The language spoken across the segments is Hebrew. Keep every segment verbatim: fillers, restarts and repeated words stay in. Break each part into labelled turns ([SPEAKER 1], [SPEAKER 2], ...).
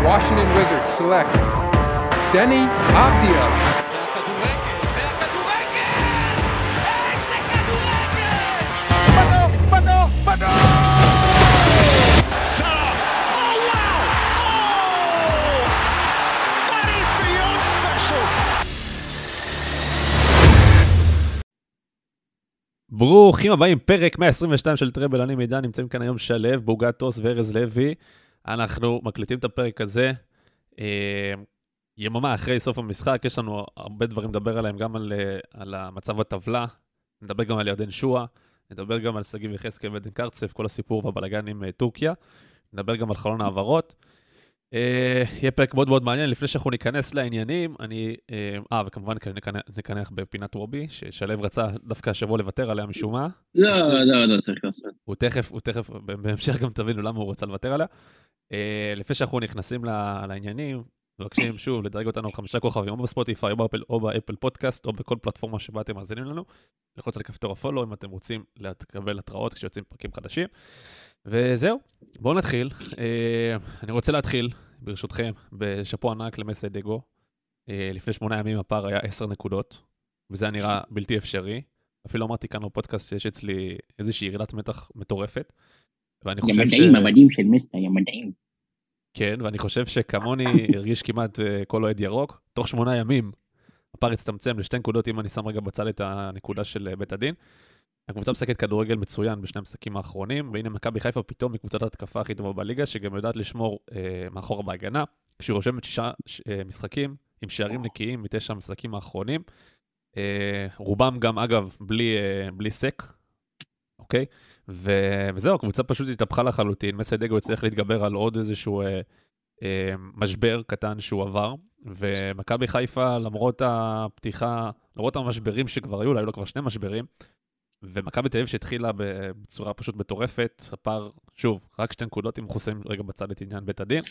[SPEAKER 1] Washington Wizards select Deni Avdija.
[SPEAKER 2] ברוכים הבאים, פרק מאה עשרים ושתיים של טראבל, אני מידע, נמצאים כאן היום שלב, בוגת טוס וארז לוי. אנחנו מקליטים את הפרק הזה יממה אחרי סוף המשחק, יש לנו הרבה דברים לדבר עליהם, גם על, על המצב הטבלה, נדבר גם על ירדן שואה, נדבר גם על סגיב יחזקאל ועדן קרצף, כל הסיפור והבלגן עם טורקיה, נדבר גם על חלון העברות. יהיה פרק מאוד מאוד מעניין. לפני שאנחנו ניכנס לעניינים, אני, אה, וכמובן נקנח בפינת רובי, ששלב רצה דווקא השבוע לוותר עליה משום מה.
[SPEAKER 3] לא, לא, לא צריך לעשות.
[SPEAKER 2] הוא תכף, הוא תכף, בהמשך גם תבינו למה הוא רצה לוותר עליה. לפני שאנחנו נכנסים לעניינים, מבקשים שוב לדרג אותנו חמישה כוכבים, או בספוטיפיי, או באפל פודקאסט, או בכל פלטפורמה שבה אתם מאזינים לנו. ללחוץ על כפתור הפולו אם אתם רוצים לקבל התראות כשיוצאים פרקים חדשים. וזהו, בואו נתחיל. אני רוצה להתחיל, ברשותכם, בשפו ענק למסיידגו. לפני שמונה ימים הפער היה עשר נקודות, וזה היה נראה בלתי אפשרי. אפילו אמרתי כאן בפודקאסט שיש אצלי איזושהי ירידת מתח מטורפת. ואני חושב ש...
[SPEAKER 3] ימדעים, המדעים של מסי, ימדעים.
[SPEAKER 2] כן, ואני חושב שכמוני הרגיש כמעט כל אוהד ירוק. תוך שמונה ימים הפער הצטמצם לשתי נקודות, אם אני שם רגע בצד את הנקודה של בית הדין. הקבוצה משחקת כדורגל מצוין בשני המשחקים האחרונים, והנה מכבי חיפה פתאום מקבוצת התקפה הכי טובה בליגה, שגם יודעת לשמור אה, מאחורה בהגנה, כשהיא רושמת שישה אה, משחקים עם שערים נקיים מתשע המשחקים האחרונים, אה, רובם גם אגב בלי, אה, בלי סק, אוקיי? ו- וזהו, הקבוצה פשוט התהפכה לחלוטין, מסיידגו הצליח להתגבר על עוד איזשהו אה, אה, משבר קטן שהוא עבר, ומכבי חיפה למרות הפתיחה, למרות המשברים שכבר היו, היו לו כבר שני משברים, ומכבי תל אביב שהתחילה בצורה פשוט מטורפת, הפער, שוב, רק שתי נקודות, אם אנחנו שמים רגע בצד את עניין בית הדין,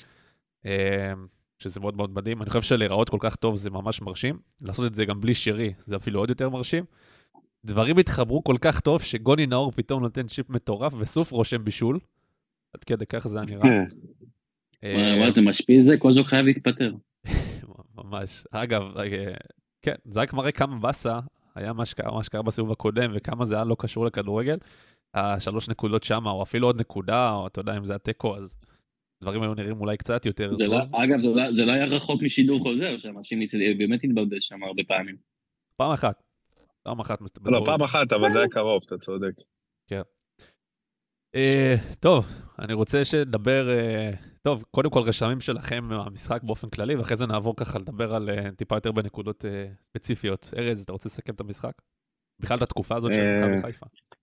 [SPEAKER 2] שזה מאוד מאוד מדהים. אני חושב שלהיראות כל כך טוב זה ממש מרשים, לעשות את זה גם בלי שירי, זה אפילו עוד יותר מרשים. דברים התחברו כל כך טוב, שגוני נאור פתאום נותן צ'יפ מטורף, וסוף רושם בישול. עד כדי כך זה נראה.
[SPEAKER 3] וואו, זה משפיע זה, קוזו חייב להתפטר.
[SPEAKER 2] ממש. אגב, כן, זה רק מראה כמה בסה, היה מה שקרה, מה שקרה בסיבוב הקודם, וכמה זה היה לא קשור לכדורגל, השלוש נקודות שם, או אפילו עוד נקודה, או אתה יודע, אם זה הטקו, אז דברים היו נראים אולי קצת יותר
[SPEAKER 3] זה לא, אגב, זה לא, זה לא היה רחוק משידור חוזר, שאנשים באמת התבלבל שם הרבה פעמים.
[SPEAKER 2] פעם אחת. פעם אחת.
[SPEAKER 4] לא, פעם אחת, אבל זה היה קרוב, אתה צודק.
[SPEAKER 2] כן. טוב, אני רוצה שדבר, טוב, קודם כל רשמים שלכם מהמשחק באופן כללי, ואחרי זה נעבור ככה לדבר על טיפה יותר בנקודות ספציפיות. ארז, אתה רוצה לסכם את המשחק? בכלל את התקופה הזאת של מכבי חיפה.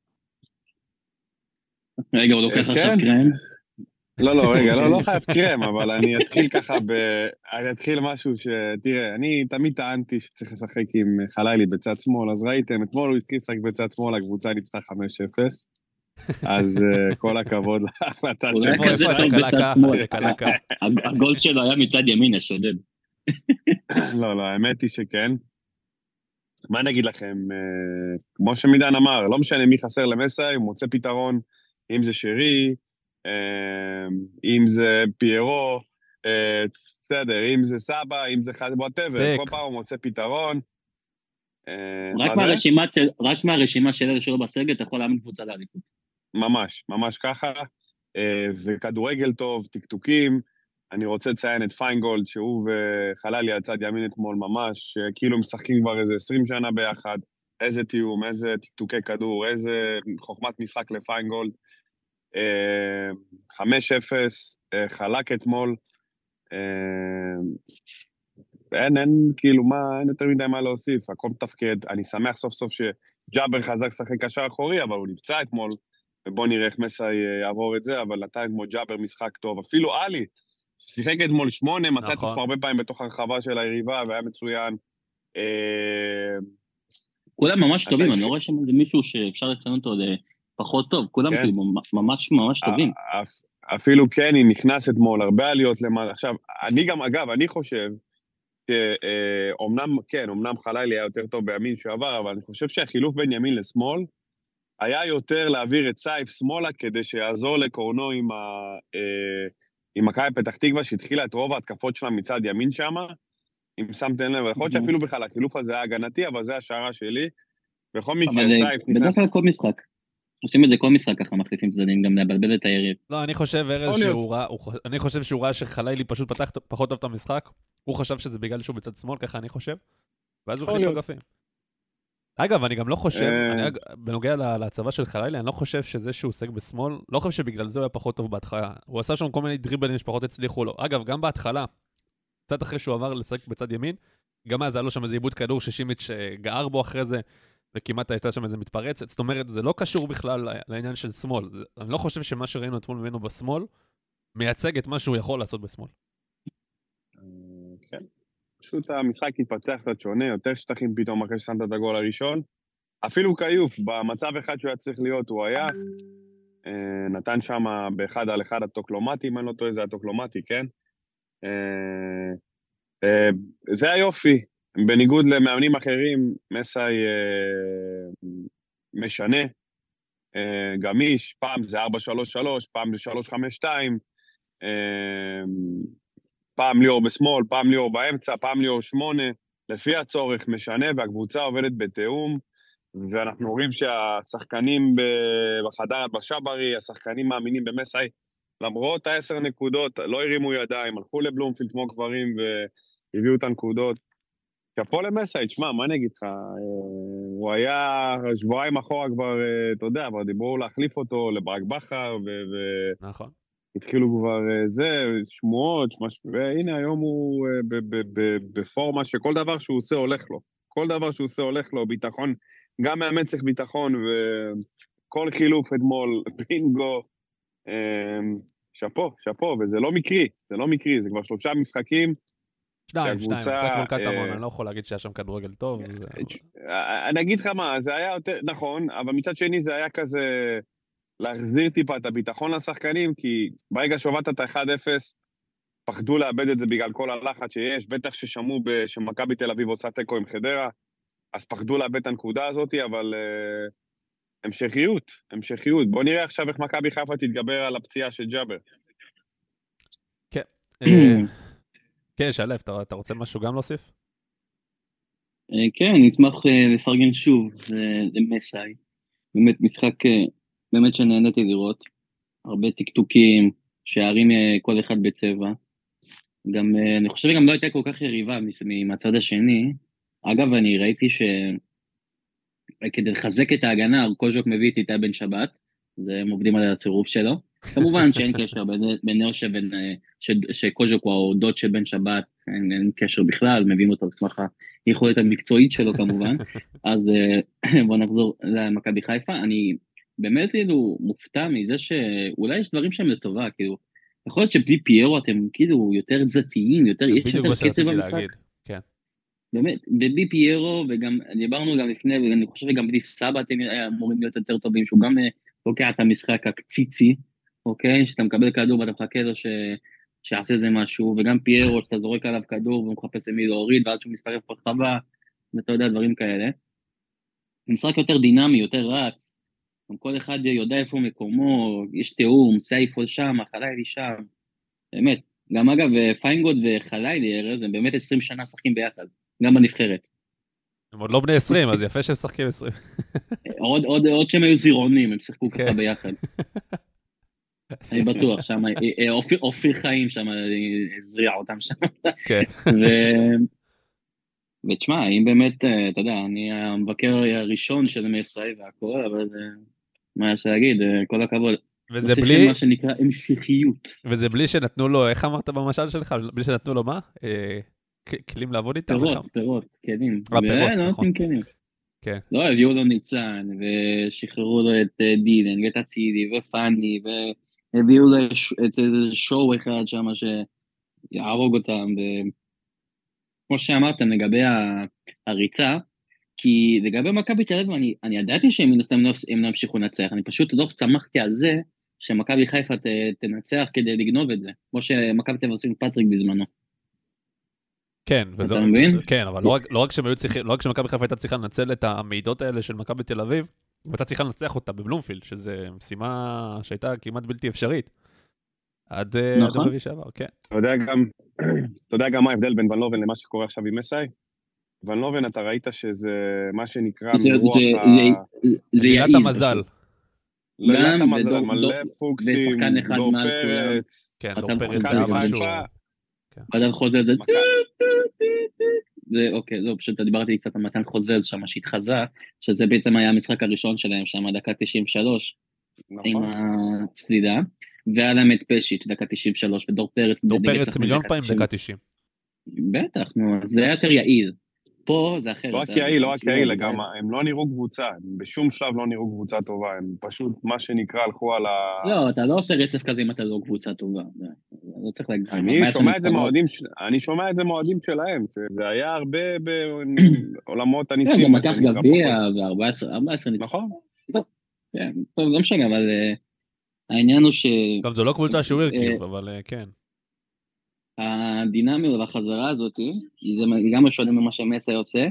[SPEAKER 3] רגע, הוא לוקח עכשיו קרם?
[SPEAKER 4] לא, לא, רגע, לא חייב קרם, אבל אני אתחיל ככה, אני אתחיל משהו שתראה, אני תמיד טענתי שצריך לשחק עם חלילי בצד שמאל, אז ראיתם, אתמול הוא התחיל לשחק בצד שמאל, הקבוצה ניצחה חמש אפס, אז כל הכבוד להחלטה
[SPEAKER 3] שלו. הוא היה כזה טוב בצד שמאל. הגול שלו היה מצד ימין, השודד.
[SPEAKER 4] לא, לא, האמת היא שכן. מה נגיד לכם? כמו שמידן אמר, לא משנה מי חסר למסי, הוא מוצא פתרון, אם זה שרי, אם זה פיירו, בסדר, אם זה סבא, אם זה חד בוטבר, כל פעם הוא מוצא פתרון.
[SPEAKER 3] רק מהרשימה של אלה שלו בסגל, אתה יכול להאמין קבוצה לאליפות.
[SPEAKER 4] ממש, ממש ככה, וכדורגל טוב, טקטוקים, אני רוצה לציין את פיינגולד, שהוא וחללי על צד ימין אתמול ממש, כאילו משחקים כבר איזה עשרים שנה ביחד, איזה תיאום, איזה טקטוקי כדור, איזה חוכמת משחק לפיינגולד, חמש אפס, חלק אתמול, אין, אין, כאילו, מה, אין יותר מדי מה להוסיף, הכל מתפקד, אני שמח סוף סוף שג'אבר חזק שחק קשר אחורי, אבל הוא נפצע אתמול, ובוא נראה איך מסי יעבור את זה, אבל נתן כמו ג'אבר משחק טוב, אפילו אלי, ששיחק אתמול שמונה, מצא את עצמו הרבה פעמים בתוך הרחבה של היריבה, והיה מצוין.
[SPEAKER 3] כולם ממש טובים, אני לא רואה שם איזה מישהו שאפשר לציין אותו פחות טוב, כולם ממש ממש טובים.
[SPEAKER 4] אפילו קני נכנס אתמול, הרבה עליות למעלה. עכשיו, אני גם, אגב, אני חושב, שאומנם, כן, אומנם חלילי היה יותר טוב בימין שעבר, אבל אני חושב שהחילוף בין ימין לשמאל, היה יותר להעביר את סייף שמאלה, כדי שיעזור לקורנו עם, ה, עם מכבי פתח תקווה, שהתחילה את רוב ההתקפות שלה מצד ימין שמה, אם שמתם לב, יכול להיות שאפילו בכלל החילוף הזה היה הגנתי, אבל זה השערה שלי. בכל מקרה, סייף נכנס...
[SPEAKER 3] בדרך כלל כל משחק. עושים את זה כל משחק ככה, מחליפים צדדים, גם לבלבל את היריב.
[SPEAKER 2] לא, אני חושב, ארז, שהוא ראה, אני חושב שהוא ראה שחלילי פשוט פתח פחות טוב את המשחק, הוא חשב שזה בגלל שהוא בצד שמאל, ככה אני חושב, ואז הוא החליף אגפים. אגב, אני גם לא חושב, בנוגע להצבה של חלילי, אני לא חושב שזה שהוא עוסק בשמאל, לא חושב שבגלל זה הוא היה פחות טוב בהתחלה. הוא עשה שם כל מיני דריבלים שפחות הצליחו לו. אגב, גם בהתחלה, קצת אחרי שהוא עבר לשחק בצד ימין, גם אז היה לו שם איזה עיבוד כדור ששימיץ' גער בו אחרי זה, וכמעט הייתה שם איזה מתפרצת. זאת אומרת, זה לא קשור בכלל לעניין של שמאל. אני לא חושב שמה שראינו אתמול ממנו בשמאל, מייצג את מה שהוא יכול לעשות בשמאל.
[SPEAKER 4] כן. פשוט המשחק התפתח קצת שונה, יותר שטחים פתאום אחרי ששמת את הגול הראשון. אפילו קיוף, במצב אחד שהוא היה צריך להיות, הוא היה. נתן שם באחד על אחד הטוקלומטי, אם אני לא טועה, זה הטוקלומטי, כן? זה היופי. בניגוד למאמנים אחרים, מסאי משנה, גמיש, פעם זה ארבע שלוש שלוש, פעם זה שלוש חמש שתיים, פעם ליאור בשמאל, פעם ליאור באמצע, פעם ליאור שמונה, לפי הצורך משנה, והקבוצה עובדת בתאום, ואנחנו רואים שהשחקנים בחדר הלבשה בריא, השחקנים מאמינים במסאי, למרות העשר נקודות, לא הרימו ידיים, הלכו לבלומפילד כמו גברים והביאו את הנקודות. כפו למסאי, תשמע, מה אני אגיד לך? הוא היה שבועיים אחורה כבר, אתה יודע, אבל דיברו להחליף אותו לברק בכר, ו...
[SPEAKER 2] נכון.
[SPEAKER 4] התחילו כבר זה, שמועות, והנה היום הוא בפורמה שכל דבר שהוא עושה הולך לו. כל דבר שהוא עושה הולך לו, ביטחון, גם מאמן צריך ביטחון, וכל חילוף אתמול, פינגו, שפו, שפו, וזה לא מקרי, זה לא מקרי, זה כבר שלושה משחקים.
[SPEAKER 2] שניים, שניים, משחק מול קטמון, אני לא יכול להגיד שהיה שם כדורגל טוב.
[SPEAKER 4] אני אגיד לך מה, זה היה יותר, נכון, אבל מצד שני זה היה כזה... להחזיר טיפה את הביטחון לשחקנים, כי ברגע שהובלת את ה-אחד אפס, פחדו לאבד את זה בגלל כל הלחץ שיש, בטח ששמעו שמכבי תל אביב עושה תיקו עם חדרה, אז פחדו לאבד את הנקודה הזאת, אבל uh, המשכיות, המשכיות. בואו נראה עכשיו איך מכבי חיפה תתגבר על הפציעה של ג'אבר.
[SPEAKER 2] כן, כן, שלף, אתה רוצה משהו גם להוסיף?
[SPEAKER 3] כן, אני אשמח לפרגן שוב למסאי. באמת משחק... באמת שנהניתי לראות, הרבה טיקטוקים, שערים כל אחד בצבע, גם, אני חושב שגם לא הייתה כל כך יריבה מהצד השני, אגב אני ראיתי שכדי לחזק את ההגנה, קוז'וק מביא את איתי בן שבת, הם עובדים על הצירוף שלו, כמובן שאין קשר בין נר שבין, שקוז'וק הוא הדוד של בן שבת, אין, אין קשר בכלל, מביאים אותו לסמכה, יכולת המקצועית שלו כמובן, אז בואו נחזור למכבי חיפה, אני... באמת כאילו מופתע מזה שאולי יש דברים שהם לטובה, כאילו, יכול להיות שבלי פיירו אתם כאילו יותר תזתיים, יותר, יש יותר קצב במשחק.
[SPEAKER 2] כן.
[SPEAKER 3] באמת, בלי פיירו, וגם, דיברנו גם לפני, ואני חושב שגם בלי סבא אתם אמורים להיות יותר טובים, שהוא גם לוקח את המשחק הקציצי, אוקיי? שאתה מקבל כדור ואתה מחכה לו ש... שיעשה זה משהו, וגם פיירו שאתה זורק עליו כדור ומחפש למי להוריד, ועד שהוא מסתרף ברחבה, ואתה יודע, דברים כאלה. משחק יותר דינמי, יותר רץ, גם כל אחד יודע איפה מקומו, יש תיאום, סייפו שם, חלילי שם, באמת. גם אגב, פיינגוד וחלילי, ארז, הם באמת עשרים שנה שחקים ביחד, גם בנבחרת.
[SPEAKER 2] הם עוד לא בני עשרים, אז יפה שהם שחקים עשרים.
[SPEAKER 3] עוד, עוד, עוד שהם היו זירונים, הם שחקו ככה ביחד. אני בטוח, שם, אופיר, אופיר חיים שם, הזריע אותם שם.
[SPEAKER 2] כן.
[SPEAKER 3] ותשמע, אם באמת, אתה יודע, אני המבקר הראשון של מישראל והכל, אבל מה יש להגיד, כל הכבוד.
[SPEAKER 2] וזה בלי...
[SPEAKER 3] מה שנקרא המשכיות.
[SPEAKER 2] וזה בלי שנתנו לו, איך אמרת במשל שלך? בלי שנתנו לו מה? כלים לעבוד איתם?
[SPEAKER 3] פירות, פירות, כלים.
[SPEAKER 2] פירות, נכון.
[SPEAKER 3] כן. לא, הביאו לו ניצן, ושחררו לו את דילן, ואת הצידי, ופני, והביאו לו את איזה שואו אחד שם, שיערוג אותם, כמו שאמרתם, לגבי הריצה, כי לגבי מכבי תל אביב, אני, אני ידעתי שהם לא ימשיכו לנצח, אני פשוט לא שמחתי על זה, שמכבי חיפה ת, תנצח כדי לגנוב את זה, כמו שמכבי תל אביב עושים פטריק בזמנו.
[SPEAKER 2] כן, וזה, כן, אבל לא רק, לא רק צריכים, לא רק שמכבי חיפה הייתה צריכה לנצל את המידות האלה של מכבי תל אביב, הייתה צריכה לנצח אותה בבלומפילד, שזה משימה שהייתה כמעט בלתי אפשרית. עד עד
[SPEAKER 3] נכון.
[SPEAKER 2] הרביעי שעבר, כן.
[SPEAKER 4] אתה יודע גם, אתה יודע גם מה ההבדל בין ון לובן למה שקורה עכשיו עם מסאי? ון לובן, אתה ראית שזה מה שנקרא
[SPEAKER 3] זה-
[SPEAKER 4] מרוח
[SPEAKER 3] זה-
[SPEAKER 4] ה...
[SPEAKER 3] זה- זה
[SPEAKER 2] לילת
[SPEAKER 3] יעיל
[SPEAKER 2] המזל.
[SPEAKER 3] פשוט.
[SPEAKER 4] לילת
[SPEAKER 3] גם
[SPEAKER 4] המזל,
[SPEAKER 3] ודור-
[SPEAKER 4] מלא
[SPEAKER 3] דור-
[SPEAKER 4] פוקסים,
[SPEAKER 3] ושחקן אחד
[SPEAKER 4] דור
[SPEAKER 3] מעל כולם.
[SPEAKER 4] פרץ,
[SPEAKER 2] כן,
[SPEAKER 3] אתה
[SPEAKER 2] דור פרץ
[SPEAKER 3] מכבי
[SPEAKER 2] זה היה
[SPEAKER 4] חיפה.
[SPEAKER 2] משהו.
[SPEAKER 3] מתן חוזז, זה
[SPEAKER 4] מכבי-
[SPEAKER 3] זה אוקיי, לא, פשוט דיברתי קצת על מתן חוזז שם שהתחזה, שזה בעצם היה המשחק הראשון שלהם שם, דקה תשעים ושלוש, עם
[SPEAKER 4] נכון.
[SPEAKER 3] הצלידה, והיה להם את פשיץ' דקה תשעים ושלוש, ודור פרץ,
[SPEAKER 2] דור
[SPEAKER 3] נגד
[SPEAKER 2] פרץ
[SPEAKER 3] סכנין
[SPEAKER 2] מיליון
[SPEAKER 3] דקה
[SPEAKER 2] פעמים
[SPEAKER 3] תשעים.
[SPEAKER 2] דקה תשעים.
[SPEAKER 3] בטח, נו, זה היה יותר יעיל. פה זה אחרת.
[SPEAKER 4] לא רק
[SPEAKER 3] זה-
[SPEAKER 4] יעיל, לא רק
[SPEAKER 3] זה-
[SPEAKER 4] יעיל,
[SPEAKER 3] זה-
[SPEAKER 4] גם הם לא נראו קבוצה, הם בשום שלב לא נראו קבוצה טובה, הם פשוט, מה שנקרא, הלכו על ה...
[SPEAKER 3] לא, אתה לא עושה רצף כזה אם אתה לא קבוצה טובה. זה- לא צריך להגיד.
[SPEAKER 4] אני שומע את זה מהאוהדים, אני שומע את זה מהאוהדים שלהם, זה היה הרבה בעולמות
[SPEAKER 3] כן,
[SPEAKER 4] הניסים.
[SPEAKER 3] גם לקח גביע ו-ארבע עשרה ניצחון.
[SPEAKER 4] נכון.
[SPEAKER 3] כן, טוב, לא משנה, אבל אה, העניין הוא ש...
[SPEAKER 2] גם זו לא קבוצה שהוא הרכיב, אבל אה, כן.
[SPEAKER 3] הדינמיות והחזרה הזאת, זה גם משונה ממה שמסי עושה.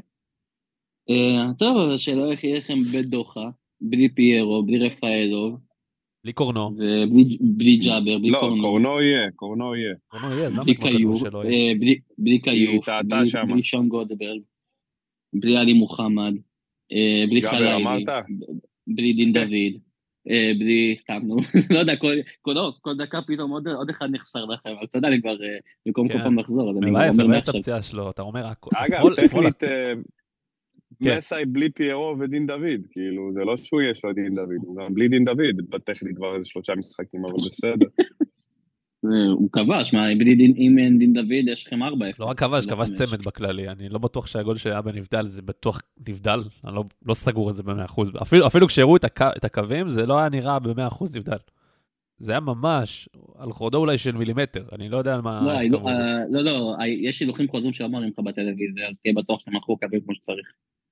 [SPEAKER 3] אה, טוב, אבל שלא איך יהיה לכם בדוחה, בלי פיירו, בלי רפאלוב,
[SPEAKER 2] בלי קורנו.
[SPEAKER 3] ובלי בלי ג'אבר, בלי
[SPEAKER 4] לא,
[SPEAKER 3] קורנו,
[SPEAKER 4] קורנו יהיה, קורנו יהיה.
[SPEAKER 2] קורנו יהיה, אז למה
[SPEAKER 3] בלי
[SPEAKER 2] אתמול כתבו
[SPEAKER 3] קיוף,
[SPEAKER 2] שלא יהיה?
[SPEAKER 3] אה, בלי- בלי קיוף,
[SPEAKER 4] טעתה
[SPEAKER 3] בלי-
[SPEAKER 4] שמה.
[SPEAKER 3] בלי שון גולדברג, בלי עלי מוחמד, אה, בלי
[SPEAKER 4] ג'אבר,
[SPEAKER 3] חלילי,
[SPEAKER 4] אמרת?
[SPEAKER 3] בלי דין דוד, אה, בלי סתם, נו, לא יודע, כל- כל לא, כל דקה פתאום עוד עוד אחד נחסר לכם, אז אתה יודע, אני כבר, אה, במקום כל
[SPEAKER 2] כן.
[SPEAKER 3] פעם לחזור, אז אני כבר
[SPEAKER 2] מבאס,
[SPEAKER 3] אומר
[SPEAKER 2] מבאס
[SPEAKER 3] מעכשיו.
[SPEAKER 2] הפציעה שלו, אתה אומר, הכל-
[SPEAKER 4] אגב,
[SPEAKER 2] אתמול- אתמול-
[SPEAKER 4] טכנית, אה,
[SPEAKER 2] כן.
[SPEAKER 4] מסאי בלי פיירו ודין דוד, כאילו, זה לא שהוא יש לו דין דוד, הוא גם בלי דין דוד, בטכנית כבר איזה שלושה משחקים, אבל בסדר.
[SPEAKER 3] אה, הוא כבש, מה, בלי דין- אם אין דין דוד, יש לכם ארבע.
[SPEAKER 2] לא רק כבש,
[SPEAKER 3] לא
[SPEAKER 2] כבש
[SPEAKER 3] חמש.
[SPEAKER 2] צמד בכללי, אני לא בטוח שהגול שהיה בנבדל זה בטוח נבדל, אני לא, לא סגור את זה ב-מאה אחוז, אפילו, אפילו כשהראו את, הקו, את הקווים זה לא היה נראה ב-מאה אחוז נבדל. זה היה ממש על חודו אולי של מילימטר, אני לא יודע על מה...
[SPEAKER 3] לא,
[SPEAKER 2] איך
[SPEAKER 3] לא,
[SPEAKER 2] קראו לזה.
[SPEAKER 3] אה, לא, לא, אה, יש הילוכים חוזרים שאמרים לך בטלוויזיה, אז תהיה בטוח שאתם הלכו קווים כמו שצריך.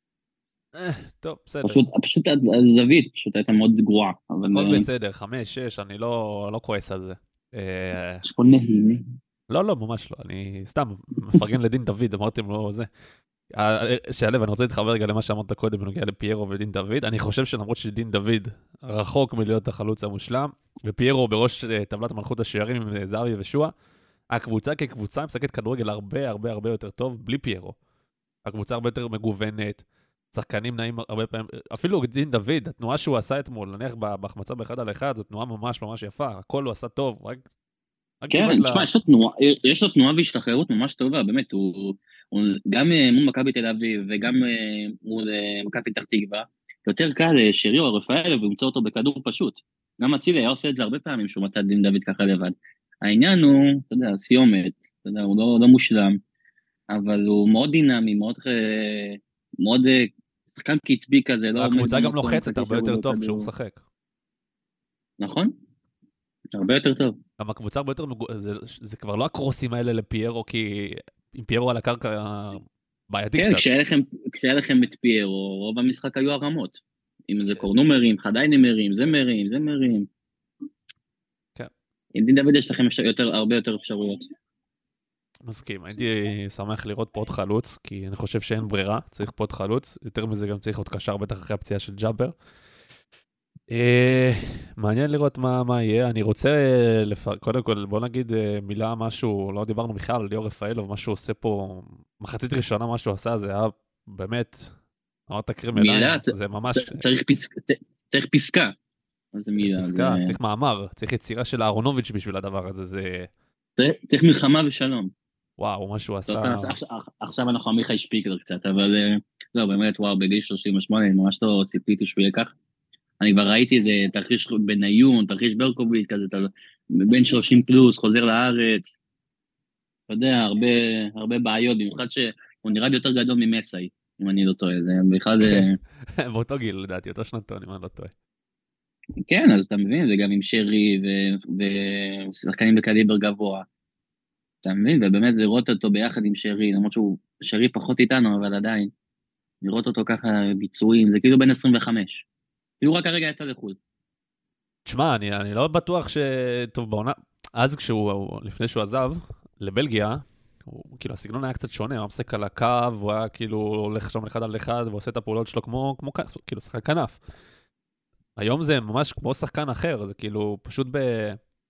[SPEAKER 2] אה, טוב, בסדר,
[SPEAKER 3] פשוט, פשוט הזווית, פשוט הייתה מאוד גרועה, אבל
[SPEAKER 2] הכל
[SPEAKER 3] אה,
[SPEAKER 2] בסדר, חמש, שש, אני לא, לא כועס על זה. אה,
[SPEAKER 3] יש פה נהיני.
[SPEAKER 2] לא, לא, ממש לא, אני סתם מפרגן לדין דוד, אמרתם לו זה. אה, שלב, אני רוצה להתחבר רגע למה שאמרת קודם בנוגע לפיירו ודין דוד, אני חושב שלמרות שדין דוד רחוק מלהיות החלוץ המושלם, ופיירו בראש אה, טבלת מלכות השערים עם אה, זהבי ושועה, הקבוצה כקבוצה משחקת כדורגל הרבה הרבה הרבה יותר טוב בלי פיירו. הקבוצה הרבה יותר מגוונת, שחקנים נעים הרבה פעמים, אפילו דין דוד, התנועה שהוא עשה אתמול, נניח בהחמצה באחד על אחד, זו תנועה ממש ממש יפה, הכל הוא עשה טוב, רק... רק
[SPEAKER 3] כן,
[SPEAKER 2] כמעט ל-
[SPEAKER 3] תשמע, יש לו תנועה, יש לו תנועה והשתחררות ממש טובה, באמת, הוא, הוא גם אה, מול מכבי תל אביב וגם אה, מול אה, מכבי פתח תקווה, יותר קל לשרי או רפאלוב ולמצוא אותו בכדור פשוט. גם אצילי היה עושה את זה הרבה פעמים שהוא מצא את דין דוד ככה לבד. העניין הוא, אתה יודע, סיומת, אתה יודע, הוא לא, לא מושלם, אבל הוא מאוד דינמי, מאוד, אה, מאוד אה, שחקן קצבי כזה, לא...
[SPEAKER 2] הקבוצה
[SPEAKER 3] עומד
[SPEAKER 2] גם
[SPEAKER 3] במקום,
[SPEAKER 2] לוחצת
[SPEAKER 3] מחכה
[SPEAKER 2] הרבה
[SPEAKER 3] שיורידו
[SPEAKER 2] יותר טוב
[SPEAKER 3] כדור.
[SPEAKER 2] כשהוא משחק.
[SPEAKER 3] נכון? הרבה יותר טוב.
[SPEAKER 2] גם הקבוצה הרבה יותר, מגו... זה, זה כבר לא הקרוסים האלה לפיירו, כי עם פיירו על הקרקע בעייתי
[SPEAKER 3] כן,
[SPEAKER 2] קצת.
[SPEAKER 3] כשהיה לכם, כשהיה לכם את פיירו, רוב המשחק היו הרמות. אם זה קורנו מרים, חדייני מרים, זה מרים, זה מרים.
[SPEAKER 2] כן.
[SPEAKER 3] עם דין דוד יש לכם אפשר- יותר, הרבה יותר אפשרויות.
[SPEAKER 2] מסכים, הייתי שמח לראות פה עוד חלוץ, כי אני חושב שאין ברירה, צריך פה עוד חלוץ, יותר מזה גם צריך עוד קשר, בטח אחרי הפציעה של ג'אבר. אה, מעניין לראות מה, מה יהיה, אני רוצה, לפ... קודם כל בוא נגיד אה, מילה משהו, לא דיברנו בכלל על ליאור רפאלוב, מה שהוא עושה פה, מחצית ראשונה מה שהוא עשה, זה היה באמת, אמרת קרים
[SPEAKER 3] מילה,
[SPEAKER 2] עיניים,
[SPEAKER 3] צ-
[SPEAKER 2] זה ממש
[SPEAKER 3] צ- צריך פסק- צ- צריך פסקה. מה זה מילה?
[SPEAKER 2] פסקה,
[SPEAKER 3] זה-
[SPEAKER 2] צריך מאמר, צריך יצירה של אהרונוביץ' בשביל הדבר הזה, זה
[SPEAKER 3] צריך- צריך מלחמה ושלום.
[SPEAKER 2] וואו, מה שהוא עשה,
[SPEAKER 3] טוב, עכשיו- עכשיו אנחנו עמיחי שפיקלר קצת, אבל אה, לא, באמת, וואו, בגיל שלושים ושמונה, אני ממש לא ציפיתי שהוא יהיה כך. אני כבר ראיתי איזה תרחיש בניון, תרחיש ברקוביץ' כזה, אתה- בן שלושים פלוס, חוזר לארץ. אתה יודע, הרבה, הרבה בעיות, במיוחד שהוא נראה לי יותר גדול ממסאי, אם אני לא טועה, זה בכלל, אה,
[SPEAKER 2] באותו גיל לדעתי, אותו שנתון, אם אני לא טועה.
[SPEAKER 3] כן, אז אתה מבין, זה גם עם שרי ו- ושחקנים בקליבר גבוה. אתה מבין, ובאמת לראות אותו ביחד עם שרי, למרות שהוא, שרי פחות איתנו, אבל עדיין, לראות אותו ככה ביצועים, זה כאילו בין עשרים וחמש. כאילו רק הרגע יצא לחו"ל.
[SPEAKER 2] תשמע, אני, אני לא בטוח ש... טוב, בעונה... אז כשהוא, לפני שהוא עזב לבלגיה, הוא, כאילו, הסגנון היה קצת שונה, הוא היה מסק על הקו, הוא היה כאילו הולך שם אחד על אחד, ועושה את הפעולות שלו כמו, כמו כאילו, שחק כנף. היום זה ממש כמו שחקן אחר, זה כאילו פשוט ב...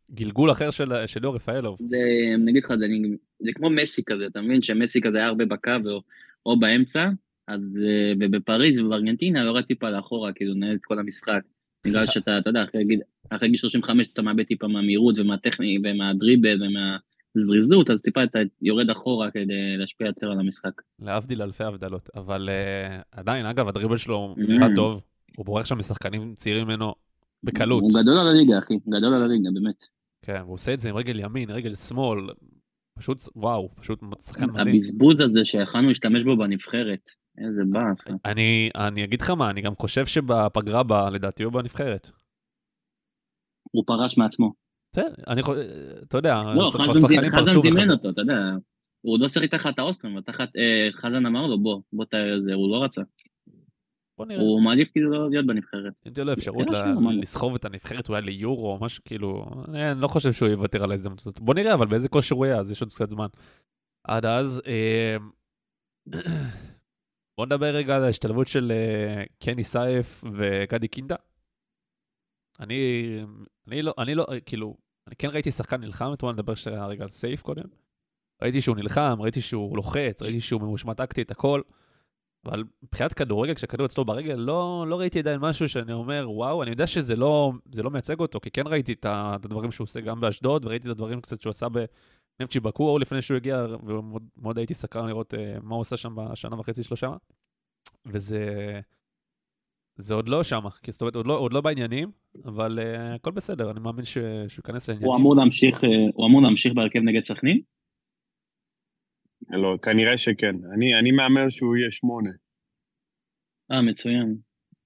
[SPEAKER 2] גלגול אחר של, של ליאור רפאלוב.
[SPEAKER 3] זה, אני אגיד לך, זה, אני- זה כמו מסי כזה, אתה מבין שמסי כזה היה הרבה בקו או, או באמצע, אז אה, ובפריז ובארגנטינה יורד טיפה לאחורה, כאילו נהל את כל המשחק, בגלל שאתה, אתה יודע, אחרי גיל אחרי גיל שלושים וחמש אתה מאבד טיפה מהמהירות ומהטכני ומהדריבל ומהזריזות, אז טיפה אתה יורד אחורה כדי להשפיע יותר על המשחק.
[SPEAKER 2] להבדיל אלפי הבדלות, אבל uh, עדיין, אגב, הדריבל שלו נראה
[SPEAKER 3] Mm.
[SPEAKER 2] טוב, הוא בורח שם משחקנים צעירים ממנו בקלות.
[SPEAKER 3] הוא גדול על הליגה, אחי, גדול על הליגה, באמת.
[SPEAKER 2] כן, והוא עושה את זה עם רגל ימין, רגל שמאל, פשוט, וואו, פשוט שחקן מדהים.
[SPEAKER 3] הבזבוז הזה שיכלנו להשתמש בו בנבחרת, איזה באס. אה.
[SPEAKER 2] אני, אני אגיד לך מה, אני גם חושב שבפגרה בה, לדעתי הוא בנבחרת.
[SPEAKER 3] הוא פרש מעצמו.
[SPEAKER 2] בסדר, אני חושב, אתה יודע,
[SPEAKER 3] לא,
[SPEAKER 2] כבר
[SPEAKER 3] חזן
[SPEAKER 2] שחקנים
[SPEAKER 3] זימ- חזן
[SPEAKER 2] פרשו
[SPEAKER 3] זימן
[SPEAKER 2] וחזרו.
[SPEAKER 3] אותו, אתה יודע. הוא לא שיחק תחת האוסטרים, אבל תחת, אה, חזן אמר לו, בוא, בוא תראה את זה, הוא לא רצה.
[SPEAKER 2] בוא נראה.
[SPEAKER 3] הוא מעדיף כאילו לא להיות בנבחרת.
[SPEAKER 2] אם תהיה לו אפשרות
[SPEAKER 3] כן,
[SPEAKER 2] ל-
[SPEAKER 3] שלו, מה זה?
[SPEAKER 2] לסחוב את הנבחרת אולי ליורו או משהו כאילו, אני אני לא חושב שהוא יוותר על ההזדמנות הזאת. בוא נראה, אבל באיזה כושר הוא יהיה, אז יש עוד קצת זמן. עד אז, אה, בוא נדבר רגע על ההשתלבות של אה, קני סייף וגדי קינדה. אני, אני לא, אני לא, כאילו, אני כן ראיתי שחקן נלחם, אתמול נדבר שנייה רגע על סייף קודם. ראיתי שהוא נלחם, ראיתי שהוא לוחץ, ראיתי שהוא ממושמע טקטית, הכל. אבל מבחינת כדורגל, כשהכדור אצלו ברגל, לא, לא ראיתי עדיין משהו שאני אומר, וואו, אני יודע שזה לא, זה לא מייצג אותו, כי כן ראיתי את ה- את הדברים שהוא עושה גם באשדוד, וראיתי את הדברים קצת שהוא עשה בנפצ'י בקור לפני שהוא הגיע, ומאוד מאוד הייתי סקרן לראות אה, מה הוא עושה שם בשנה וחצי שלו שם. וזה זה עוד לא שם, כי זאת אומרת, עוד לא, עוד לא בעניינים, אבל uh, הכל בסדר, אני מאמין ש, שהוא ייכנס לעניינים.
[SPEAKER 3] הוא אמור להמשיך, אה, הוא אמור להמשיך בהרכב נגד סכנין?
[SPEAKER 4] לא, כנראה שכן. אני, אני מהמר שהוא יהיה שמונה.
[SPEAKER 3] אה, מצוין.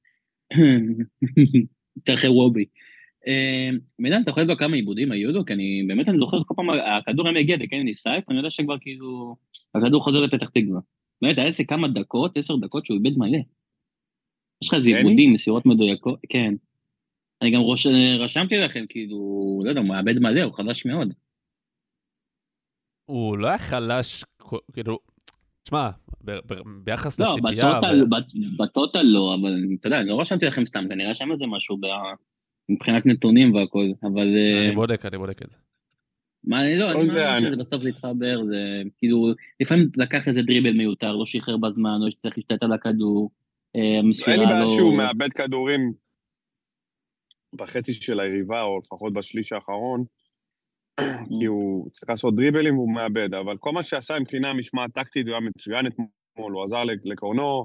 [SPEAKER 3] סטרחי וובי. אה, מידן, אתה יכול לבדוק כמה עיבודים היו לו? כי אני, באמת אני זוכר כל פעם, הכדור היה מגיע לקני סייף, אני יודע שכבר כאילו, הכדור חוזר לפתח תקווה. באמת, היה איזה כמה דקות, עשר דקות שהוא איבד מלא. יש לך איזה
[SPEAKER 4] קני?
[SPEAKER 3] עיבודים, מסירות מדויקות, כן. אני גם ראש, רשמתי לכם, כאילו, לא יודע, הוא מאבד מלא, הוא חלש מאוד.
[SPEAKER 2] הוא לא היה חלש, כאילו, תשמע, ב- ב- ביחס
[SPEAKER 3] לא,
[SPEAKER 2] לציפייה,
[SPEAKER 3] בטוטל,
[SPEAKER 2] ו-
[SPEAKER 3] בת- בטוטל לא, אבל אתה יודע, אני לא רשמתי לכם סתם, כנראה שם איזה משהו ב- מבחינת נתונים והכל, אבל אה,
[SPEAKER 2] אני בודק, אני בודק את זה.
[SPEAKER 3] מה, אני לא,
[SPEAKER 4] לא
[SPEAKER 3] אני
[SPEAKER 4] יודע,
[SPEAKER 3] מאמין
[SPEAKER 4] אני-
[SPEAKER 3] שזה בסוף זה יתחבר, זה כאילו, לפעמים לקח איזה דריבל מיותר, לא שחרר בזמן, או שצריך להשתלט על הכדור, אה, המסירה
[SPEAKER 4] אין לי בעיה
[SPEAKER 3] לא...
[SPEAKER 4] שהוא מאבד כדורים בחצי של היריבה, או לפחות בשליש האחרון, כי הוא צריך לעשות דריבלים והוא מאבד, אבל כל מה שעשה מבחינה משמעת טקטית הוא היה מצוין אתמול, הוא עזר לקורנו,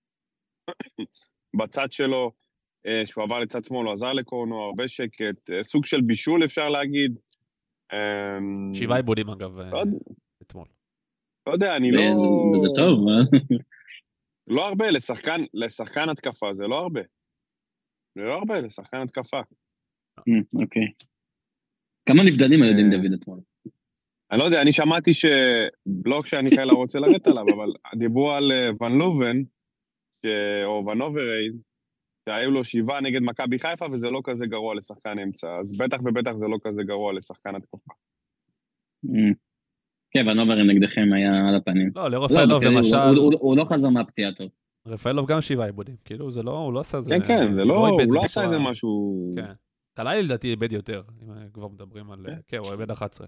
[SPEAKER 4] בצד שלו, אה, שהוא עבר לצד שמאל, הוא עזר לקורנו, הרבה שקט, אה, סוג של בישול אפשר להגיד. אמ,
[SPEAKER 2] שבעה עיבודים אגב,
[SPEAKER 4] לא יודע.
[SPEAKER 2] אתמול.
[SPEAKER 4] לא יודע, אני לא...
[SPEAKER 3] וזה טוב, אה?
[SPEAKER 4] לא הרבה, לשחקן, לשחקן התקפה זה לא הרבה. זה לא הרבה, לשחקן התקפה.
[SPEAKER 3] אה, אוקיי. כמה נבדלים היו יודעים דוד אתמול?
[SPEAKER 4] אני לא יודע, אני שמעתי ש... לא כשאני חיילה רוצה לרדת עליו, אבל דיברו על אה, ון לובן, ש... או ון אוברייד, שהיו לו שבעה נגד מכבי חיפה, וזה לא כזה גרוע לשחקן אמצע. אז בטח ובטח זה לא כזה גרוע לשחקן התקפה.
[SPEAKER 3] אה. כן, ונובר נגדכם היה על הפנים.
[SPEAKER 2] לא,
[SPEAKER 3] לא,
[SPEAKER 2] לרפאלוב
[SPEAKER 3] הוא-
[SPEAKER 2] למשל,
[SPEAKER 3] הוא- הוא- הוא לא חזר מהפציעה טוב.
[SPEAKER 2] רפאלוב גם שבעה עיבודים, כאילו זה לא, הוא לא עשה זה.
[SPEAKER 4] כן, כן, זה לא,
[SPEAKER 2] איבד
[SPEAKER 4] הוא לא
[SPEAKER 2] בצורה-
[SPEAKER 4] עשה איזה משהו...
[SPEAKER 2] כן. קלעי לדעתי איבד יותר, אם כבר מדברים על...
[SPEAKER 4] כן.
[SPEAKER 2] כן, הוא איבד אחת עשרה.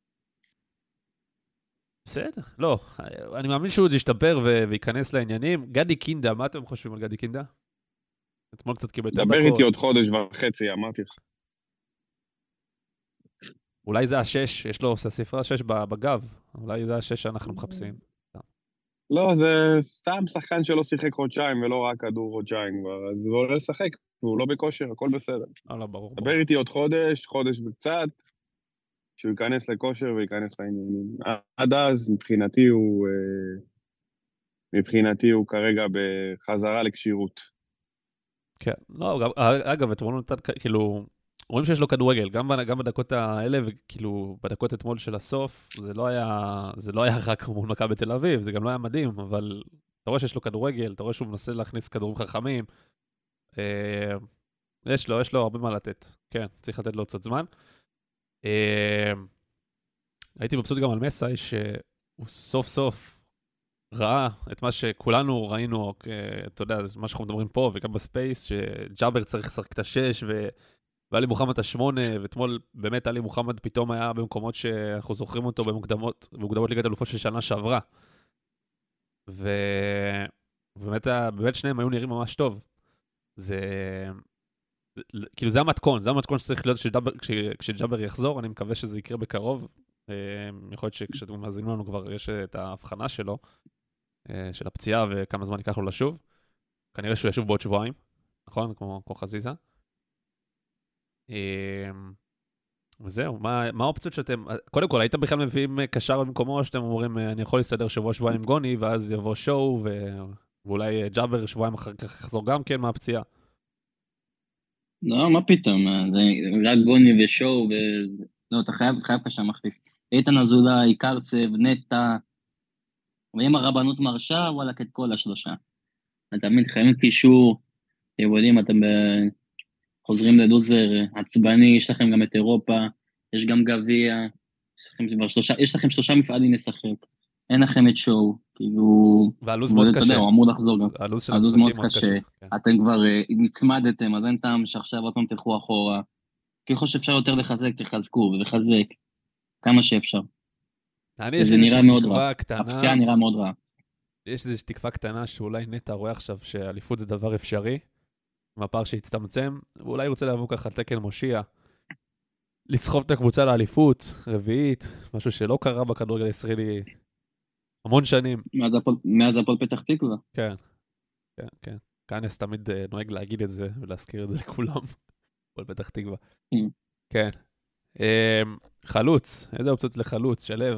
[SPEAKER 2] בסדר, לא, אני מאמין שהוא עוד ישתפר ו- וייכנס לעניינים. גדי קינדה, מה אתם חושבים על גדי קינדה? אתמול קצת קיבל את
[SPEAKER 4] דבר איתי עוד חודש וחצי, אמרתי לך.
[SPEAKER 2] אולי זה השש, יש לו ספרה שש בגב, אולי זה השש שאנחנו מחפשים.
[SPEAKER 4] לא, זה סתם שחקן שלא שיחק חודשיים ולא רק כדור חודשיים כבר, אז הוא עולה לשחק, והוא לא בכושר, הכל בסדר.
[SPEAKER 2] לא, לא, ברור.
[SPEAKER 4] דבר איתי עוד חודש, חודש וקצת, שהוא ייכנס לכושר וייכנס לעניינים. עד אז, מבחינתי הוא, אה, מבחינתי הוא כרגע בחזרה לקשירות.
[SPEAKER 2] כן, לא, גם- אגב, אתמול הוא נתן, כאילו, רואים שיש לו כדורגל, גם, ב- גם בדקות האלה, וכאילו, בדקות אתמול של הסוף, זה לא היה, זה לא היה רק מול מכבי בתל אביב, זה גם לא היה מדהים, אבל אתה רואה שיש לו כדורגל, אתה רואה שהוא מנסה להכניס כדורים חכמים, אה, יש לו, יש לו הרבה מה לתת, כן, צריך לתת לו עוד קצת זמן. אה, הייתי מבסוט גם על מסאי, שהוא סוף סוף ראה את מה שכולנו ראינו, אתה יודע, מה שאנחנו מדברים פה וגם בספייס, שג'אבר צריך לשחק את השש, ו... ועלי מוחמד השמונה, ואתמול באמת עלי מוחמד פתאום היה במקומות שאנחנו זוכרים אותו במוקדמות, במוקדמות ליגת אלופות של שנה שעברה. ובאמת, באמת שניהם היו נראים ממש טוב. זה, כאילו זה המתכון, זה המתכון שצריך להיות כשג'אבר יחזור, אני מקווה שזה יקרה בקרוב. יכול להיות שכשאתם מאזינים לנו כבר יש את ההבחנה שלו, של הפציעה וכמה זמן ייקח לו לשוב. כנראה שהוא ישוב בעוד שבועיים, נכון? כמו, כמו חזיזה. וזהו, מה, מה האופציות שאתם... קודם כל, הייתם בכלל מביאים קשר במקומו, שאתם אומרים, אני יכול להסתדר שבוע שבועיים עם גוני, ואז יבוא שואו, ו... ואולי ג'אבר שבועיים אחר כך יחזור גם כן מהפציעה.
[SPEAKER 3] לא, מה פתאום, זה רק גוני ושואו, ו... לא, אתה חייב, חייב קשה מחליף. איתן אזולאי, קרצב, נטה, ואם הרבנות מרשה, וואלה, את כל השלושה. אתה תמיד חייבים קישור, אתם יודעים, אתם חוזרים לדוזר עצבני, יש לכם גם את אירופה, יש גם גביע, יש לכם כבר שלושה, יש לכם שלושה מפעלים לשחק, אין לכם את שואו, כאילו...
[SPEAKER 2] והלו"ז מאוד קשה.
[SPEAKER 3] הוא אמור לחזור גם.
[SPEAKER 2] הלו"ז של המשחקים מאוד קשה.
[SPEAKER 3] אתם כבר נצמדתם, אז אין טעם שעכשיו עוד פעם תלכו אחורה. ככל שאפשר יותר לחזק, תחזקו ולחזק כמה שאפשר.
[SPEAKER 2] זה נראה מאוד רע.
[SPEAKER 3] הפציעה נראה מאוד רע.
[SPEAKER 2] יש איזושהי תקווה קטנה שאולי נטע רואה עכשיו שאליפות זה דבר אפשרי, מהפער שהצטמצם, ואולי רוצה לעבור ככה תקן מושיע, לסחוב את הקבוצה לאליפות, רביעית, משהו שלא קרה בכדורגל הישראלי המון שנים.
[SPEAKER 3] מאז הפועל פתח תקווה.
[SPEAKER 2] כן, כן, כן. כנס תמיד נוהג להגיד את זה ולהזכיר את זה לכולם. הפועל פתח תקווה. כן. חלוץ, איזה אופציות לחלוץ, שלב?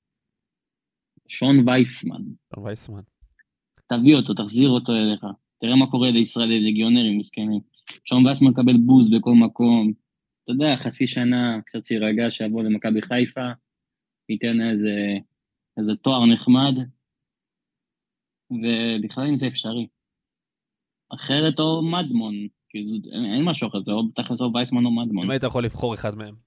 [SPEAKER 3] שון וייסמן.
[SPEAKER 2] שון וייסמן.
[SPEAKER 3] תביא אותו, תחזיר אותו אליך. תראה מה קורה לישראלי, לגיונרים, מסכנים. שון וייסמן מקבל בוז בכל מקום. אתה יודע, חצי שנה, קצת שירגע, שיבוא למכבי חיפה, ייתן איזה, איזה תואר נחמד, ובכלל אם זה אפשרי. אחרת או מדמון, כאילו, אין, אין משהו אחר, זה או תכלס או וייסמן או מדמון.
[SPEAKER 2] אם היית יכול לבחור אחד מהם?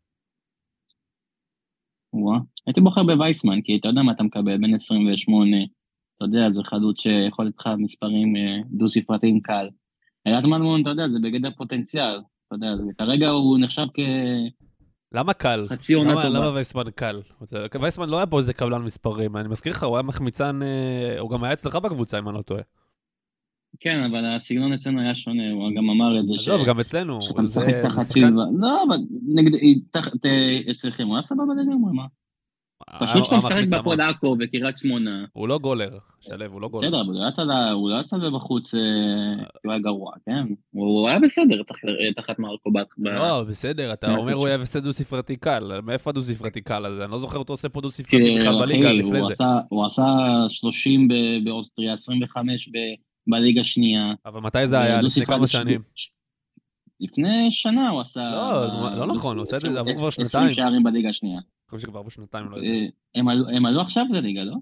[SPEAKER 3] וואה, הייתי בוחר בווייסמן, כי אתה יודע מה אתה מקבל, בין עשרים ושמונה, אתה יודע, זה חלוץ שיכול לתך מספרים דו-ספרתיים קל. היה מדמון, אתה יודע, זה בגדר פוטנציאל, אתה יודע, כרגע הוא נחשב כ...
[SPEAKER 2] למה קל?
[SPEAKER 3] חצי עונה
[SPEAKER 2] למה,
[SPEAKER 3] טובה.
[SPEAKER 2] למה וייסמן קל? וייסמן לא היה פה איזה קבלן מספרים, אני מזכיר לך, הוא היה מחמיצן, הוא גם היה אצלך בקבוצה, אם אני לא טועה.
[SPEAKER 3] כן, אבל הסגנון אצלנו היה שונה, הוא גם אמר את זה ש...
[SPEAKER 2] עזוב, גם אצלנו.
[SPEAKER 3] שאתה משחק תחת סילבה. לא, אבל נגד... אצלכם, הוא היה סבבה לגמרי, מה? פשוט שאתה משחק בהפועל עכו וקריית שמונה.
[SPEAKER 2] הוא לא גולר, שלב, הוא לא גולר.
[SPEAKER 3] בסדר, אבל הוא לא יצא בחוץ, הוא היה גרוע, כן? הוא היה בסדר תחת מרקו בת.
[SPEAKER 2] לא, בסדר, אתה אומר הוא היה בסדר דו-ספרתי קל, מאיפה הדו-ספרתי קל הזה? אני לא זוכר אותו עושה פה דו-ספרתי בכלל בליגה לפני זה.
[SPEAKER 3] הוא עשה שלושים באוסטריה, עשרים וחמש בליגה שנייה.
[SPEAKER 2] אבל מתי זה היה? לפני כמה שנים?
[SPEAKER 3] לפני שנה הוא עשה...
[SPEAKER 2] לא, לא נכון, הוא עושה את זה עבור כבר שנתיים.
[SPEAKER 3] עשרים שערים בליגה השנייה.
[SPEAKER 2] אני חושב שכבר עבור שנתיים, לא יודע.
[SPEAKER 3] הם עלו עכשיו לליגה, לא?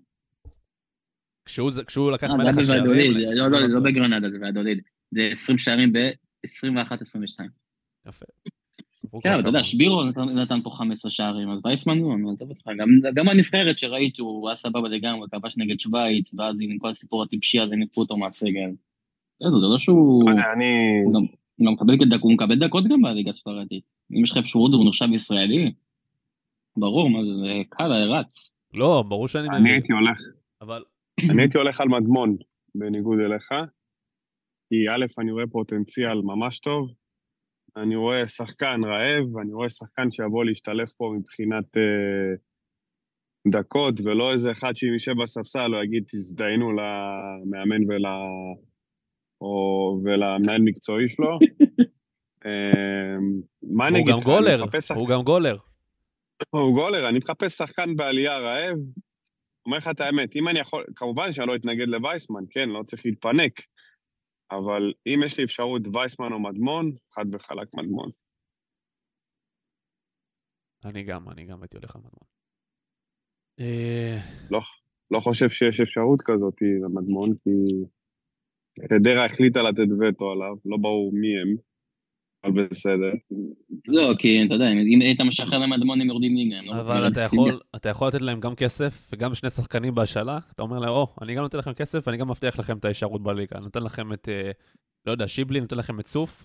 [SPEAKER 2] כשהוא לקח מלך השערים...
[SPEAKER 3] לא, לא, לא בגרנדה, זה ועדוליד. זה עשרים שערים ב-עשרים ואחת עשרים ושתיים.
[SPEAKER 2] יפה.
[SPEAKER 3] כן, אבל אתה יודע, שבירו נתן פה חמש עשרה שערים, אז וייסמן הוא, אני עוזב אותך. גם הנבחרת שראיתי, הוא היה סבבה לגמרי, כבש נגד שוויץ, ואז עם כל הסיפור הטיפשי הזה נקפו אותו מהסגל. זה לא שהוא... הוא מקבל דקות גם בליגה הספרדית. אם יש לך אפשרות, הוא נחשב ישראלי. ברור, מה זה קל, הרץ.
[SPEAKER 2] לא, ברור שאני...
[SPEAKER 4] אני הייתי הולך.
[SPEAKER 2] אבל...
[SPEAKER 4] אני הייתי הולך על מדמון, בניגוד אליך. כי א', אני רואה פוטנציאל ממש טוב. אני רואה שחקן רעב, אני רואה שחקן שיבוא להשתלף פה מבחינת אה, דקות, ולא איזה אחד שאם יישב בספסל, הוא יגיד, תזדיינו למאמן ול... או... ולמנהל מקצועי שלו. אה, מה אני אגיד?
[SPEAKER 2] הוא גם גולר, הוא גם גולר.
[SPEAKER 4] הוא גולר, אני מחפש שחקן בעלייה רעב. אומר לך את האמת, אם אני יכול, כמובן שאני לא אתנגד לווייסמן, כן, לא צריך להתפנק. אבל אם יש לי אפשרות וייסמן או מדמון, חד וחלק מדמון.
[SPEAKER 2] אני גם, אני גם הייתי הולך על מדמון.
[SPEAKER 4] לא, לא חושב שיש אפשרות כזאת למדמון, כי חדרה החליטה לתת וטו עליו, לא ברור מי הם, אבל בסדר.
[SPEAKER 3] לא, כי אתה יודע, אם היית משחרר למדמון הם יורדים ליגה.
[SPEAKER 2] אבל אתה יכול לתת להם גם כסף וגם שני שחקנים בהשאלה, אתה אומר להם, או, אני גם נותן לכם כסף ואני גם מבטיח לכם את ההישארות בליגה, נותן לכם את, לא יודע, שיבלי, נותן לכם את סוף,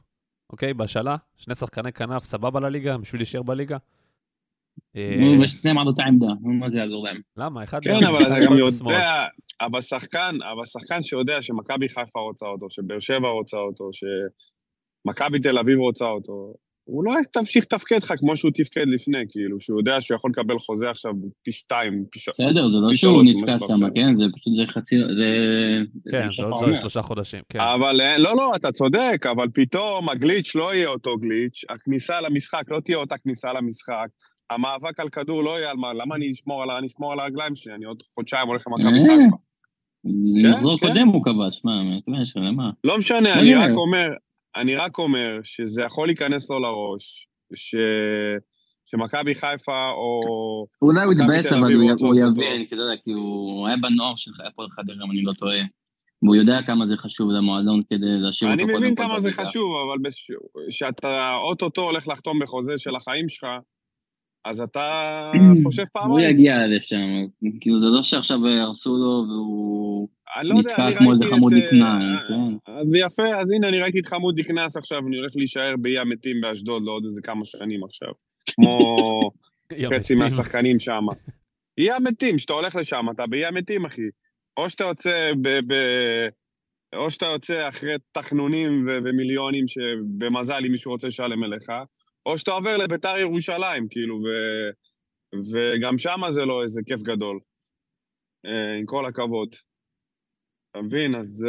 [SPEAKER 2] אוקיי? בהשאלה, שני שחקני כנף, סבבה לליגה, בשביל להישאר בליגה.
[SPEAKER 3] ושניהם על אותה עמדה, מה זה יעזור להם?
[SPEAKER 2] למה? אחד
[SPEAKER 4] כן, אבל אתה גם
[SPEAKER 2] יכול בשמאל.
[SPEAKER 4] יודע, אבל שחקן, אבל שחקן שיודע שמכבי חיפה רוצה אותו, שבאר שבע רוצה אותו, שמכבי תל אביב רוצה אותו, הוא לא תמשיך תפקד לך כמו שהוא תפקד לפני, כאילו, שהוא יודע שהוא יכול לקבל חוזה עכשיו פי שתיים, פי שלוש.
[SPEAKER 3] בסדר, זה לא שהוא נתקע שם, כן? זה פשוט זה חצי, זה...
[SPEAKER 2] כן, זה עוד שלושה חודשים, כן.
[SPEAKER 4] אבל לא, לא, אתה צודק, אבל פתאום הגליץ' לא יהיה אותו גליץ', הכניסה למשחק לא תהיה אותה כניסה למשחק, המאבק על כדור לא יהיה על מה, למה אני אשמור על, אני אשמור על הרגליים שלי, אני עוד חודשיים הולך למכבי חיפה.
[SPEAKER 3] מחזור קודם הוא כבש, מה, למה?
[SPEAKER 4] לא משנה, אני רק אומר, אני רק אומר שזה יכול להיכנס לו לראש, ש... שמכבי חיפה או...
[SPEAKER 3] אולי הוא יתבאס, אבל הוא יבין, כי אתה יודע, כי הוא היה בנוער שלך, היה פה חדרה, אם אני לא טועה, והוא יודע כמה זה חשוב למועדון כדי להשאיר אותו
[SPEAKER 4] קודם כל. אני מבין כמה זה חשוב, אבל כשאתה אוטוטו הולך לחתום בחוזה של החיים שלך, אז אתה חושב פעמיים.
[SPEAKER 3] הוא יגיע לשם, אז כאילו זה לא שעכשיו הרסו לו והוא נתקע כמו איזה חמוד דקנה, כן?
[SPEAKER 4] אז יפה, אז הנה אני ראיתי את חמוד דקנס עכשיו, אני הולך להישאר באי המתים באשדוד לעוד איזה כמה שנים עכשיו, כמו חצי מהשחקנים שם. אי המתים, שאתה הולך לשם, אתה באי המתים אחי, או שאתה יוצא ב... או שאתה יוצא אחרי תחנונים ומיליונים שבמזל אם מישהו רוצה לשלם אליך, או שאתה עובר לביתר ירושלים, כאילו, ו... וגם שמה זה לא איזה כיף גדול. עם כל הכבוד. אתה מבין? אז...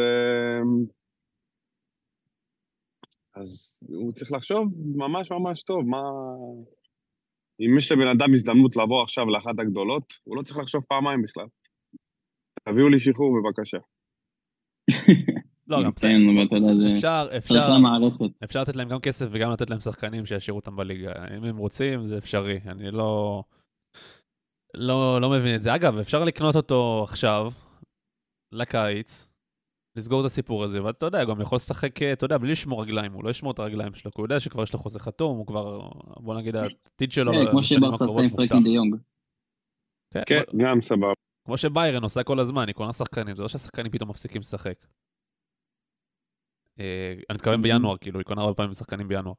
[SPEAKER 4] אז הוא צריך לחשוב ממש ממש טוב, מה... אם יש לבן אדם הזדמנות לבוא עכשיו לאחת הגדולות, הוא לא צריך לחשוב פעמיים בכלל. תביאו לי שחרור בבקשה.
[SPEAKER 2] לא, גם בסדר. אפשר, אפשר, אפשר לתת להם גם כסף וגם לתת להם שחקנים שישאירו אותם בליגה. אם הם רוצים, זה אפשרי. אני לא, לא, לא מבין את זה. אגב, אפשר לקנות אותו עכשיו, לקיץ, לסגור את הסיפור הזה, ואתה יודע, גם יכול לשחק, אתה יודע, בלי לשמור רגליים, הוא לא ישמור את הרגליים שלו, כי הוא יודע שכבר יש לו חוזה חתום, הוא כבר, בוא נגיד, העתיד שלו,
[SPEAKER 3] כמו שברסה עשתה עם פרקין דה יונג.
[SPEAKER 4] כן, גם סבבה.
[SPEAKER 2] כמו שביירן עושה כל הזמן, היא קונה שחקנים, זה לא שהשחקנים פתאום מפסיקים לשחק. אני מתכוון בינואר, כאילו, היא קונה הרבה פעמים שחקנים בינואר.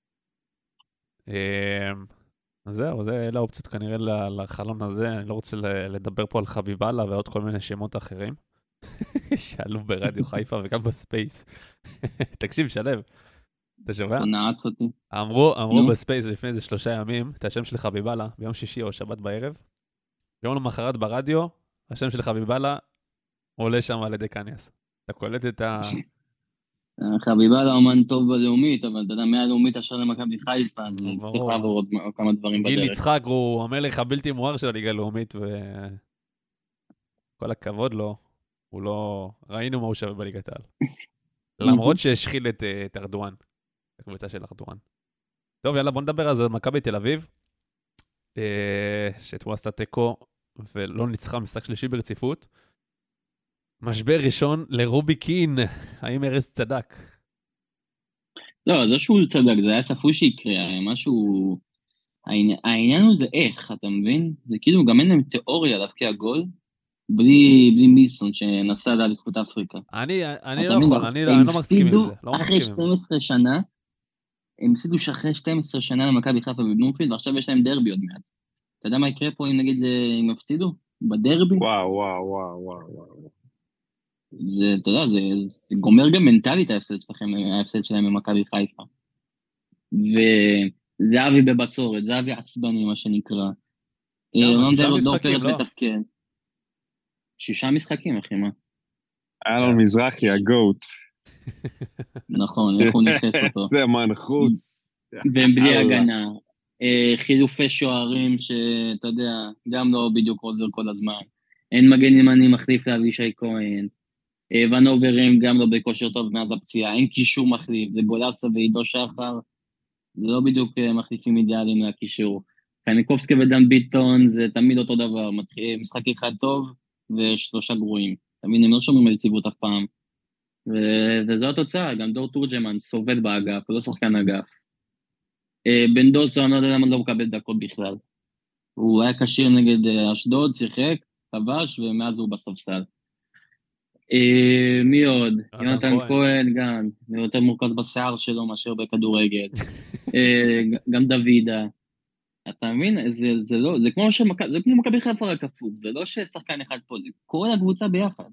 [SPEAKER 2] אז זהו, זה אלה האופציות כנראה לחלון הזה, אני לא רוצה לדבר פה על חביבאללה ועוד כל מיני שמות אחרים, שעלו ברדיו חיפה וגם בספייס. תקשיב, שלב, אתה שומע?
[SPEAKER 3] אתה נעץ אותי.
[SPEAKER 2] אמרו בספייס לפני איזה שלושה ימים, את השם של חביבאללה, ביום שישי או שבת בערב, יום למחרת ברדיו, השם של חביבאללה עולה שם על ידי קניאס. אתה קולט את ה...
[SPEAKER 3] חביבאללה אומן טוב בלאומית, אבל אתה יודע, מהלאומית אשר למכבי חיפה, אז צריך לעבור עוד כמה דברים בדרך.
[SPEAKER 2] גיל יצחק הוא המלך הבלתי מואר של הליגה הלאומית, וכל הכבוד לו, הוא לא... ראינו מה הוא שווה בליגת העל. למרות שהשחיל את ארדואן, הקבוצה של ארדואן. טוב, יאללה, בוא נדבר על זה, מכבי תל אביב, שאתמול עשתה תיקו, ולא ניצחה משחק שלישי ברציפות. משבר ראשון לרובי קין, האם ארז צדק?
[SPEAKER 3] לא, זה שהוא צדק, זה היה צפוי שיקרה, משהו... העניין הוא זה איך, אתה מבין? זה כאילו גם אין להם תיאוריה להבקיע גול, בלי, בלי מילסון שנסע לאליפות אפריקה.
[SPEAKER 2] אני, אני לא יכול, אני לא מסכים עם זה. לא
[SPEAKER 3] אחרי שתים עשרה שנה, הם הפסידו שאחרי שתים עשרה שנה למכבי חיפה בבלומפילד, ועכשיו יש להם דרבי עוד מעט. אתה יודע מה יקרה פה אם נגיד, אם הפסידו? בדרבי?
[SPEAKER 4] וואו, וואו, וואו, וואו, וואו.
[SPEAKER 3] זה, אתה יודע, זה, זה גומר גם מנטלית ההפסד שלכם, ההפסד שלהם במכבי חיפה. וזהבי בבצורת, זהבי עצבני, מה שנקרא.
[SPEAKER 2] שישה משחקים, לא?
[SPEAKER 3] לתפקד. שישה משחקים, אחי, מה?
[SPEAKER 4] אלון מזרחי, הגוט.
[SPEAKER 3] נכון, איך הוא נכנס אותו.
[SPEAKER 4] זה מנחוס.
[SPEAKER 3] והם בלי הגנה. חילופי שוערים שאתה יודע, גם לא בדיוק עוזר כל הזמן. אין מגן ימני מחליף לאבישי כהן. ונוברים גם לא בכושר טוב מאז הפציעה. אין קישור מחליף, זה גולסה ועידו שחר. זה לא בדיוק מחליפים אידיאליים לקישור. קניקובסקי ודן ביטון זה תמיד אותו דבר. משחק אחד טוב ושלושה גרועים. תמיד הם לא שומעים על יציבות אף פעם. וזו התוצאה, גם דור תורג'מן סובד באגף, הוא לא שחקן אגף. בן דוסו, אני לא יודע למה לא מקבל דקות בכלל. הוא היה קשיר נגד אשדוד, שיחק, כבש, ומאז הוא בספסל. אה, מי עוד?
[SPEAKER 2] יונתן
[SPEAKER 3] יונתן
[SPEAKER 2] כהן.
[SPEAKER 3] כהן גם, זה יותר מורכב בשיער שלו מאשר בכדורגל. אה, ג- גם דוידה. אתה מבין? זה, זה לא, זה כמו שמכבי, זה כמו מכבי חיפה רק הפוך, זה לא ששחקן אחד פה, זה כל הקבוצה ביחד.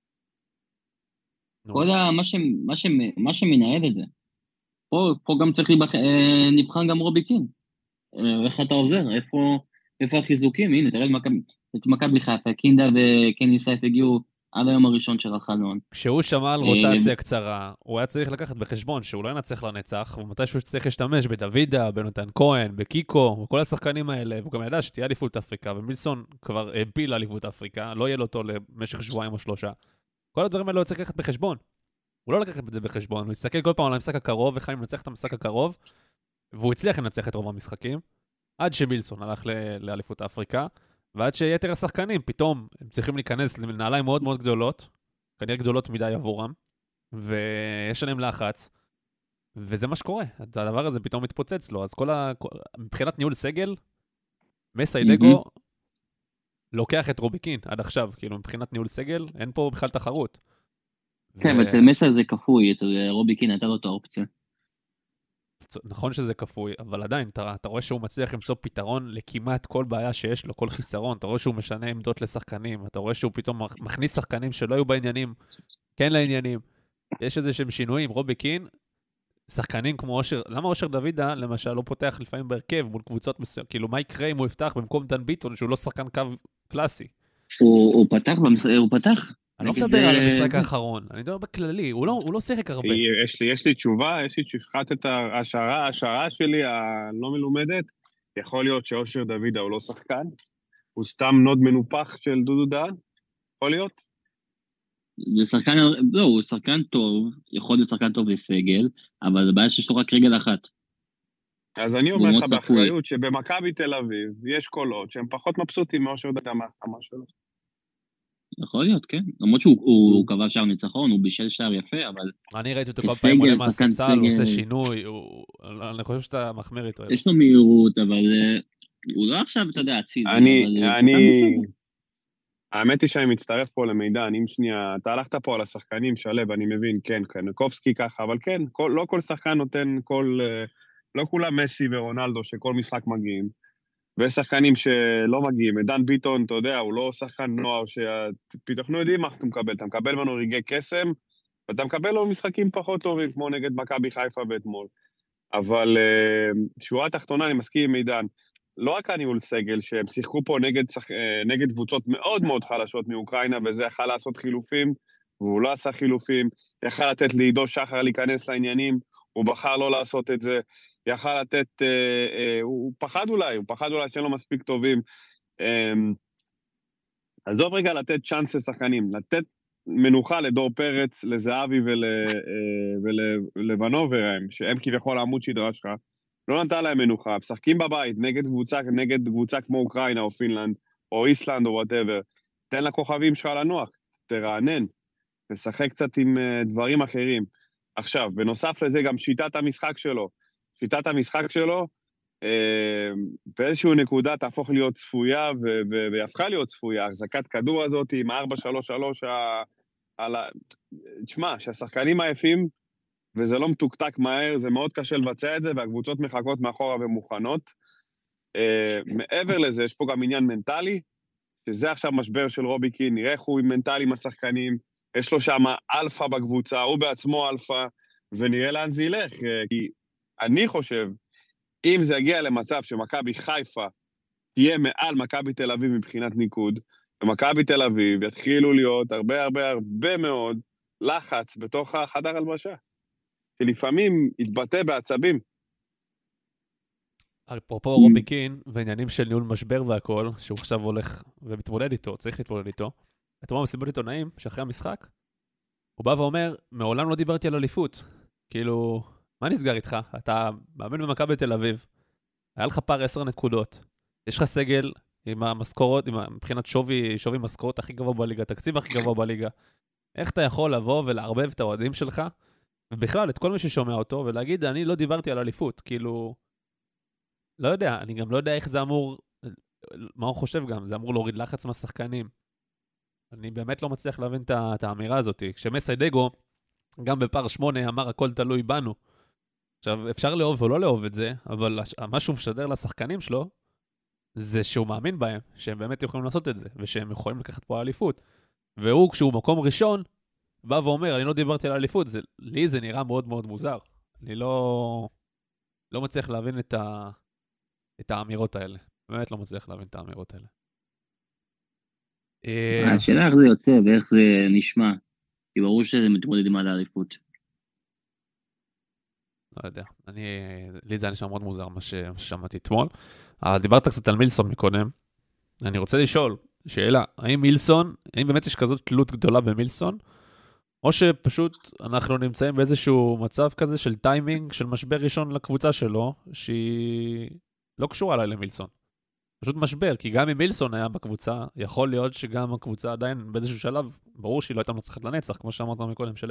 [SPEAKER 2] נו,
[SPEAKER 3] כל ה, מה, ש, מה, ש, מה שמנהל את זה. פה, פה גם צריך להיבח... אה, נבחן גם רובי קין. אה, איך אתה עוזר? איפה, איפה החיזוקים? הנה, תראה את מכבי- את מכבי חיפה, קינדה וקני סייף הגיעו עד היום הראשון של החלון.
[SPEAKER 2] כשהוא שמע על
[SPEAKER 3] אה,
[SPEAKER 2] רוטציה קצרה, הוא היה צריך לקחת בחשבון שהוא לא ינצח לנצח, ומתישהו צריך להשתמש בדוידה, בנותן כהן, בקיקו, וכל השחקנים האלה, והוא גם ידע שתהיה אליפות אפריקה, ומילסון כבר העפיל אליפות אפריקה, לא יהיה לו אותו למשך שבועיים או שלושה. כל הדברים האלה הוא צריך לקחת בחשבון. הוא לא לקח את זה בחשבון, הוא הסתכל כל פעם על המשחק הקרוב, איך אני מנצח את המשחק הקרוב, והוא הצליח לנצח את רוב המשחקים, עד שמילסון הלך ל- לאליפות אפריקה, ועד שיתר השחקנים, פתאום הם צריכים להיכנס לנעליים מאוד מאוד גדולות, כנראה גדולות מדי עבורם, ויש עליהם לחץ, וזה מה שקורה. הדבר הזה פתאום מתפוצץ לו, אז כל ה... מבחינת ניהול סגל, מסיידגו לוקח את רובי קין עד עכשיו, כאילו מבחינת ניהול סגל, אין פה בכלל תחרות.
[SPEAKER 3] כן,
[SPEAKER 2] ו-
[SPEAKER 3] ואצל מסה זה כפוי, אצל רובי קין הייתה לו את האופציה.
[SPEAKER 2] נכון שזה כפוי, אבל עדיין, אתה, אתה רואה שהוא מצליח למצוא פתרון לכמעט כל בעיה שיש לו, כל חיסרון, אתה רואה שהוא משנה עמדות לשחקנים, אתה רואה שהוא פתאום מכניס שחקנים שלא היו בעניינים, כן לעניינים, יש איזה שהם שינויים, רובי קין, שחקנים כמו אושר, למה אושר דוידה, למשל, לא פותח לפעמים בהרכב מול קבוצות מסוימות, כאילו מה יקרה אם הוא יפתח במקום דן ביטון, שהוא לא שחקן קו קלאסי?
[SPEAKER 3] הוא, הוא פתח, במש... הוא פתח.
[SPEAKER 2] אני לא
[SPEAKER 3] נגד,
[SPEAKER 2] מדבר על
[SPEAKER 3] אה,
[SPEAKER 2] המשחק
[SPEAKER 3] זה.
[SPEAKER 2] האחרון, אני מדבר בכללי, הוא לא, הוא לא שיחק הרבה.
[SPEAKER 4] יש לי, יש לי תשובה, יש לי תשחט את ההשערה, ההשערה שלי הלא מלומדת. יכול להיות שאושר דוידה הוא לא שחקן, הוא סתם נוד מנופח של דודו דהן, יכול להיות?
[SPEAKER 3] זה שחקן, לא, הוא שחקן טוב, יכול להיות שחקן טוב לסגל, אבל הבעיה שיש לו רק רגל אחת.
[SPEAKER 4] אז אני
[SPEAKER 3] הוא
[SPEAKER 4] אומר
[SPEAKER 3] מאוד
[SPEAKER 4] לך
[SPEAKER 3] צפוי.
[SPEAKER 4] באחריות שבמכבי תל אביב יש קולות שהם פחות מבסוטים מאושר דוידה מהחמה שלו.
[SPEAKER 3] יכול להיות, כן. למרות שהוא הוא, הוא קבע שער ניצחון, הוא בישל שער יפה, אבל
[SPEAKER 2] אני ראיתי אותו כל
[SPEAKER 3] כסגל,
[SPEAKER 2] פעם עולה
[SPEAKER 3] שחקן
[SPEAKER 2] מהספסל, הוא עושה
[SPEAKER 3] סגל.
[SPEAKER 2] שינוי, הוא... אני חושב שאתה מחמיר איתו.
[SPEAKER 3] יש לו מהירות, אבל אה, הוא לא עכשיו, אתה יודע, אצילי,
[SPEAKER 4] אני,
[SPEAKER 3] אבל הוא
[SPEAKER 4] אני,
[SPEAKER 3] שחקן בסדר.
[SPEAKER 4] האמת היא שאני מצטרף פה למידע, אני עם שנייה, אתה הלכת פה על השחקנים, שלב, אני מבין, כן, קניקובסקי ככה, אבל כן, כל, לא כל שחקן נותן כל, אה, לא כולם מסי ורונלדו שכל משחק מגיעים, ויש שחקנים שלא מגיעים, דן ביטון, אתה יודע, הוא לא שחקן נוער, שפתאום אנחנו יודעים מה אתה מקבל, אתה מקבל ממנו רגעי קסם, ואתה מקבל לו משחקים פחות טובים, כמו נגד מכבי חיפה ואתמול. אבל uh, שורה התחתונה, אני מסכים עם עידן, לא רק הניהול סגל, שהם שיחקו פה נגד, נגד קבוצות מאוד מאוד חלשות מאוקראינה, וזה יכל לעשות חילופים, והוא לא עשה חילופים, יכל לתת לעידו שחר להיכנס לעניינים, הוא בחר לא לעשות את זה, יכל לתת, אה, אה, הוא פחד אולי, הוא פחד אולי שאין לו מספיק טובים. אה, עזוב רגע לתת צ'אנס לשחקנים, לתת מנוחה לדור פרץ, לזהבי ול, אה, ולבנובר, שהם כביכול העמוד שדרה שלך, לא נתן להם מנוחה, משחקים בבית נגד קבוצה, נגד קבוצה כמו אוקראינה או פינלנד, או איסלנד או whatever, תן לכוכבים שלך לנוח, תרענן, תשחק קצת עם uh, דברים אחרים. עכשיו, בנוסף לזה גם שיטת המשחק שלו, שיטת המשחק שלו, אה, באיזשהו נקודה תהפוך להיות צפויה, והיא הפכה להיות צפויה, החזקת כדור הזאת עם ארבע שלוש שלוש, על ה... תשמע, שהשחקנים היפים, וזה לא מתוקתק מהר, זה מאוד קשה לבצע את זה, והקבוצות מחכות מאחורה ומוכנות. Uh, מעבר לזה, יש פה גם עניין מנטלי, שזה עכשיו משבר של רובי קין, נראה איך הוא מנטלי עם השחקנים, יש לו שם אלפא בקבוצה, הוא בעצמו אלפא, ונראה לאן זה ילך, כי אני חושב, אם זה יגיע למצב שמכבי חיפה תהיה מעל מכבי תל אביב מבחינת ניקוד, ומכבי תל אביב יתחילו להיות הרבה הרבה הרבה מאוד לחץ בתוך החדר הלבשה, שלפעמים יתבטא בעצבים.
[SPEAKER 2] אפרופו רובי קין, ועניינים של ניהול משבר והכל, שהוא עכשיו הולך ומתמודד איתו, צריך להתמודד איתו, אתה אומר מסיבות עיתונאים, שאחרי המשחק, הוא בא ואומר, מעולם לא דיברתי על אליפות. כאילו, מה נסגר איתך? אתה מאמן במכבי תל אביב, היה לך פער עשר נקודות, יש לך סגל עם המשכורות, עם מבחינת שווי, שווי משכורות הכי גבוה בליגה, תקציב הכי גבוה בליגה. איך אתה יכול לבוא ולערבב את האוהדים שלך, ובכלל את כל מי ששומע אותו, ולהגיד, אני לא דיברתי על אליפות, כאילו, לא יודע, אני גם לא יודע איך זה אמור, מה הוא חושב גם, זה אמור להוריד לחץ מהשחקנים. אני באמת לא מצליח להבין את האמירה הזאת. כשמסיידגו, גם בפער שמונה, אמר הכל תלוי בנו. עכשיו, אפשר לאהוב או לא לאהוב את זה, אבל מה שהוא משדר לשחקנים שלו, זה שהוא מאמין בהם, שהם באמת יכולים לעשות את זה, ושהם יכולים לקחת פה האליפות. והוא, כשהוא מקום ראשון, בא ואומר, אני לא דיברתי על האליפות, זה, לי זה נראה מאוד מאוד מוזר. אני לא, לא מצליח להבין את, ה, את האמירות האלה. באמת לא מצליח להבין את האמירות האלה.
[SPEAKER 3] השאלה איך זה יוצא ואיך זה נשמע, כי ברור שזה מתמודדים על האליפות.
[SPEAKER 2] לא יודע, אני, לי זה נשמע מאוד מוזר מה ששמעתי אתמול. אבל דיברת קצת על מילסון מקודם. אני רוצה לשאול, שאלה, האם מילסון, האם באמת יש כזאת תלות גדולה במילסון, או שפשוט אנחנו נמצאים באיזשהו מצב כזה של טיימינג, של משבר ראשון לקבוצה שלו, שהיא לא קשורה עליי למילסון. פשוט משבר, כי גם אם מילסון היה בקבוצה, יכול להיות שגם הקבוצה עדיין באיזשהו שלב, ברור שהיא לא הייתה מצליחת לנצח, כמו שאמרת מקודם, שלב.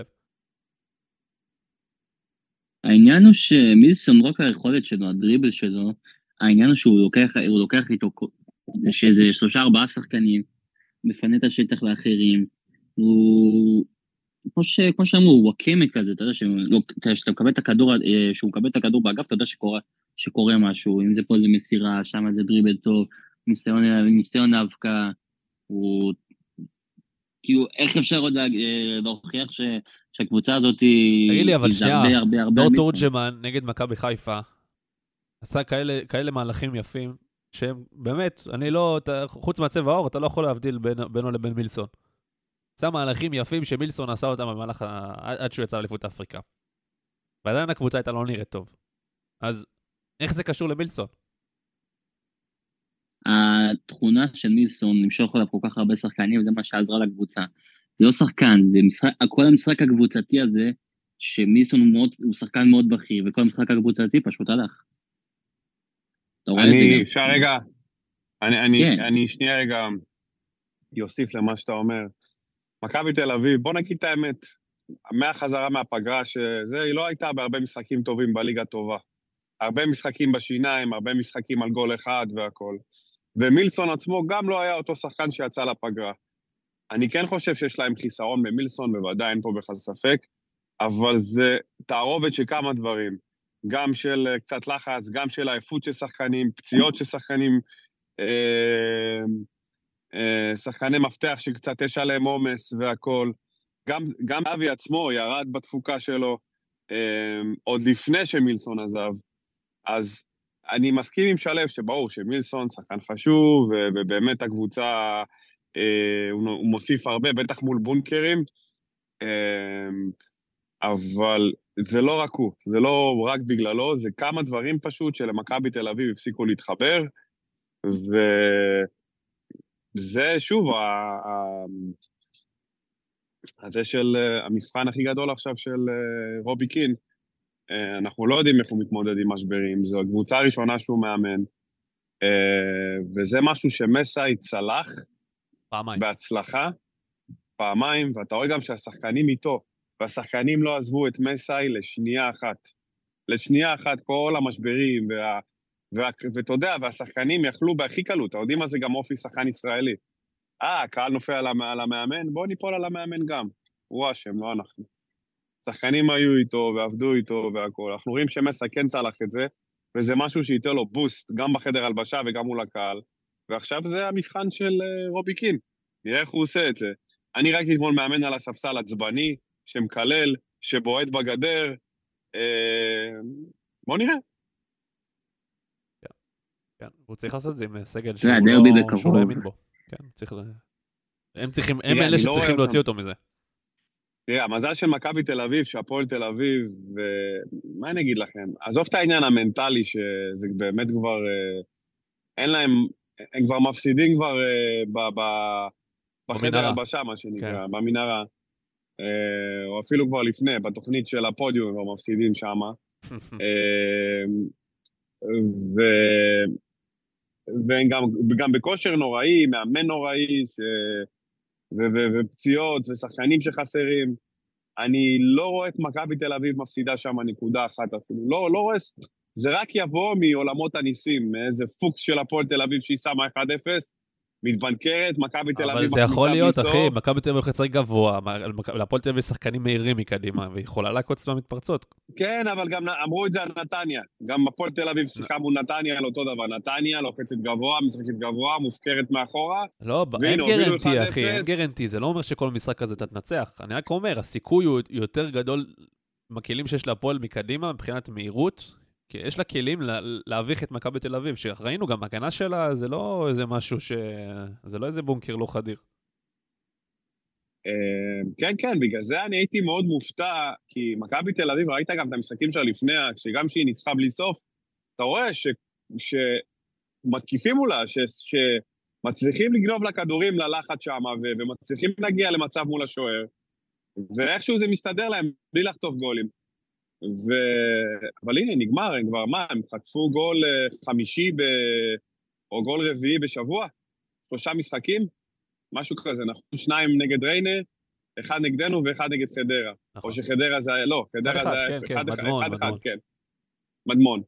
[SPEAKER 3] העניין הוא שמילסון, רק היכולת שלו, הדריבל שלו, העניין הוא שהוא לוקח, הוא לוקח איתו שזה שלושה ארבעה שחקנים, מפנה את השטח לאחרים, הוא, כמו, ש, כמו שאמרו, הוא וואקמה כזה, אתה יודע, שאתה מקבל את הכדור, שהוא מקבל את הכדור באגף, אתה יודע שקורה, שקורה משהו, אם זה פה זה מסירה, שם זה דריבל טוב, ניסיון, ניסיון האבקה, הוא, כאילו, איך אפשר עוד להוכיח ש, שהקבוצה הזאת היא...
[SPEAKER 2] תגיד לי, אבל שנייה,
[SPEAKER 3] הרבה, הרבה, הרבה
[SPEAKER 2] דור תורג'מן נגד מכבי חיפה, עשה כאלה, כאלה מהלכים יפים, שהם באמת, אני לא, אתה, חוץ מהצבע האור, אתה לא יכול להבדיל בין, בינו לבין מילסון. עשה מהלכים יפים שמילסון עשה אותם במהלך, עד שהוא יצא לאליפות אפריקה. ועדיין הקבוצה הייתה לא נראית טוב. אז איך זה קשור למילסון?
[SPEAKER 3] התכונה של מילסון למשוך עליו כל כך הרבה שחקנים, וזה מה שעזרה לקבוצה. זה לא שחקן, זה משחק, כל המשחק הקבוצתי הזה, שמילסון הוא, מאוד, הוא שחקן מאוד בכיר, וכל המשחק הקבוצתי פשוט הלך. אתה רואה את זה גם?
[SPEAKER 4] אפשר רגע, אני, אני,
[SPEAKER 3] כן.
[SPEAKER 4] אני שנייה רגע יוסיף למה שאתה אומר. מכבי תל אביב, בוא נגיד את האמת, מהחזרה מהפגרה, שזה, היא לא הייתה בהרבה משחקים טובים בליגה טובה. הרבה משחקים בשיניים, הרבה משחקים על גול אחד והכל. ומילסון עצמו גם לא היה אותו שחקן שיצא לפגרה. אני כן חושב שיש להם חיסרון במילסון, בוודאי אין פה בכלל ספק, אבל זה תערובת של כמה דברים. גם של קצת לחץ, גם של העייפות של שחקנים, פציעות של שחקנים, אה, אה, שחקני מפתח שקצת יש עליהם עומס והכל. גם, גם אבי עצמו ירד בתפוקה שלו, אה, עוד לפני שמילסון עזב. אז אני מסכים עם שלב שברור שמילסון שחקן חשוב, ובאמת הקבוצה, אה, הוא מוסיף הרבה, בטח מול בונקרים, אה, אבל זה לא רק הוא, זה לא רק בגללו, זה כמה דברים פשוט שלמכבי תל אביב הפסיקו להתחבר, וזה שוב, זה של המבחן הכי גדול עכשיו של רובי קין, אנחנו לא יודעים איך הוא מתמודד עם משברים, זו הקבוצה הראשונה שהוא מאמן, וזה משהו שמסאי צלח,
[SPEAKER 2] פעמיים.
[SPEAKER 4] בהצלחה, פעמיים, ואתה רואה גם שהשחקנים איתו, והשחקנים לא עזבו את מסאי לשנייה אחת. לשנייה אחת כל המשברים, וה, וה, ואתה יודע, והשחקנים יכלו בהכי קלות, אתה יודעים מה זה גם אופי שחקן ישראלי. אה, הקהל נופל על, המ, על המאמן, בואו ניפול על המאמן גם. הוא אשם, לא אנחנו. שחקנים היו איתו ועבדו איתו והכל. אנחנו רואים שמסאי כן צלח את זה, וזה משהו שייתן לו בוסט, גם בחדר הלבשה וגם מול הקהל. ועכשיו זה המבחן של uh, רובי קין. נראה איך הוא עושה את זה. אני ראיתי אתמול מאמן על הספסל עצבני, שמקלל, שבועט בגדר, אה, בוא נראה.
[SPEAKER 2] כן, כן, הוא צריך לעשות את זה עם סגל
[SPEAKER 3] שהוא לא
[SPEAKER 2] האמין בו. כן, צריך... הם צריכים, הם אלה שצריכים להוציא אותו מזה.
[SPEAKER 4] תראה, המזל של מכבי תל אביב, שהפועל תל אביב, ומה אני אגיד לכם? עזוב את העניין המנטלי, שזה באמת כבר, אין להם, הם כבר מפסידים כבר בחדר הלבשה, מה שנקרא, במנהרה. או אפילו כבר לפני, בתוכנית של הפודיום, כבר מפסידים שם. וגם בכושר נוראי, מאמן נוראי, ופציעות ושחקנים שחסרים. אני לא רואה את מכבי תל אביב מפסידה שם נקודה אחת אפילו. לא, לא רואה, זה רק יבוא מעולמות הניסים, מאיזה פוקס של הפועל תל אביב שהיא שמה אחד אפס, מתבנקרת, מכבי תל אביב
[SPEAKER 2] אבל זה יכול
[SPEAKER 4] מחמיצה
[SPEAKER 2] להיות,
[SPEAKER 4] בלי
[SPEAKER 2] אחי,
[SPEAKER 4] סוף.
[SPEAKER 2] מכבי תל אביב יחצרי גבוה, להפועל תל אביב יש שחקנים מהירים מקדימה, ויכולה לעקוץ במתפרצות.
[SPEAKER 4] כן, אבל גם אמרו את זה על נתניה. גם הפועל תל אביב שיחקה מול נתניה על אותו דבר. נתניה לוחצת גבוה, משחקת גבוה, מופקרת מאחורה.
[SPEAKER 2] לא, אין גרנטי, אחי, אין גרנטי, זה לא אומר שכל משחק כזה אתה תנצח. אני רק אומר, הסיכוי הוא יותר גדול עם הכלים שיש להפועל מקדימה, מבחינת מהירות, כי יש לה כלים להביך את מכבי תל אביב, שראינו גם, הגנה שלה זה לא איזה משהו ש... זה לא איזה בונקר לא חדיר.
[SPEAKER 4] כן, כן, בגלל זה אני הייתי מאוד מופתע, כי מכבי תל אביב, ראית גם את המשחקים שלה לפני, שגם שהיא ניצחה בלי סוף, אתה רואה שמתקיפים מולה, שמצליחים לגנוב לכדורים ללחץ שם, ומצליחים להגיע למצב מול השוער, ואיכשהו זה מסתדר להם בלי לחטוף גולים. ו... אבל הנה, נגמר, הם כבר מה, הם חטפו גול חמישי ב... או גול רביעי בשבוע, שלושה משחקים, משהו כזה, נכון? שניים נגד ריינה, אחד נגדנו ואחד נגד חדרה. נכון. או שחדרה זה היה, לא, חדרה זה היה,
[SPEAKER 2] כן, אחד, כן, מדמון,
[SPEAKER 4] אחד,
[SPEAKER 2] מדמון.
[SPEAKER 4] אחד, כן. מדמון.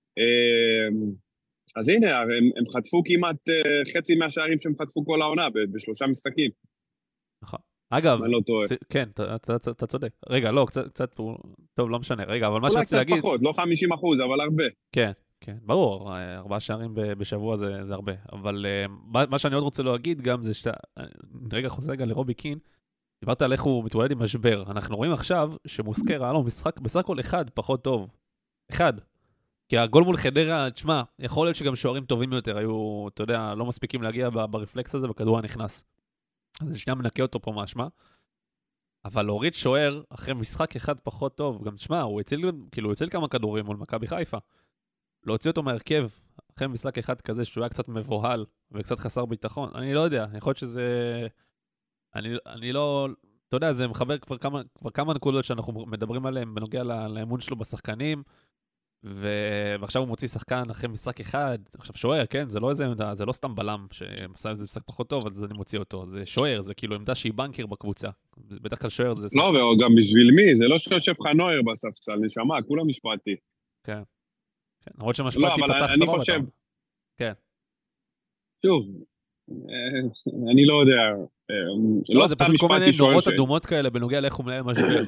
[SPEAKER 4] אז הנה, הם, הם חטפו כמעט חצי מהשערים שהם חטפו כל העונה, בשלושה משחקים.
[SPEAKER 2] נכון. אגב,
[SPEAKER 4] לא ס...
[SPEAKER 2] כן, אתה, אתה, אתה, אתה צודק. רגע, לא, קצת, קצת, טוב, לא משנה, רגע, אבל מה שרציתי להגיד...
[SPEAKER 4] אולי קצת פחות, לא חמישים אחוז, אבל הרבה.
[SPEAKER 2] כן, כן, ברור, ארבעה שערים בשבוע זה, זה הרבה, אבל uh, מה שאני עוד רוצה להגיד גם זה שאתה, רגע, חוזר רגע לרובי קין, דיברת על איך הוא מתמודד עם משבר, אנחנו רואים עכשיו שמוסקרה, היה לו משחק, בסך הכל אחד פחות טוב, אחד, כי הגול מול חדרה, תשמע, יכול להיות שגם שוערים טובים יותר היו, אתה יודע, לא מספיקים להגיע ברפלקס הזה, וכדור הנכנס. אז שנייה מנקה אותו פה משמע, אבל להוריד שוער אחרי משחק אחד פחות טוב, גם תשמע, הוא הציל, כאילו, הוא הציל כמה כדורים מול מכבי חיפה. להוציא אותו מהרכב אחרי משחק אחד כזה שהוא היה קצת מבוהל וקצת חסר ביטחון, אני לא יודע, יכול להיות שזה... אני, אני לא... אתה יודע, זה מחבר כבר כמה, כבר כמה נקודות שאנחנו מדברים עליהן בנוגע לאמון שלו בשחקנים, ו... ועכשיו הוא מוציא שחקן אחרי משחק אחד, עכשיו שוער, כן? זה לא איזה עמדה, זה לא סתם בלם שמסע איזה משחק פחות טוב, אז אני מוציא אותו. זה שוער, זה כאילו עמדה שהיא בנקר בקבוצה. בטח כלל שוער זה...
[SPEAKER 4] לא, וגם בשביל מי? זה לא שיושב לך נוער בספסל, נשמה, כולם משפטי.
[SPEAKER 2] כן. כן, למרות שמשפטי פתח סבבה.
[SPEAKER 4] חושב...
[SPEAKER 2] כן.
[SPEAKER 4] שוב, אני לא יודע.
[SPEAKER 2] לא, זה פשוט כל מיני נורות אדומות כאלה בנוגע לאיך הוא מנהל משבר.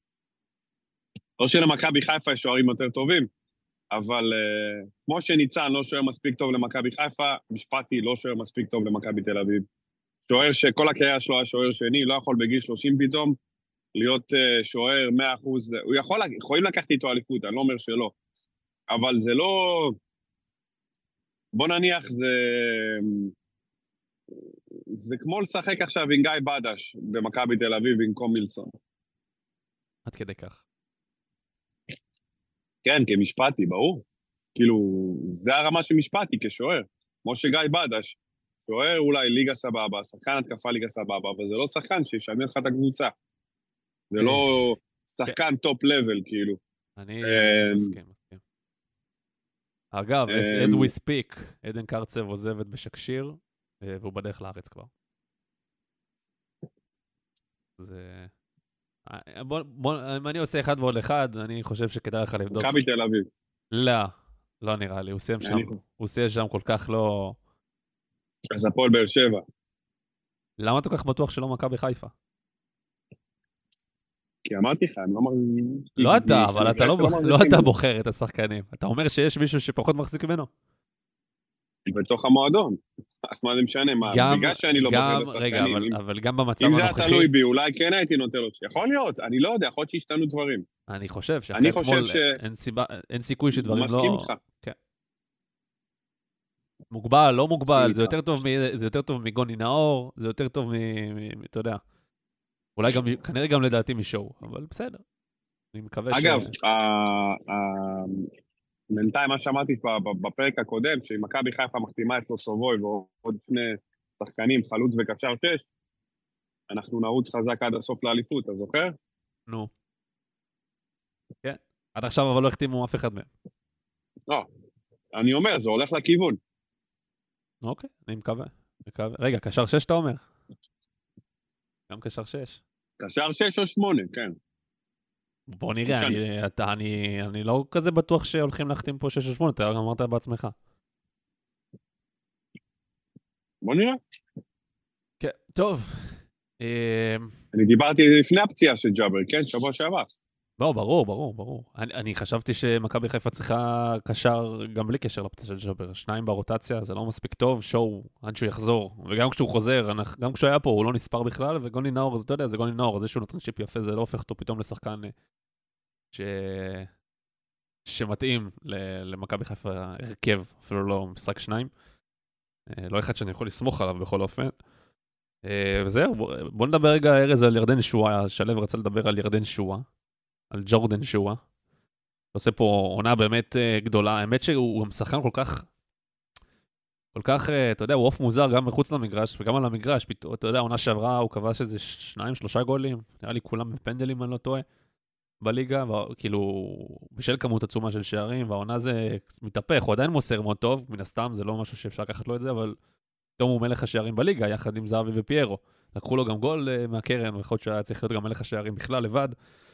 [SPEAKER 4] לא שלמכבי חיפה יש שוערים יותר טובים, אבל uh, כמו שניצן לא שוער מספיק טוב למכבי חיפה, משפטי לא שוער מספיק טוב למכבי תל אביב. שוער שכל הקריירה שלו היה שוער שני, לא יכול בגיל שלושים פתאום להיות uh, שוער מאה אחוז, הוא יכול, יכולים לקחת איתו אליפות, אני לא אומר שלא, אבל זה לא... בוא נניח זה... זה כמו לשחק עכשיו עם גיא בדש במכבי תל אביב במקום מילסון.
[SPEAKER 2] עד כדי כך.
[SPEAKER 4] כן, כמשפטי, ברור. כאילו, זה הרמה של משפטי כשוער. כמו שגיא בדש, שוער אולי ליגה סבבה, שחקן התקפה ליגה סבבה, אבל זה לא שחקן שישנה לך את הקבוצה. זה לא שחקן טופ לבל, כאילו.
[SPEAKER 2] אני מסכים, מסכים. אגב, as we speak, עדן קרצב עוזבת בשקשיר, והוא בדרך לארץ כבר. זה... בוא, בוא, אם אני עושה אחד ועוד אחד, אני חושב שכדאי לך לבדוק.
[SPEAKER 4] מכבי תל אביב.
[SPEAKER 2] לא, לא נראה לי, הוא סיים שם, הוא סיים שם כל כך לא...
[SPEAKER 4] אז הפועל באר שבע.
[SPEAKER 2] למה אתה כל כך בטוח שלא מכבי חיפה?
[SPEAKER 4] כי אמרתי לך, אני לא אמר...
[SPEAKER 2] לא אתה, אבל אתה לא אתה בוחר את השחקנים. אתה אומר שיש מישהו שפחות מחזיק ממנו.
[SPEAKER 4] בתוך המועדון. אז מה זה משנה? מה? בגלל שאני לא בוחר את השחקנים.
[SPEAKER 2] רגע, אבל גם במצב הנוכחי...
[SPEAKER 4] אם זה היה תלוי בי, אולי כן הייתי נוטה לו. יכול להיות, אני לא יודע, יכול להיות שהשתנו דברים.
[SPEAKER 2] אני חושב שאחרי אתמול אין סיכוי שדברים לא...
[SPEAKER 4] מסכים איתך.
[SPEAKER 2] כן. מוגבל, לא מוגבל, זה יותר טוב מגוני נאור, זה יותר טוב מ... אתה יודע. אולי גם, כנראה גם לדעתי משואו, אבל בסדר. אני מקווה ש...
[SPEAKER 4] אגב, בינתיים מה שאמרתי בפרק הקודם, שאם מכבי חיפה מחתימה את לוסובוי ועוד שני שחקנים, חלוץ וקשר שש, אנחנו נרוץ חזק עד הסוף לאליפות, אתה זוכר?
[SPEAKER 2] נו. כן. עד עכשיו אבל לא החתימו אף אחד מהם.
[SPEAKER 4] לא. אני אומר, זה הולך לכיוון.
[SPEAKER 2] אוקיי, אני מקווה. רגע, קשר שש אתה אומר? גם קשר שש.
[SPEAKER 4] קשר שש או שמונה, כן.
[SPEAKER 2] בוא נראה, אני, אתה, אני, אני לא כזה בטוח שהולכים להחתים פה שש או שמונה, אתה גם אמרת בעצמך.
[SPEAKER 4] בוא נראה.
[SPEAKER 2] כן, טוב. אה,
[SPEAKER 4] אני דיברתי לפני הפציעה של ג'אבר, כן? שבוע שעבר.
[SPEAKER 2] לא, ברור, ברור, ברור. אני, אני חשבתי שמכבי חיפה צריכה קשר גם בלי קשר לפציעה של ג'אבר. שניים ברוטציה, זה לא מספיק טוב, שואו, עד שהוא יחזור. וגם כשהוא חוזר, גם כשהוא היה פה, הוא לא נספר בכלל, וגוני נאור, אז אתה יודע, זה גוני נאור, זה שהוא נותן שיפ יפה, זה לא הופך אותו פתאום לשחקן ש... שמתאים למכבי חיפה הרכב, אפילו לא משחק שניים. לא אחד שאני יכול לסמוך עליו בכל אופן. וזהו, בוא נדבר רגע, ארז, על ירדן שואה. שלב רצה לדבר על ירדן שואה. על ג'ורדן שואה. עושה פה עונה באמת גדולה. האמת שהוא גם שחקן כל כך, כל כך, אתה יודע, הוא אוף מוזר גם מחוץ למגרש, וגם על המגרש. אתה יודע, עונה שעברה, הוא כבש איזה שניים, שלושה גולים. נראה לי כולם בפנדלים, אני לא טועה. בליגה, כאילו, בשל כמות עצומה של שערים, והעונה זה מתהפך. הוא עדיין מוסר מאוד טוב, מן הסתם, זה לא משהו שאפשר לקחת לו את זה, אבל פתאום הוא מלך השערים בליגה, יחד עם זהבי ופיירו. לקחו לו גם גול מהקרן, ויכול להיות שהיה צריך להיות גם מלך השערים בכלל לבד.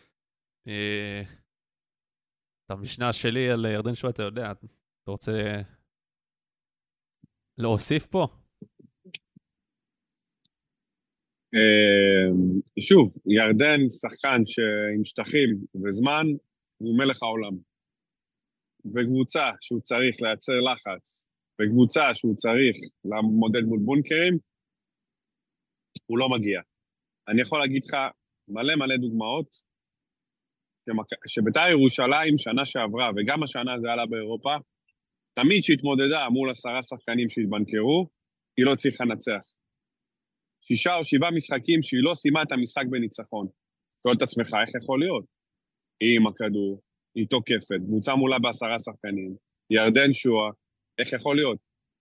[SPEAKER 2] את המשנה שלי על ירדן שואה, אתה יודע, אתה רוצה להוסיף פה?
[SPEAKER 4] שוב, ירדן שחקן שעם שטחים וזמן, הוא מלך העולם. וקבוצה שהוא צריך לייצר לחץ, וקבוצה שהוא צריך למודד מול בונקרים, הוא לא מגיע. אני יכול להגיד לך מלא מלא דוגמאות, שבית"ר ירושלים שנה שעברה, וגם השנה זה עלה באירופה, תמיד שהתמודדה מול עשרה שחקנים שהתבנקרו, היא לא צריכה לנצח. שישה או שבעה משחקים שהיא לא סיימה את המשחק בניצחון. שואל את עצמך, איך יכול להיות? היא עם הכדור, היא תוקפת, קבוצה מולה בעשרה שחקנים, ירדן שואה, איך יכול להיות?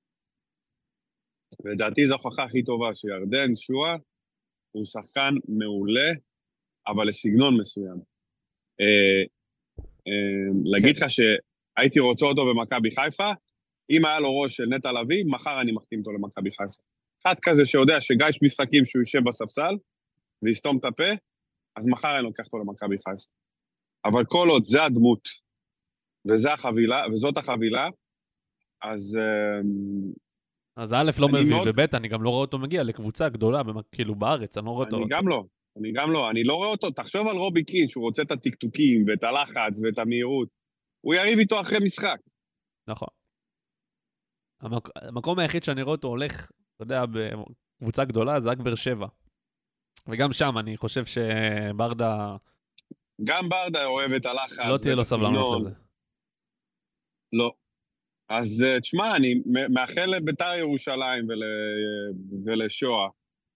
[SPEAKER 4] לדעתי זו ההוכחה הכי טובה, שירדן שואה הוא שחקן מעולה, אבל לסגנון מסוים. אה, אה, להגיד לך שהייתי רוצה אותו במכבי חיפה, אם היה לו ראש של נטע לביא, מחר אני מחתים אותו למכבי חיפה. אחד כזה שיודע שגיא יש משחקים שהוא יושב בספסל, ויסתום את הפה, אז מחר אני לוקח אותו למכבי חיפה. אבל כל עוד זה הדמות, וזה החבילה, וזאת החבילה, אז...
[SPEAKER 2] אז א' לא מבין, וב' אני גם לא רואה אותו מגיע לקבוצה גדולה, כאילו בארץ, אני לא רואה אותו.
[SPEAKER 4] אני גם לא, אני גם לא, אני לא רואה אותו, תחשוב על רובי קין, שהוא רוצה את הטקטוקים, ואת הלחץ, ואת המהירות, הוא יריב איתו אחרי משחק.
[SPEAKER 2] נכון. המקום היחיד שאני רואה אותו הולך, אתה יודע, בקבוצה גדולה, זה רק באר שבע. וגם שם אני חושב שברדה...
[SPEAKER 4] גם ברדה אוהב את הלחץ.
[SPEAKER 2] לא תהיה לו סבלנות לזה.
[SPEAKER 4] לא. אז תשמע, אני מאחל לבית"ר ירושלים ול... ולשואה,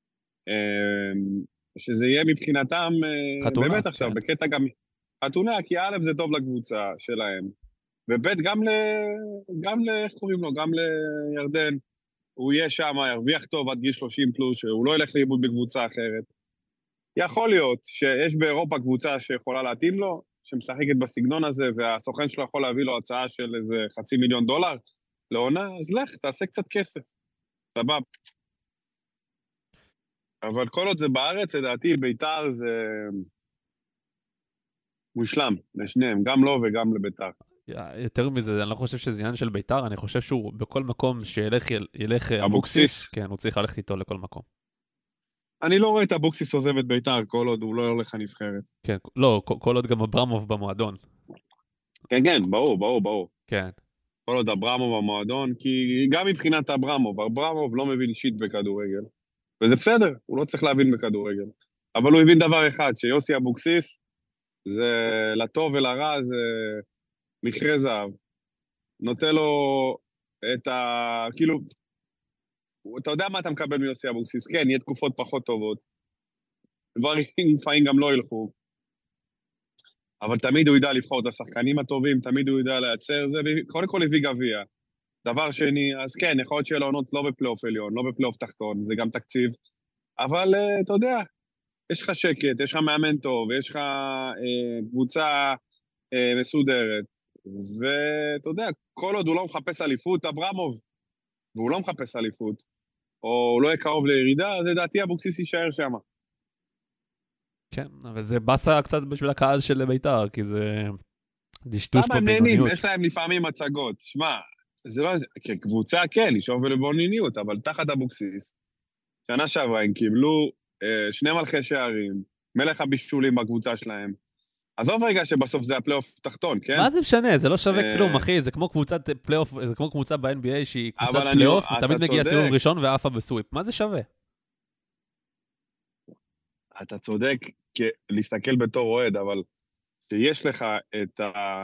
[SPEAKER 4] שזה יהיה מבחינתם, חתונה, באמת עכשיו, כן. בקטע גם חתונה, כי א' זה טוב לקבוצה שלהם, וב' גם ל... גם ל... איך קוראים לו? גם לירדן. הוא יהיה שם, ירוויח טוב עד גיל שלושים פלוס, שהוא לא ילך לאיבוד בקבוצה אחרת. יכול להיות שיש באירופה קבוצה שיכולה להתאים לו, שמשחקת בסגנון הזה, והסוכן שלו יכול להביא לו הצעה של איזה חצי מיליון דולר לעונה, אז לך, תעשה קצת כסף. סבב. אבל כל עוד זה בארץ, לדעתי, בית"ר זה מושלם, לשניהם, גם לו וגם לבית"ר.
[SPEAKER 2] יותר מזה, אני לא חושב שזה עניין של בית"ר, אני חושב שהוא בכל מקום שילך ילך אבוקסיס, כן, הוא צריך ללכת איתו לכל מקום.
[SPEAKER 4] אני לא רואה את אבוקסיס עוזב את בית"ר, כל עוד הוא לא הולך הנבחרת.
[SPEAKER 2] כן, לא, כל עוד גם אברמוב במועדון.
[SPEAKER 4] כן, כן, ברור, ברור, ברור.
[SPEAKER 2] כן.
[SPEAKER 4] כל עוד אברמוב במועדון, כי גם מבחינת אברמוב, אברמוב לא מבין שיט בכדורגל. וזה בסדר, הוא לא צריך להבין בכדורגל. אבל הוא הבין דבר אחד, שיוסי אבוקסיס, זה לטוב ולרע, זה מכרה זהב. נותן לו את ה... כאילו... אתה יודע מה אתה מקבל מיוסי אבוקסיס? כן, יהיה תקופות פחות טובות. דברים לפעמים גם לא ילכו. אבל תמיד הוא ידע לבחור את השחקנים הטובים, תמיד הוא ידע לייצר, זה קודם כל הביא גביע. דבר שני, אז כן, יכול להיות שיהיה לעונות לא בפלייאוף עליון, לא בפלייאוף תחתון, זה גם תקציב. אבל uh, אתה יודע, יש לך שקט, יש לך מאמן טוב, יש לך uh, קבוצה uh, מסודרת, ואתה יודע, כל עוד הוא לא מחפש אליפות, אברמוב, והוא לא מחפש אליפות, או הוא לא יהיה קרוב לירידה, אז לדעתי אבוקסיס יישאר שם.
[SPEAKER 2] כן, אבל זה בסה קצת בשביל הקהל של בית"ר, כי זה דשטוש
[SPEAKER 4] בבינוניות. יש להם לפעמים הצגות. שמע, זה לא, כקבוצה כן, לשאוף ולבוניניות, אבל תחת אבוקסיס, שנה שעברה הם קיבלו אה, שני מלכי שערים, מלך הבישולים בקבוצה שלהם. עזוב רגע שבסוף זה הפלייאוף תחתון, כן?
[SPEAKER 2] מה זה משנה? זה לא שווה
[SPEAKER 4] אה,
[SPEAKER 2] כלום, אחי, זה כמו קבוצת פלייאוף, זה כמו קבוצה ב-אן בי איי שהיא קבוצת
[SPEAKER 4] אבל אני-
[SPEAKER 2] פלייאוף,
[SPEAKER 4] אתה
[SPEAKER 2] ותמיד מגיע
[SPEAKER 4] צודק.
[SPEAKER 2] סיבוב ראשון ועפה בסוויפ. מה זה שווה?
[SPEAKER 4] אתה צודק כ- להסתכל בתור אוהד, אבל שיש לך את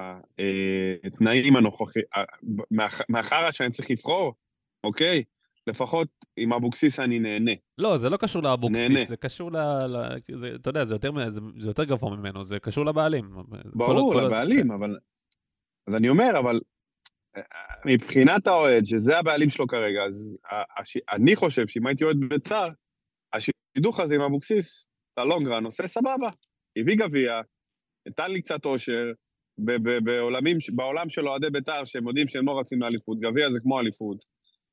[SPEAKER 4] התנאים הנוכחים, מאחר שאני צריך לבחור, אוקיי? לפחות עם אבוקסיס אני נהנה.
[SPEAKER 2] לא, זה לא קשור
[SPEAKER 4] נהנה.
[SPEAKER 2] לאבוקסיס, זה קשור ל... ל- זה- אתה יודע, זה יותר מ- זה- זה יותר גבוה ממנו, זה קשור לבעלים.
[SPEAKER 4] ברור,
[SPEAKER 2] כל- כל-
[SPEAKER 4] לבעלים, אבל... אז אני אומר, אבל אה, מבחינת האוהד, שזה הבעלים שלו כרגע, אז ה- הש- אני חושב שאם הייתי אוהד בית"ר, השידוך הזה עם אבוקסיס, ללונגרן, עושה סבבה. הביא גביע, נתן לי קצת אושר, ב- ב- בעולמים, בעולם של אוהדי בית"ר, שהם יודעים שהם לא רצים לאליפות, גביע זה כמו אליפות.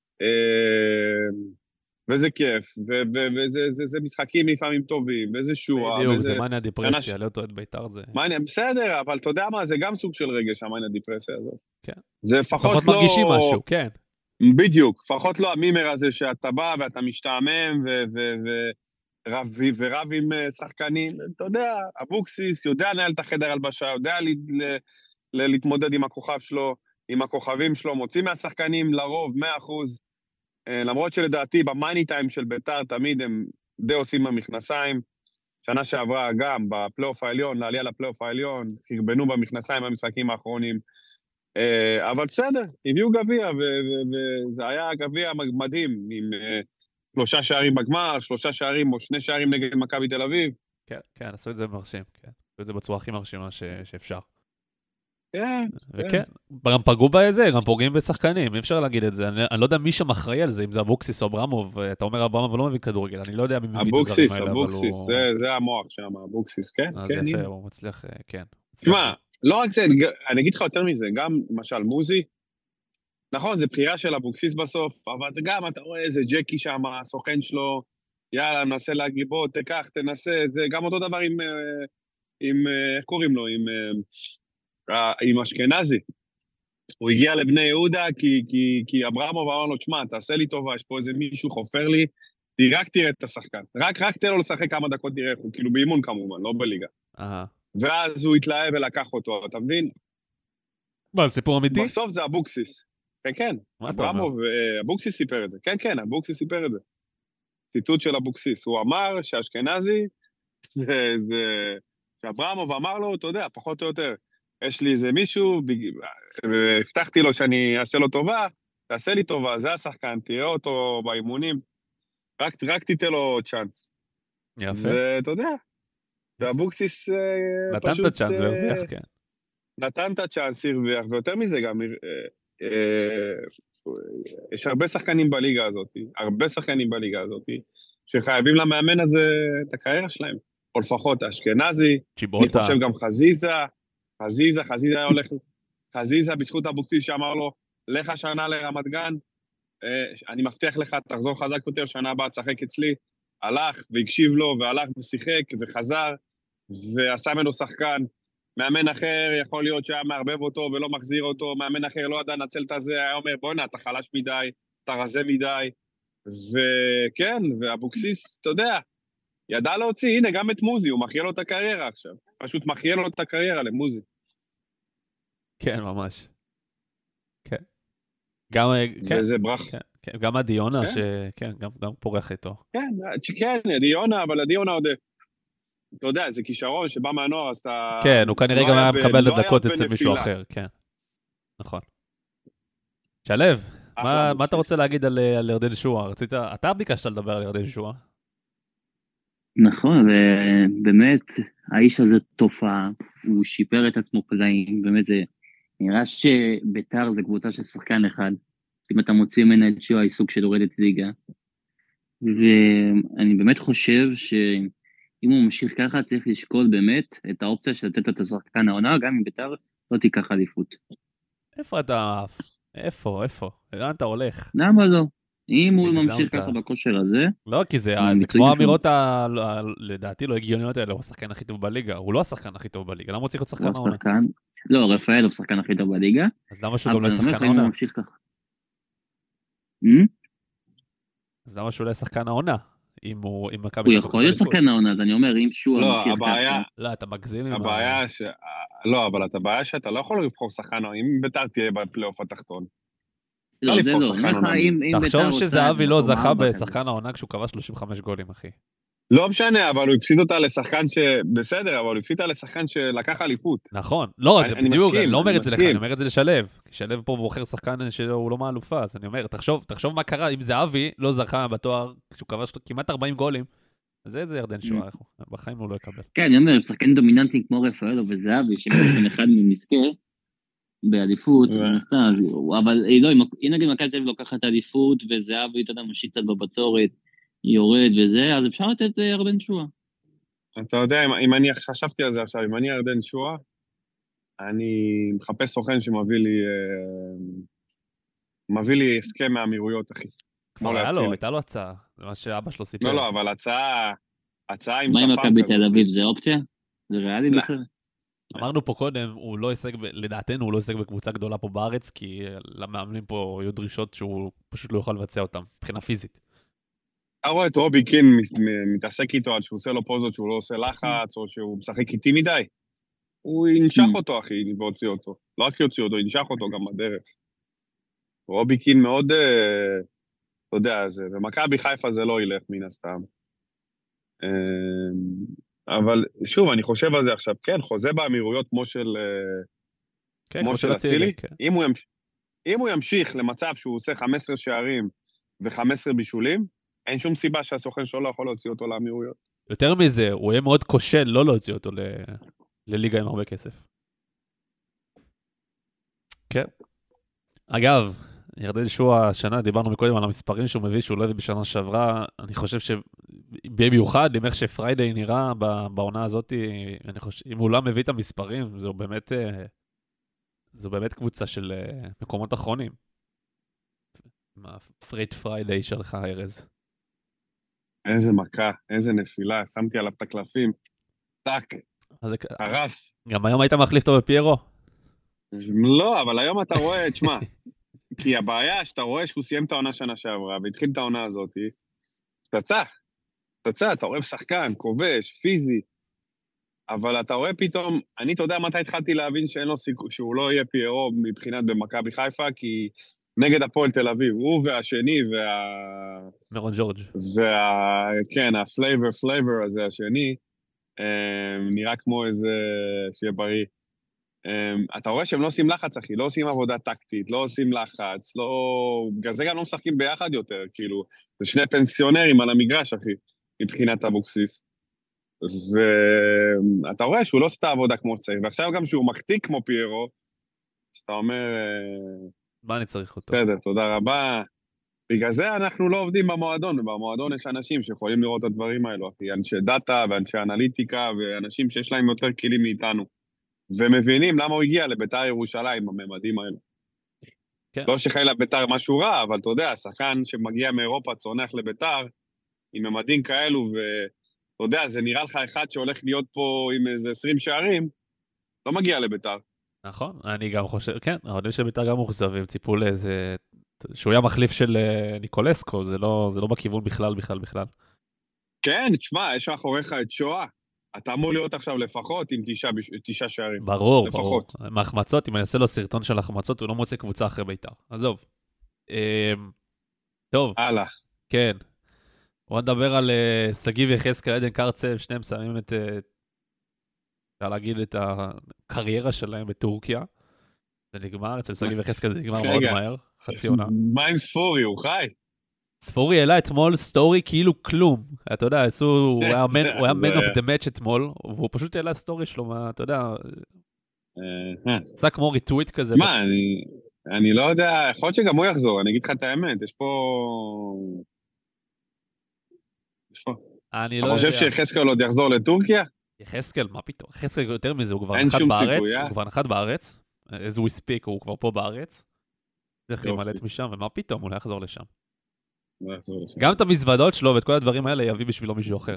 [SPEAKER 4] אה, וזה כיף, ו- ו- וזה זה- זה משחקים לפעמים טובים, וזה שואה,
[SPEAKER 2] בדיוק,
[SPEAKER 4] וזה...
[SPEAKER 2] זה מניה דיפרסיה,
[SPEAKER 4] שנה-
[SPEAKER 2] להיות אוהד בית"ר זה...
[SPEAKER 4] מה אני, בסדר, אבל אתה יודע מה, זה גם סוג של רגש, המאניה דיפרסיה הזאת.
[SPEAKER 2] כן.
[SPEAKER 4] זה לפחות
[SPEAKER 2] לפחות
[SPEAKER 4] לא...
[SPEAKER 2] מרגישים משהו, כן.
[SPEAKER 4] בדיוק, לפחות לא המימר הזה שאתה בא ואתה משתעמם ו- ו- ו- רב, ורב עם אה, שחקנים, אתה יודע, אבוקסיס יודע לנהל את החדר הלבשה, יודע ל- ל- ל- להתמודד עם הכוכב שלו, עם הכוכבים שלו, מוציא מהשחקנים לרוב מאה אחוז, אה, למרות שלדעתי במאני טיים של בית"ר תמיד הם די עושים במכנסיים, שנה שעברה גם בפלייאוף העליון, לעלייה לפלייאוף העליון, חרבנו במכנסיים במשחקים האחרונים, אה, אבל בסדר, הביאו גביע, ו- ו- וזה היה גביע מדהים, עם אה, שלושה שערים בגמר, שלושה שערים או שני שערים נגד מכבי תל אביב.
[SPEAKER 2] כן, כן, עשו את זה מרשים, כן. עשו את זה בצורה הכי מרשימה ש- שאפשר.
[SPEAKER 4] כן,
[SPEAKER 2] וכן, גם פגעו בזה, גם פוגעים בשחקנים, אי אפשר להגיד את זה. אני, אני לא יודע מי שם אחראי על זה, אם זה אבוקסיס או אברמוב, אתה אומר אברמוב לא מבין כדורגל, אני לא יודע מי מביא את הזרים
[SPEAKER 4] אבוקסיס,
[SPEAKER 2] האלה,
[SPEAKER 4] אבוקסיס,
[SPEAKER 2] אבל הוא...
[SPEAKER 4] זה- זה המוח שם, אבוקסיס, כן,
[SPEAKER 2] אז
[SPEAKER 4] כן,
[SPEAKER 2] יפה,
[SPEAKER 4] הנה.
[SPEAKER 2] הוא מצליח, אה, כן.
[SPEAKER 4] תשמע, לא רק זה, אני אגיד לך יותר מזה, גם למשל מוזי, נכון, זה בחירה של אבוקסיס בסוף, אבל גם אתה רואה איזה ג'קי שם, הסוכן שלו, יאללה, מנסה להגיד, בוא, תקח, תנסה, זה גם אותו דבר עם, אה, עם, אה, איך קוראים לו, עם, אה, עם אשכנזי. הוא הגיע לבני יהודה כי, כי, כי אברמוב אמר לו, תשמע, תעשה לי טובה, יש פה איזה מישהו חופר לי, רק תראה את השחקן. רק, רק תן לו לשחק כמה דקות, תראה איך הוא, כאילו באימון כמובן, לא בליגה.
[SPEAKER 2] אהה.
[SPEAKER 4] ואז הוא התלהב ולקח אותו, אתה מבין?
[SPEAKER 2] מה, זה סיפור אמיתי?
[SPEAKER 4] בסוף זה אבוקסיס. כן, כן.
[SPEAKER 2] מה אתה אומר?
[SPEAKER 4] אברמוב, אה, אבוקסיס סיפר את זה. כן, כן, אבוקסיס סיפר את זה. ציטוט של אבוקסיס. הוא אמר שאשכנזי, זה, זה... שאברמוב אמר לו, אתה יודע, פחות או יותר, יש לי איזה מישהו, הבטחתי לו שאני אעשה לו טובה, תעשה לי טובה, זה השחקן, תראה אותו באימונים, רק, רק תיתן לו צ'אנס.
[SPEAKER 2] יפה.
[SPEAKER 4] ואתה יודע, ואבוקסיס אה,
[SPEAKER 2] נתן
[SPEAKER 4] פשוט...
[SPEAKER 2] את הצ'אנס
[SPEAKER 4] אה,
[SPEAKER 2] והרוויח, כן.
[SPEAKER 4] נתן את הצ'אנס, הרוויח, ויותר מזה גם, אה, אה, יש הרבה שחקנים בליגה הזאת, הרבה שחקנים בליגה הזאת, שחייבים למאמן הזה את הקריירה שלהם, או לפחות אשכנזי, אני
[SPEAKER 2] צ'יבוטה.
[SPEAKER 4] חושב גם חזיזה, חזיזה, חזיזה היה הולך, חזיזה בזכות אבוקסיס שאמר לו, לך שנה לרמת גן, אה, אני מבטיח לך, תחזור חזק יותר, שנה הבאה תשחק אצלי, הלך והקשיב לו, והלך ושיחק, וחזר, ועשה ממנו שחקן, מאמן אחר יכול להיות שהיה מערבב אותו ולא מחזיר אותו, מאמן אחר לא ידע לנצל את הזה, היה אומר, בוא'נה, אתה חלש מדי, אתה רזה מדי, וכן, ואבוקסיס, אתה יודע, ידע להוציא, הנה, גם את מוזי, הוא מחיה לו את הקריירה עכשיו, פשוט מחיה לו את הקריירה למוזי.
[SPEAKER 2] כן, ממש. כן. גם, כן,
[SPEAKER 4] וזה ברח.
[SPEAKER 2] כן, כן, גם עדי יונה,
[SPEAKER 4] כן.
[SPEAKER 2] שכן, גם, גם פורח איתו.
[SPEAKER 4] כן, כן, עדי יונה, אבל עדי יונה עוד... אתה יודע, זה כישרון שבא מהנוער, אז אתה...
[SPEAKER 2] כן, הוא כנראה
[SPEAKER 4] לא
[SPEAKER 2] גם
[SPEAKER 4] היה
[SPEAKER 2] היה
[SPEAKER 4] ב-
[SPEAKER 2] מקבל
[SPEAKER 4] לא
[SPEAKER 2] את הדקות
[SPEAKER 4] היה
[SPEAKER 2] אצל מישהו
[SPEAKER 4] בנפילה.
[SPEAKER 2] אחר, כן. נכון. שלו,
[SPEAKER 4] אחלה
[SPEAKER 2] מה, מה
[SPEAKER 4] אבוקסיס.
[SPEAKER 2] אתה רוצה להגיד על, על ירדן שועה? רצית, אתה ביקשת לדבר על ירדן שועה.
[SPEAKER 3] נכון, ובאמת, האיש הזה תופעה, הוא שיפר את עצמו פלאים, באמת זה, נראה שביתר זה קבוצה של שחקן אחד, אם אתה מוציא ממנה את שועה, היא סוג של יורדת ליגה, ואני באמת חושב שאם הוא ממשיך ככה, צריך לשקול באמת את האופציה של לתת את השחקן העונה, גם אם ביתר לא תיקח אליפות.
[SPEAKER 2] איפה אתה, איפה, איפה? לאן אתה הולך?
[SPEAKER 3] למה לא? אם הוא
[SPEAKER 2] הגזמת.
[SPEAKER 3] ממשיך ככה בכושר הזה,
[SPEAKER 2] לא, כי זה,
[SPEAKER 3] הוא
[SPEAKER 2] זה
[SPEAKER 3] מקצועי
[SPEAKER 2] כמו
[SPEAKER 3] שם.
[SPEAKER 2] האמירות, ה- ה- לדעתי לא הגיוניות האלה, הוא השחקן הכי טוב בליגה. הוא לא השחקן הכי טוב בליגה, למה הוא צריך להיות שחקן
[SPEAKER 3] הוא
[SPEAKER 2] העונה?
[SPEAKER 3] השחקן, לא, רפאל הוא השחקן הכי טוב בליגה,
[SPEAKER 2] אז למה שהוא גם לא
[SPEAKER 3] אבל אני אומר
[SPEAKER 2] שחקן
[SPEAKER 3] לך, אם הוא
[SPEAKER 2] העונה?
[SPEAKER 3] ממשיך ככה. Hmm?
[SPEAKER 2] אז למה שהוא לא יהיה שחקן העונה? אם הוא, אם מכבי
[SPEAKER 3] הוא
[SPEAKER 2] חיפה
[SPEAKER 3] יכול להיות
[SPEAKER 2] תיקח אליפות?
[SPEAKER 3] שחקן העונה, אז אני אומר, אם שועה
[SPEAKER 4] לא,
[SPEAKER 3] ממשיך
[SPEAKER 4] הבעיה,
[SPEAKER 3] ככה,
[SPEAKER 2] לא, אתה מגזים עם ה...
[SPEAKER 4] הבעיה ש... לא, אבל את הבעיה שאתה לא יכול לבחור שחקן, אם ביתר תהיה בפלייאוף התחתון.
[SPEAKER 3] לא,
[SPEAKER 4] לא
[SPEAKER 3] זה
[SPEAKER 4] לבחור
[SPEAKER 3] לא, אני
[SPEAKER 4] שחקן
[SPEAKER 3] אומר לך,
[SPEAKER 4] עונה.
[SPEAKER 3] אם אם בית"ר
[SPEAKER 2] תחשוב
[SPEAKER 3] עושה
[SPEAKER 2] שזהבי
[SPEAKER 3] איזה
[SPEAKER 2] לא
[SPEAKER 3] מקום
[SPEAKER 2] זכה
[SPEAKER 3] ארבע כזה.
[SPEAKER 2] בשחקן העונה כשהוא כבש שלושים וחמישה גולים, אחי.
[SPEAKER 4] לא משנה, אבל הוא הפסיד אותה לשחקן ש... בסדר, אבל הוא הפסיד אותה לשחקן שלקח אליפות.
[SPEAKER 2] נכון. לא, זה
[SPEAKER 4] אני
[SPEAKER 2] בדיוק,
[SPEAKER 4] מסכים,
[SPEAKER 2] אני לא אומר
[SPEAKER 4] אני
[SPEAKER 2] את זה לך,
[SPEAKER 4] מסכים.
[SPEAKER 2] אני אומר את זה לשלב. כי שלב פה בוחר שחקן שהוא לא מהאלופה, אז אני אומר, תחשוב, תחשוב מה קרה, אם זהבי לא זכה בתואר כשהוא כבש כמעט ארבעים גולים, אז איזה ירדן שואה, איך הוא? בחיים הוא לא יקבל.
[SPEAKER 3] כן, אני אומר, שחקן דומיננטי כמו רפאלו וזהבי, שבאופן אחד ממזכה, באליפות, מן הסתם, אז- אבל אה, לא, אם אם נגיד מכבי תל אביב לוקחת את האליפות, וזהבי, אתה יודע, משיט קצת בבצורת, יורד וזה, אז אפשר לתת אה, ירדן שועה.
[SPEAKER 4] אתה יודע, אם, אם אני חשבתי על זה עכשיו, אם אני ירדן שואה, אני מחפש סוכן שמביא לי, אה, מביא לי הסכם מהאמירויות, אחי.
[SPEAKER 2] כבר היה לו, הייתה לו הצעה, זה מה שאבא שלו סיפר.
[SPEAKER 4] לא, לא, אבל הצעה, הצעה עם
[SPEAKER 3] מה עם
[SPEAKER 4] שפם
[SPEAKER 3] מכבי
[SPEAKER 4] כזה.
[SPEAKER 3] תל אביב, זה אופציה? זה ריאלי
[SPEAKER 4] לא.
[SPEAKER 3] בכלל?
[SPEAKER 2] אמרנו פה קודם, הוא לא הישג, ב- לדעתנו הוא לא הישג בקבוצה גדולה פה בארץ, כי למאמנים פה היו דרישות שהוא פשוט לא יוכל לבצע אותם, מבחינה פיזית.
[SPEAKER 4] אתה רואה את רובי קין מת- מ- מתעסק איתו עד שהוא עושה לו פוזות שהוא לא עושה לחץ, או שהוא משחק איטי מדי. הוא ינשך אותו, אחי, והוציא אותו. לא רק יוציא אותו, ינשך אותו גם בדרך. רובי קין מאוד, אה, אתה יודע, זה, במכבי חיפה זה לא ילך מן הסתם. אה, אבל שוב, אני חושב על זה עכשיו, כן, חוזה באמירויות כמו של, אה,
[SPEAKER 2] כן,
[SPEAKER 4] כמו של
[SPEAKER 2] אצילי,
[SPEAKER 4] אצילי,
[SPEAKER 2] כן.
[SPEAKER 4] אם הוא ימש- אם הוא ימשיך למצב שהוא עושה חמישה עשר שערים ו-חמישה עשר בישולים, אין שום סיבה שהסוכן שלו לא יכול להוציא אותו לאמירויות.
[SPEAKER 2] יותר מזה, הוא יהיה מאוד כושל לא להוציא אותו ל- לליגה עם הרבה כסף. כן. אגב, ירדן שועה, השנה, דיברנו מקודם על המספרים שהוא מביא, שהוא לא הביא בשנה שעברה, אני חושב שבמיוחד, עם איך שפריידי נראה ב- בעונה הזאת, אני חושב, אם הוא לא מביא את המספרים, זו באמת, אה, זו באמת קבוצה של אה, מקומות אחרונים. מה, פרייד פריידי שלך, ארז.
[SPEAKER 4] איזה מכה, איזה נפילה, שמתי עליו את הקלפים, טאק,
[SPEAKER 2] אז זה-
[SPEAKER 4] הרס.
[SPEAKER 2] גם היום היית מחליף אותו בפיירו?
[SPEAKER 4] לא, אבל היום אתה רואה, תשמע, כי הבעיה שאתה רואה שהוא סיים את העונה שנה שעברה, והתחיל את העונה הזאת, פצצה, פצצה, אתה רואה שחקן, כובש, פיזי, אבל אתה רואה פתאום, אני, אתה יודע מתי התחלתי להבין שאין לו סיכוי, שהוא לא יהיה פיירו מבחינת במכבי חיפה, כי נגד הפועל תל אביב, הוא והשני, וה...
[SPEAKER 2] מרון ג'ורג'.
[SPEAKER 4] וה... כן, הפלייבר פלייבר הזה, השני, אה, נראה כמו איזה, שיהיה בריא. Um, אתה רואה שהם לא עושים לחץ, אחי, לא עושים עבודה טקטית, לא עושים לחץ, לא... בגלל זה גם לא משחקים ביחד יותר, כאילו, זה שני פנסיונרים על המגרש, אחי, מבחינת אבוקסיס. ואתה רואה שהוא לא עושה עבודה כמו שצריך, ועכשיו גם שהוא מחתיק כמו פיירו, אז אתה אומר,
[SPEAKER 2] מה אני צריך אותו?
[SPEAKER 4] בסדר, תודה רבה. בגלל זה אנחנו לא עובדים במועדון, ובמועדון יש אנשים שיכולים לראות את הדברים האלו, אחי, אנשי דאטה ואנשי אנליטיקה, ואנשים שיש להם יותר כלים מאיתנו. ומבינים למה הוא הגיע לביתר ירושלים בממדים האלו.
[SPEAKER 2] כן.
[SPEAKER 4] לא שחיילה ביתר משהו רע, אבל אתה יודע, שחקן שמגיע מאירופה צונח לביתר, עם ממדים כאלו, ואתה יודע, זה נראה לך אחד שהולך להיות פה עם איזה עשרים שערים, לא מגיע לביתר.
[SPEAKER 2] נכון, אני גם חושב, כן, האוהדים של בית"ר גם מאוכזבים, ציפו לאיזה, שהוא היה מחליף של אה, ניקולסקו, זה לא, זה לא בכיוון בכלל, בכלל, בכלל.
[SPEAKER 4] כן, תשמע, יש מאחוריך את שואה. אתה אמור להיות עכשיו לפחות עם תשעה, תשעה שערים.
[SPEAKER 2] ברור,
[SPEAKER 4] לפחות.
[SPEAKER 2] ברור. מהחמצות, אם אני אעשה לו סרטון של החמצות, הוא לא מוצא קבוצה אחרי בית"ר. עזוב. אמ, טוב,
[SPEAKER 4] הלאה.
[SPEAKER 2] כן. בוא נדבר על אה, שגיב יחזקאל, עדן קרצב, שניהם שמים את, אה, אפשר להגיד, את הקריירה שלהם בטורקיה. זה נגמר, אצל שגיב יחזקאל זה נגמר מאוד
[SPEAKER 4] רגע.
[SPEAKER 2] מהר, חצי עונה.
[SPEAKER 4] מה עם ספורי, הוא חי?
[SPEAKER 2] ספורי העלה אתמול סטורי כאילו כלום. אתה יודע, עשו, הוא היה
[SPEAKER 4] זה-
[SPEAKER 2] man- הוא היה
[SPEAKER 4] זה-
[SPEAKER 2] man of the match אתמול, והוא פשוט העלה סטורי שלו, מה, אתה יודע,
[SPEAKER 4] אה,
[SPEAKER 2] עשה כמו ריטוויט כזה.
[SPEAKER 4] מה, אני, אני לא יודע, יכול להיות שגם הוא יחזור, אני אגיד לך את האמת, יש פה... יש פה...
[SPEAKER 2] אני
[SPEAKER 4] אתה
[SPEAKER 2] לא
[SPEAKER 4] חושב
[SPEAKER 2] יודע.
[SPEAKER 4] שיחזקאל עוד יחזור לטורקיה?
[SPEAKER 2] יחזקאל, מה פתאום? יחזקאל יותר מזה, הוא כבר
[SPEAKER 4] אין
[SPEAKER 2] נחת
[SPEAKER 4] שום
[SPEAKER 2] בארץ,
[SPEAKER 4] סיכוי, אה?
[SPEAKER 2] הוא כבר נחת בארץ, as we speak, הוא כבר פה בארץ. צריך
[SPEAKER 4] יופי.
[SPEAKER 2] להימלט משם, ומה פתאום, הוא לא יחזור לשם.
[SPEAKER 4] לא יחזור לשם.
[SPEAKER 2] גם את המזוודות שלו ואת כל הדברים האלה יביא בשבילו מישהו אחר.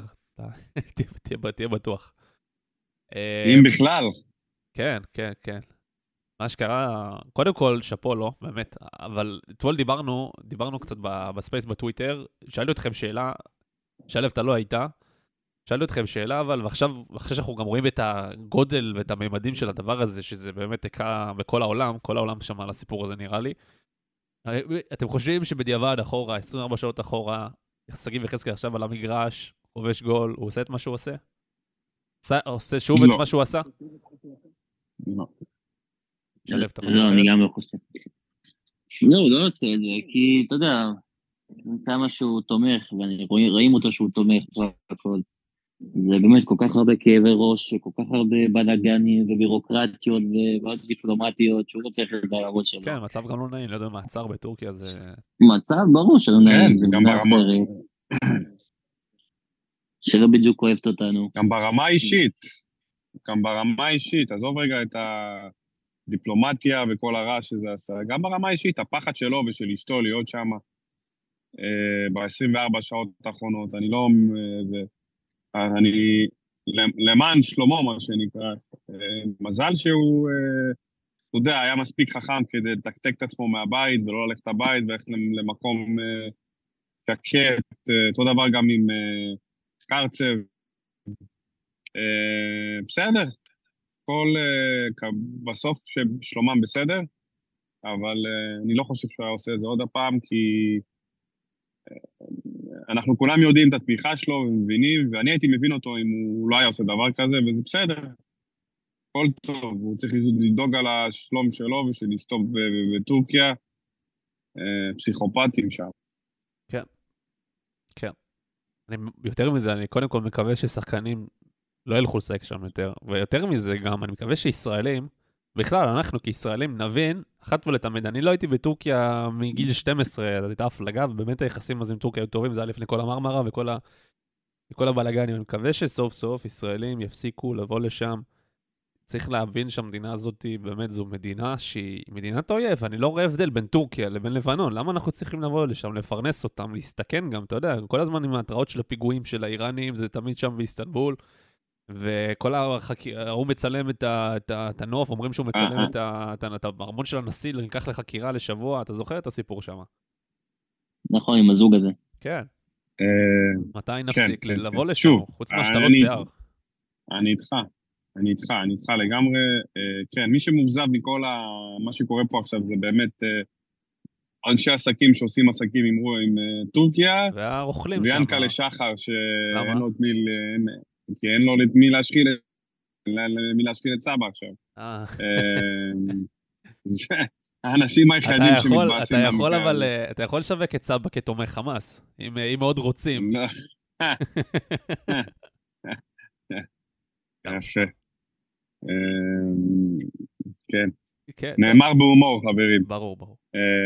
[SPEAKER 2] תהיה- תהיה בטוח. אה,
[SPEAKER 4] אם בכלל.
[SPEAKER 2] כן, כן, כן. מה שקרה, קודם כל, שפו לא, באמת, אבל אתמול דיברנו, דיברנו קצת בספייס בטוויטר, שאלתי אתכם שאלה, שלב אתה לא הייתה, שאלתי אתכם שאלה, אבל ועכשיו, אחרי שאנחנו גם רואים את הגודל ואת הממדים של הדבר הזה, שזה באמת הקרה בכל העולם, כל העולם שמע על הסיפור הזה נראה לי, אתם חושבים שבדיעבד אחורה, עשרים וארבע שעות אחורה, שגיב יחזקאל עכשיו על המגרש, כובש גול, הוא עושה את מה שהוא עושה? עושה שוב את מה שהוא עשה?
[SPEAKER 4] לא.
[SPEAKER 2] שלב, אתה
[SPEAKER 3] לא, אני גם לא חושב. לא, הוא לא עושה את זה, כי אתה יודע, כמה שהוא תומך, ורואים אותו שהוא תומך, זה באמת כל כך הרבה כאבי ראש, כל כך הרבה בלגנים ובירוקרטיות ובעיות דיפלומטיות, שהוא לא צריך את זה על הראש שלו.
[SPEAKER 2] כן, מצב גם לא נעים, לא יודע, מעצר בטורקיה זה...
[SPEAKER 3] מצב ברור שלא נעים, זה
[SPEAKER 4] גם ברמה...
[SPEAKER 3] שלא בדיוק אוהבת אותנו.
[SPEAKER 4] גם ברמה אישית, גם ברמה אישית, עזוב רגע את הדיפלומטיה וכל הרעש שזה עשה, גם ברמה אישית, הפחד שלו ושל אשתו להיות שם ב-עשרים וארבע שעות האחרונות, אני לא... אז אני, למען שלמה, מה שנקרא, מזל שהוא, אתה יודע, היה מספיק חכם כדי לתקתק את עצמו מהבית, ולא ללכת הבית, ולכת למקום שקט, אותו דבר גם עם קרצב. בסדר, כל, בסוף ששלומם בסדר, אבל אני לא חושב שהוא היה עושה את זה עוד הפעם, כי... אנחנו כולם יודעים את התמיכה שלו ומבינים, ואני הייתי מבין אותו אם הוא לא היה עושה דבר כזה, וזה בסדר. כל טוב, הוא צריך לדאוג על השלום שלו ושל אשתו בטורקיה, פסיכופטים שם.
[SPEAKER 2] כן, כן. אני, יותר מזה, אני קודם כל מקווה ששחקנים לא ילכו לשחק שם יותר, ויותר מזה גם, אני מקווה שישראלים, בכלל, אנחנו כישראלים נבין, אחת ולתמיד, אני לא הייתי בטורקיה מגיל שתים עשרה, הייתה הפלגה, ובאמת היחסים אז עם טורקיה היו טובים, זה היה לפני כל המרמרה וכל ה... וכל הבלגנים. אני מקווה שסוף סוף ישראלים יפסיקו לבוא לשם. צריך להבין שהמדינה הזאת באמת זו מדינה שהיא מדינת אויב, אני לא רואה הבדל בין טורקיה לבין לבנון, למה אנחנו צריכים לבוא לשם, לפרנס אותם, להסתכן גם, אתה יודע, כל הזמן עם ההתראות של הפיגועים של האיראנים, זה תמיד שם באיסטנבול, וכל החקירה, הוא מצלם את, ה, את, ה, את הנוף, אומרים שהוא מצלם את, ה, את, ה, את הארמון של הנשיא, ניקח לחקירה לשבוע, אתה זוכר את הסיפור שם?
[SPEAKER 3] נכון, עם הזוג הזה.
[SPEAKER 2] כן.
[SPEAKER 4] אה,
[SPEAKER 2] מתי
[SPEAKER 4] כן,
[SPEAKER 2] נפסיק
[SPEAKER 4] כן,
[SPEAKER 2] לבוא
[SPEAKER 4] כן.
[SPEAKER 2] לשם,
[SPEAKER 4] שוב,
[SPEAKER 2] חוץ מהשתלות
[SPEAKER 4] אני-
[SPEAKER 2] שיער.
[SPEAKER 4] אני איתך, אני איתך, אני איתך לגמרי. אה, כן, מי שמוגזב מכל ה... מה שקורה פה עכשיו זה באמת אה, אנשי עסקים שעושים עסקים עם, עם אה, טורקיה,
[SPEAKER 2] והרוכלים שם.
[SPEAKER 4] ויאנקלה שחר שאין
[SPEAKER 2] למה?
[SPEAKER 4] לו את מי, ל- כי אין לו את מי להשחיל את ל- מי להשחיל את סבא עכשיו.
[SPEAKER 2] אה.
[SPEAKER 4] אה, זה האנשים
[SPEAKER 2] אתה
[SPEAKER 4] היחידים
[SPEAKER 2] יכול,
[SPEAKER 4] שמתבאסים
[SPEAKER 2] אתה יכול
[SPEAKER 4] במקרה
[SPEAKER 2] אבל,
[SPEAKER 4] הזה.
[SPEAKER 2] אה, אתה יכול לשווק את סבא כתומך חמאס, אם אה, אם מאוד רוצים.
[SPEAKER 4] לא. יפה. אה, כן.
[SPEAKER 2] כן,
[SPEAKER 4] נאמר בהומור, חברים.
[SPEAKER 2] ברור, ברור.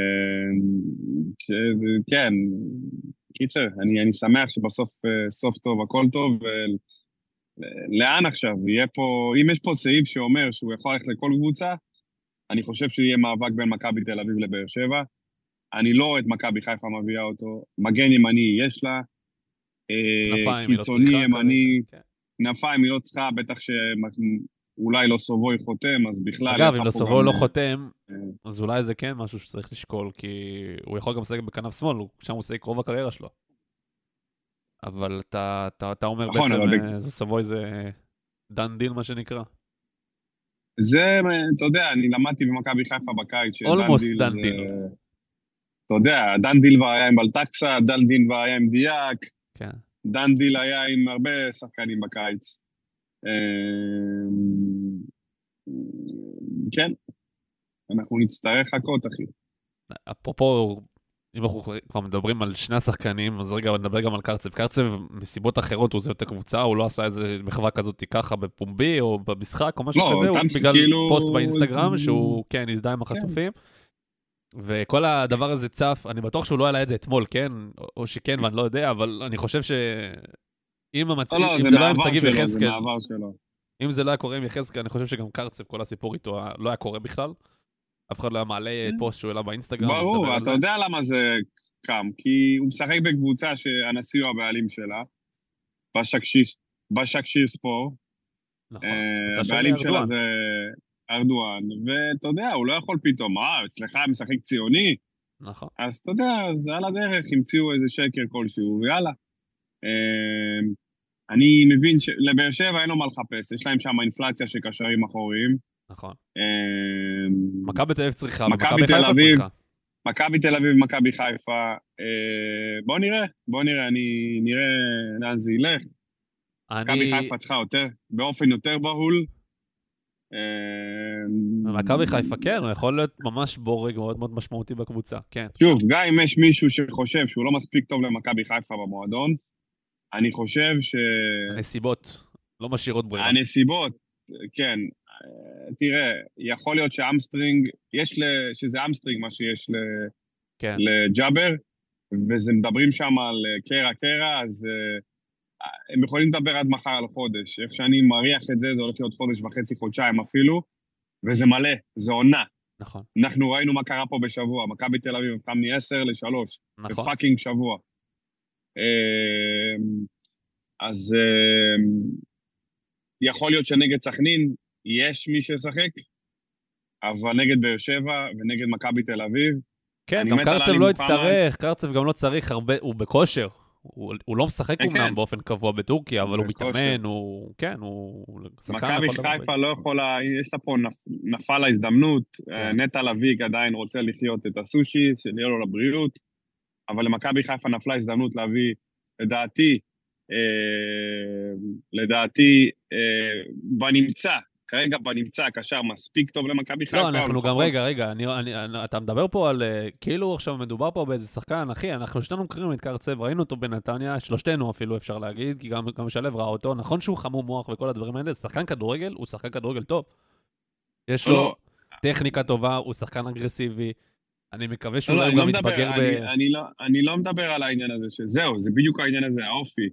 [SPEAKER 4] כן, קיצר, אני, אני שמח שבסוף סוף טוב, הכל טוב, ולאן עכשיו? יהיה פה, אם יש פה סעיף שאומר שהוא יכול ללכת לכל קבוצה, אני חושב שיהיה מאבק בין מכבי תל אביב לבאר שבע. אני לא רואה את מכבי חיפה מביאה אותו, מגן ימני יש לה,
[SPEAKER 2] כנפיים, היא לא
[SPEAKER 4] קיצוני
[SPEAKER 2] צריכה
[SPEAKER 4] ימני,
[SPEAKER 2] כרגע,
[SPEAKER 4] כנפיים היא לא צריכה, בטח שאולי לא סובוי חותם, אז בכלל...
[SPEAKER 2] אגב,
[SPEAKER 4] יחד
[SPEAKER 2] אם
[SPEAKER 4] פה
[SPEAKER 2] לסובו
[SPEAKER 4] גם,
[SPEAKER 2] לא
[SPEAKER 4] אה,
[SPEAKER 2] חותם,
[SPEAKER 4] אה,
[SPEAKER 2] אז אולי זה כן משהו שצריך לשקול, כי הוא יכול גם לשחק בכנף שמאל, הוא- שם הוא שחק רוב הקריירה שלו. אבל אתה, אתה, אתה אומר
[SPEAKER 4] נכון,
[SPEAKER 2] בעצם,
[SPEAKER 4] אבל
[SPEAKER 2] אה, סובוי זה דן דיל, מה שנקרא.
[SPEAKER 4] זה, אתה יודע, אני למדתי במכבי חיפה בקיץ, שדן
[SPEAKER 2] Almost
[SPEAKER 4] דיל
[SPEAKER 2] דן
[SPEAKER 4] זה...
[SPEAKER 2] דיל.
[SPEAKER 4] אתה יודע, דן דיל כבר היה עם בלטקסה, דן דיל כבר היה עם דיאק,
[SPEAKER 2] כן.
[SPEAKER 4] דן דיל היה עם הרבה שחקנים בקיץ. אמ, כן, אנחנו נצטרך חכות, אחי.
[SPEAKER 2] אפרופו, אם אנחנו כבר מדברים על שני השחקנים, אז רגע נדבר גם על קרצב. קרצב, מסיבות אחרות, הוא עוזב את הקבוצה, הוא לא עשה איזה מחווה כזאת ככה בפומבי, או במשחק, או משהו
[SPEAKER 4] לא,
[SPEAKER 2] כזה, הוא
[SPEAKER 4] אותם
[SPEAKER 2] בגלל
[SPEAKER 4] כאילו-
[SPEAKER 2] פוסט באינסטגרם,
[SPEAKER 4] זה-
[SPEAKER 2] שהוא כן, הזדהה עם החטופים. וכל הדבר הזה צף, אני בטוח שהוא לא העלה את זה אתמול, כן? או שכן, ואני לא יודע, אבל אני חושב ש... אם המצ...
[SPEAKER 4] לא, לא,
[SPEAKER 2] אם
[SPEAKER 4] זה
[SPEAKER 2] זה לא היה עם
[SPEAKER 4] מעבר
[SPEAKER 2] שגיב
[SPEAKER 4] שלו, זה
[SPEAKER 2] יחזקאל,
[SPEAKER 4] מעבר שלו.
[SPEAKER 2] אם זה לא היה קורה עם יחזקאל, אני חושב שגם קרצב, כל הסיפור איתו, לא היה קורה בכלל. אף אחד לא היה מעלה פוסט שהוא העלה באינסטגרם.
[SPEAKER 4] ברור,
[SPEAKER 2] ומדבר על
[SPEAKER 4] אתה
[SPEAKER 2] זה.
[SPEAKER 4] יודע למה זה קם, כי הוא משחק בקבוצה שהנשיא הוא הבעלים שלה, בשקשיר, בשקשיר ספורט.
[SPEAKER 2] נכון.
[SPEAKER 4] אה,
[SPEAKER 2] קבוצה של
[SPEAKER 4] הבעלים
[SPEAKER 2] ארדואן.
[SPEAKER 4] שלה זה... ארדואן, ואתה יודע, הוא לא יכול פתאום, אה, אצלך משחק ציוני,
[SPEAKER 2] נכון.
[SPEAKER 4] אז אתה יודע, אז על הדרך המציאו איזה שקר כלשהו, ויאללה. אה, אני מבין שלבאר שבע אין לו מה לחפש, יש להם שם אינפלציה של קשרים אחוריים.
[SPEAKER 2] נכון.
[SPEAKER 4] אה,
[SPEAKER 2] מכבי תל אביב צריכה,
[SPEAKER 4] מכבי
[SPEAKER 2] ומכבי
[SPEAKER 4] תל
[SPEAKER 2] חיפה
[SPEAKER 4] אביב,
[SPEAKER 2] צריכה.
[SPEAKER 4] מכבי תל אביב ומכבי חיפה, אה, בוא נראה, בוא נראה, אני נראה לאן זה ילך. מכבי
[SPEAKER 2] אני...
[SPEAKER 4] חיפה צריכה יותר, באופן יותר בהול. אה,
[SPEAKER 2] מכבי חיפה כן, הוא יכול להיות ממש בורג מאוד מאוד משמעותי בקבוצה, כן.
[SPEAKER 4] שוב, גם אם יש מישהו שחושב שהוא לא מספיק טוב למכבי חיפה במועדון, אני חושב ש...
[SPEAKER 2] הנסיבות לא משאירות ברירה.
[SPEAKER 4] הנסיבות, כן. תראה, יכול להיות שאמסטרינג, יש ל... שזה אמסטרינג מה שיש ל...
[SPEAKER 2] כן.
[SPEAKER 4] לג'אבר, וזה מדברים שם על קרה קרה, אז הם יכולים לדבר עד מחר על חודש. איך שאני מריח את זה, זה הולך להיות חודש וחצי, חודשיים אפילו, וזה מלא, זה עונה.
[SPEAKER 2] נכון.
[SPEAKER 4] אנחנו ראינו מה קרה פה בשבוע, מכבי תל אביב הפכה מ-עשר לשלוש,
[SPEAKER 2] נכון.
[SPEAKER 4] בפאקינג שבוע. אז יכול להיות שנגד סכנין יש מי שישחק, אבל נגד באר שבע ונגד מכבי תל אביב.
[SPEAKER 2] כן, גם קרצב לא יצטרך, קרצב גם לא צריך הרבה, הוא בכושר. הוא, הוא לא משחק אומנם באופן קבוע בטורקיה, אבל הוא מתאמן, הוא, כן, הוא...
[SPEAKER 4] מכבי חיפה לא יכולה, יש לה פה נפל ההזדמנות, נטע לויג עדיין רוצה לחיות את הסושי, שיהיה לו לבריאות, אבל למכבי חיפה נפלה הזדמנות להביא, לדעתי, לדעתי, בנמצא, כרגע בנמצא הקשר מספיק טוב למכבי חיפה.
[SPEAKER 2] לא, אנחנו גם, רגע, רגע, אני, אני, אני, אתה מדבר פה על, כאילו עכשיו מדובר פה באיזה שחקן, אחי, אנחנו שנינו מכירים את קרצב, ראינו אותו בנתניה, שלושתנו אפילו אפשר להגיד, כי גם, גם שלב ראה אותו, נכון שהוא חמום מוח וכל הדברים האלה, שחקן כדורגל, הוא שחקן כדורגל טוב. יש לו לא. טכניקה טובה, הוא שחקן אגרסיבי, אני מקווה שהוא לא, לא גם מתבגר ב...
[SPEAKER 4] אני, אני, לא, אני לא מדבר על העניין הזה, שזהו, זה בדיוק העניין הזה, האופי.